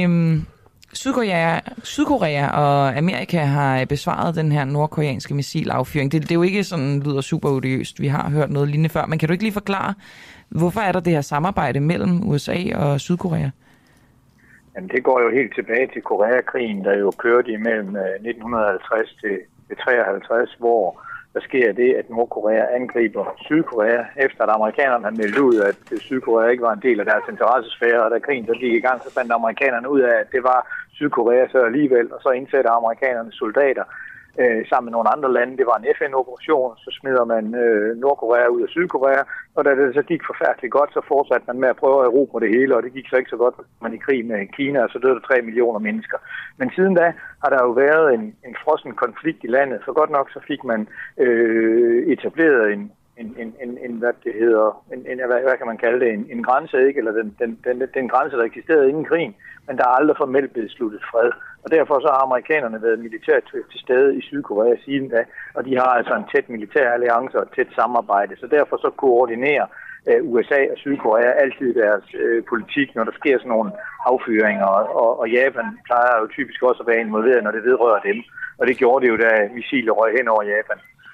Sydkorea og Amerika har besvaret den her nordkoreanske missilaffyring. Det er jo ikke sådan, lyder super odiøst. Vi har hørt noget lignende før. Men kan du ikke lige forklare, hvorfor er der det her samarbejde mellem USA og Sydkorea? Jamen, det går jo helt tilbage til Koreakrigen, der jo kørte imellem 1950 til 1953, hvor der sker det, at Nordkorea angriber Sydkorea, efter at amerikanerne har meldt ud, at Sydkorea ikke var en del af deres interessesfære, og da krigen så gik i gang, så fandt amerikanerne ud af, at det var Sydkorea så alligevel, og så indsætter amerikanerne soldater sammen med nogle andre lande. Det var en FN-operation, så smider man Nordkorea ud af Sydkorea, og da det så gik forfærdeligt godt, så fortsatte man med at prøve at erobre det hele, og det gik så ikke så godt, man i krig med Kina, og så døde der 3 millioner mennesker. Men siden da har der jo været en frossen konflikt i landet, for godt nok så fik man etableret hvad det hedder, hvad kan man kalde det, en grænse, ikke? Eller den grænse, der eksisterede inden krigen, men der er aldrig formelt blevet sluttet fred. Og derfor så har amerikanerne været militært til stede i Sydkorea siden da, og de har altså en tæt militær alliance og et tæt samarbejde. Så derfor så koordinerer USA og Sydkorea altid deres politik, når der sker sådan nogle affyringer, og Japan plejer jo typisk også at være involveret, når det vedrører dem. Og det gjorde det jo, da missiler røg hen over Japan.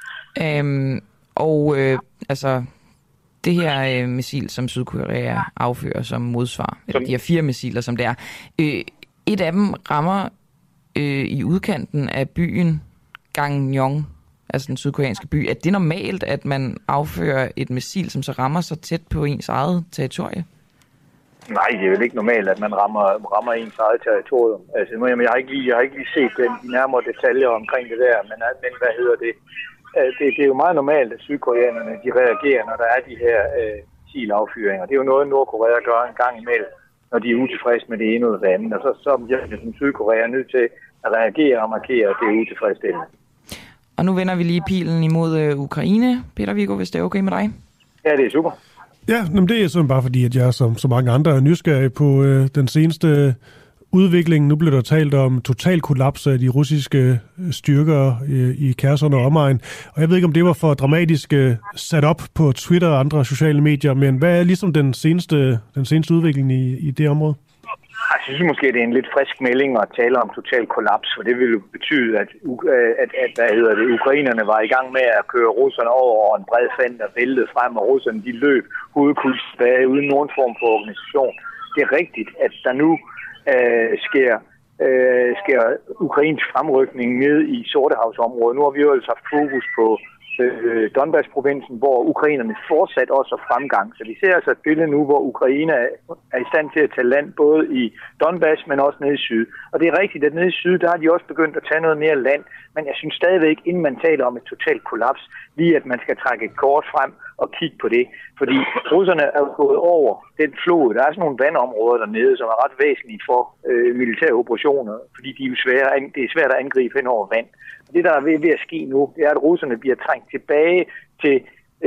Altså, det her missil, som Sydkorea affyrer som modsvar, eller de her 4 missiler, som det er, et af dem rammer i udkanten af byen Gangneung, altså den sydkoreanske by. Er det normalt, at man affyrer et missil, som så rammer så tæt på ens eget territorie? Nej, det er vel ikke normalt, at man rammer ens eget territorium. Altså, jeg har ikke lige set de nærmere detaljer omkring det der, men hvad hedder det? Det er jo meget normalt, at sydkoreanerne de reagerer, når der er de her missilaffyringer. Det er jo noget, Nordkorea gør en gang imellem, når de er utilfredse med det ene eller det andet. Og så er som Sydkorea nødt til at reagere og markere, at det er utilfredsstillende. Og nu vender vi lige pilen imod Ukraine, Peter Viggo, hvis det er okay med dig. Ja, det er super. Ja, men det er sådan bare fordi, at jeg som så mange andre er nysgerrig på den seneste udviklingen. Nu blev der talt om total kollaps af de russiske styrker i Kherson og omegn. Og jeg ved ikke, om det var for dramatisk sat op på Twitter og andre sociale medier, men hvad er ligesom den seneste udvikling i det område? Jeg synes måske, det er en lidt frisk melding at tale om total kollaps, for det ville jo betyde, at ukrainerne var i gang med at køre russerne over en bred fand og væltede frem, og russerne de løb hovedkuls tilbage uden nogen form for organisation. Det er rigtigt, at der nu sker ukrainsk fremrykning ned i Sortehavsområdet. Nu har vi jo altså haft fokus på Donbass-provinsen, hvor ukrainerne fortsat også har fremgang. Så vi ser altså et billede nu, hvor Ukraine er i stand til at tage land både i Donbass, men også nede i syd. Og det er rigtigt, at nede i syd, der har de også begyndt at tage noget mere land. Men jeg synes stadigvæk, inden man taler om et totalt kollaps, lige at man skal trække et kort frem og kigge på det. Fordi russerne er gået over den flod. Der er sådan nogle vandområder dernede, som er ret væsentlige for militære operationer, fordi det er svært at angribe hen over vand. Det, der er ved at ske nu, det er, at russerne bliver trængt tilbage til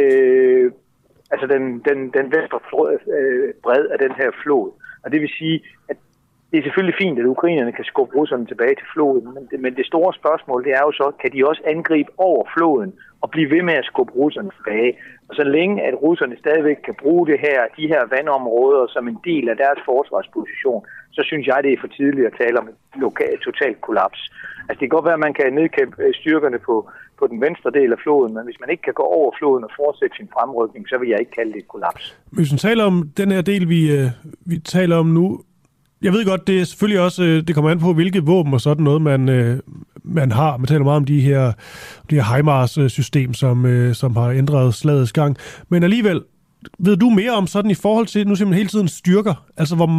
den vestre bred af den her flod. Og det vil sige, at det er selvfølgelig fint, at ukrainerne kan skubbe russerne tilbage til floden, men det store spørgsmål, det er jo så, kan de også angribe over floden og blive ved med at skubbe russerne tilbage? Og så længe, at russerne stadigvæk kan bruge de her vandområder som en del af deres forsvarsposition, så synes jeg, det er for tidligt at tale om et totalt kollaps. Altså det kan godt være, at man kan nedkæmpe styrkerne på den venstre del af floden, men hvis man ikke kan gå over floden og fortsætte sin fremrykning, så vil jeg ikke kalde det et kollaps. Hvis man taler om den her del, vi taler om nu, jeg ved godt, det er selvfølgelig også, det kommer an på, hvilke våben og sådan noget, man har. Man taler meget om de her HIMARS-system, som har ændret slagets gang. Men alligevel, ved du mere om sådan i forhold til, nu simpelthen hele tiden styrker? Altså, hvor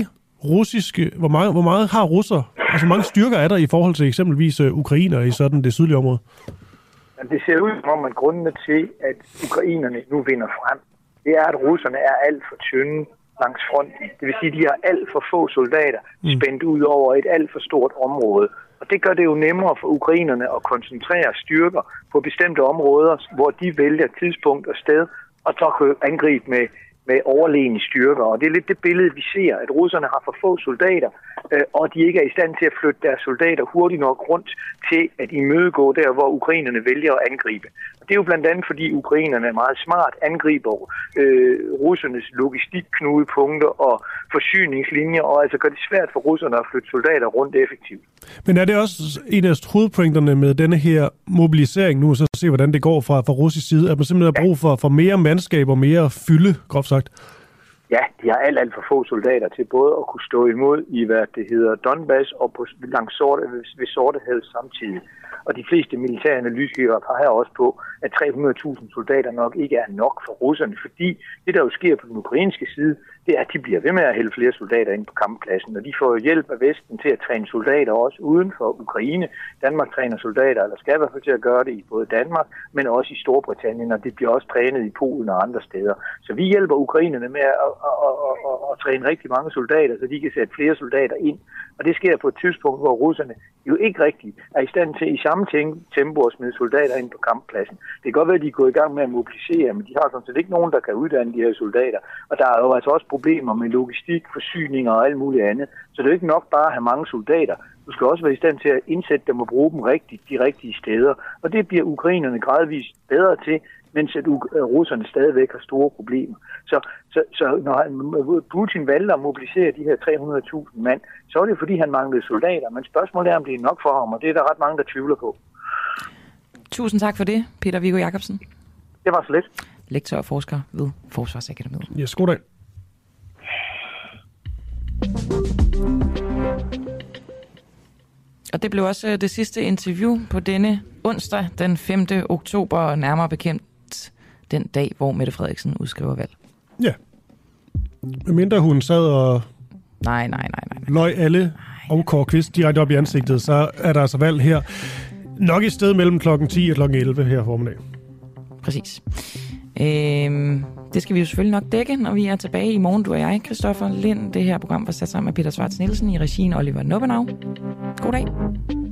meget har russer? Altså, hvor mange styrker er der i forhold til eksempelvis ukrainer i sådan det sydlige område? Det ser ud som om, at grundene til, at ukrainerne nu vinder frem, det er, at russerne er alt for tynde langs fronten. Det vil sige, at de har alt for få soldater spændt ud over et alt for stort område. Og det gør det jo nemmere for ukrainerne at koncentrere styrker på bestemte områder, hvor de vælger tidspunkt og sted, og så kan angribe med overlegne styrker. Og det er lidt det billede, vi ser, at russerne har for få soldater, og de ikke er i stand til at flytte deres soldater hurtigt nok rundt til at imødegå der, hvor ukrainerne vælger at angribe. Og det er jo blandt andet, fordi ukrainerne meget smart angriber russernes logistikknudepunkter og forsyningslinjer, og altså gør det svært for russerne at flytte soldater rundt effektivt. Men er det også en af hovedpointerne med denne her mobilisering nu, så se hvordan det går fra russisk side, at man simpelthen har brug for mere mandskab og mere fylde, groft sagt? Ja, de har alt for få soldater til både at kunne stå imod i, hvad det hedder, Donbass og langs ved Sortehavet samtidig. Og de fleste militære analytikere peger også på, at 300.000 soldater nok ikke er nok for russerne, fordi det, der jo sker på den ukrainske side, det er, at de bliver ved med at hælde flere soldater ind på kamppladsen, og de får jo hjælp af Vesten til at træne soldater også uden for Ukraine. Danmark træner soldater, eller skal i hvert fald til at gøre det i både Danmark, men også i Storbritannien, og det bliver også trænet i Polen og andre steder. Så vi hjælper ukrainerne med at træne rigtig mange soldater, så de kan sætte flere soldater ind. Og det sker på et tidspunkt, hvor russerne jo ikke rigtig er i stand til i samme tempo at smide soldater ind på kamppladsen. Det kan godt være, at de er gået i gang med at mobilisere, men de har sådan set ikke nogen, der kan uddanne de her soldater. Og der er jo altså også problemer med logistik, forsyninger og alt muligt andet. Så det er ikke nok bare at have mange soldater. Du skal også være i stand til at indsætte dem og bruge dem rigtigt de rigtige steder. Og det bliver ukrainerne gradvist bedre til, mens at russerne stadigvæk har store problemer. Så når Putin valgte at mobilisere de her 300.000 mand, så er det fordi, han manglede soldater. Men spørgsmålet er, om det er nok for ham, og det er der ret mange, der tvivler på. Tusind tak for det, Peter Viggo Jacobsen. Det var så lidt. Lektor og forsker ved Forsvarsakademiet. Yes, god dag. Og det blev også det sidste interview på denne onsdag, den 5. oktober, og nærmere bekendt den dag, hvor Mette Frederiksen udskriver valg. Ja. Medmindre hun sad og nej. løg alle og Kåre Kvist direkte op i ansigtet, så er der altså valg her. Nok et sted mellem klokken 10 og klokken 11 her formiddag. Præcis. Det skal vi jo selvfølgelig nok dække, når vi er tilbage i morgen. Du og jeg, Christoffer Lind. Det her program var sat sammen med Peter Svarts Nielsen i regien Oliver Nubbenau. God dag.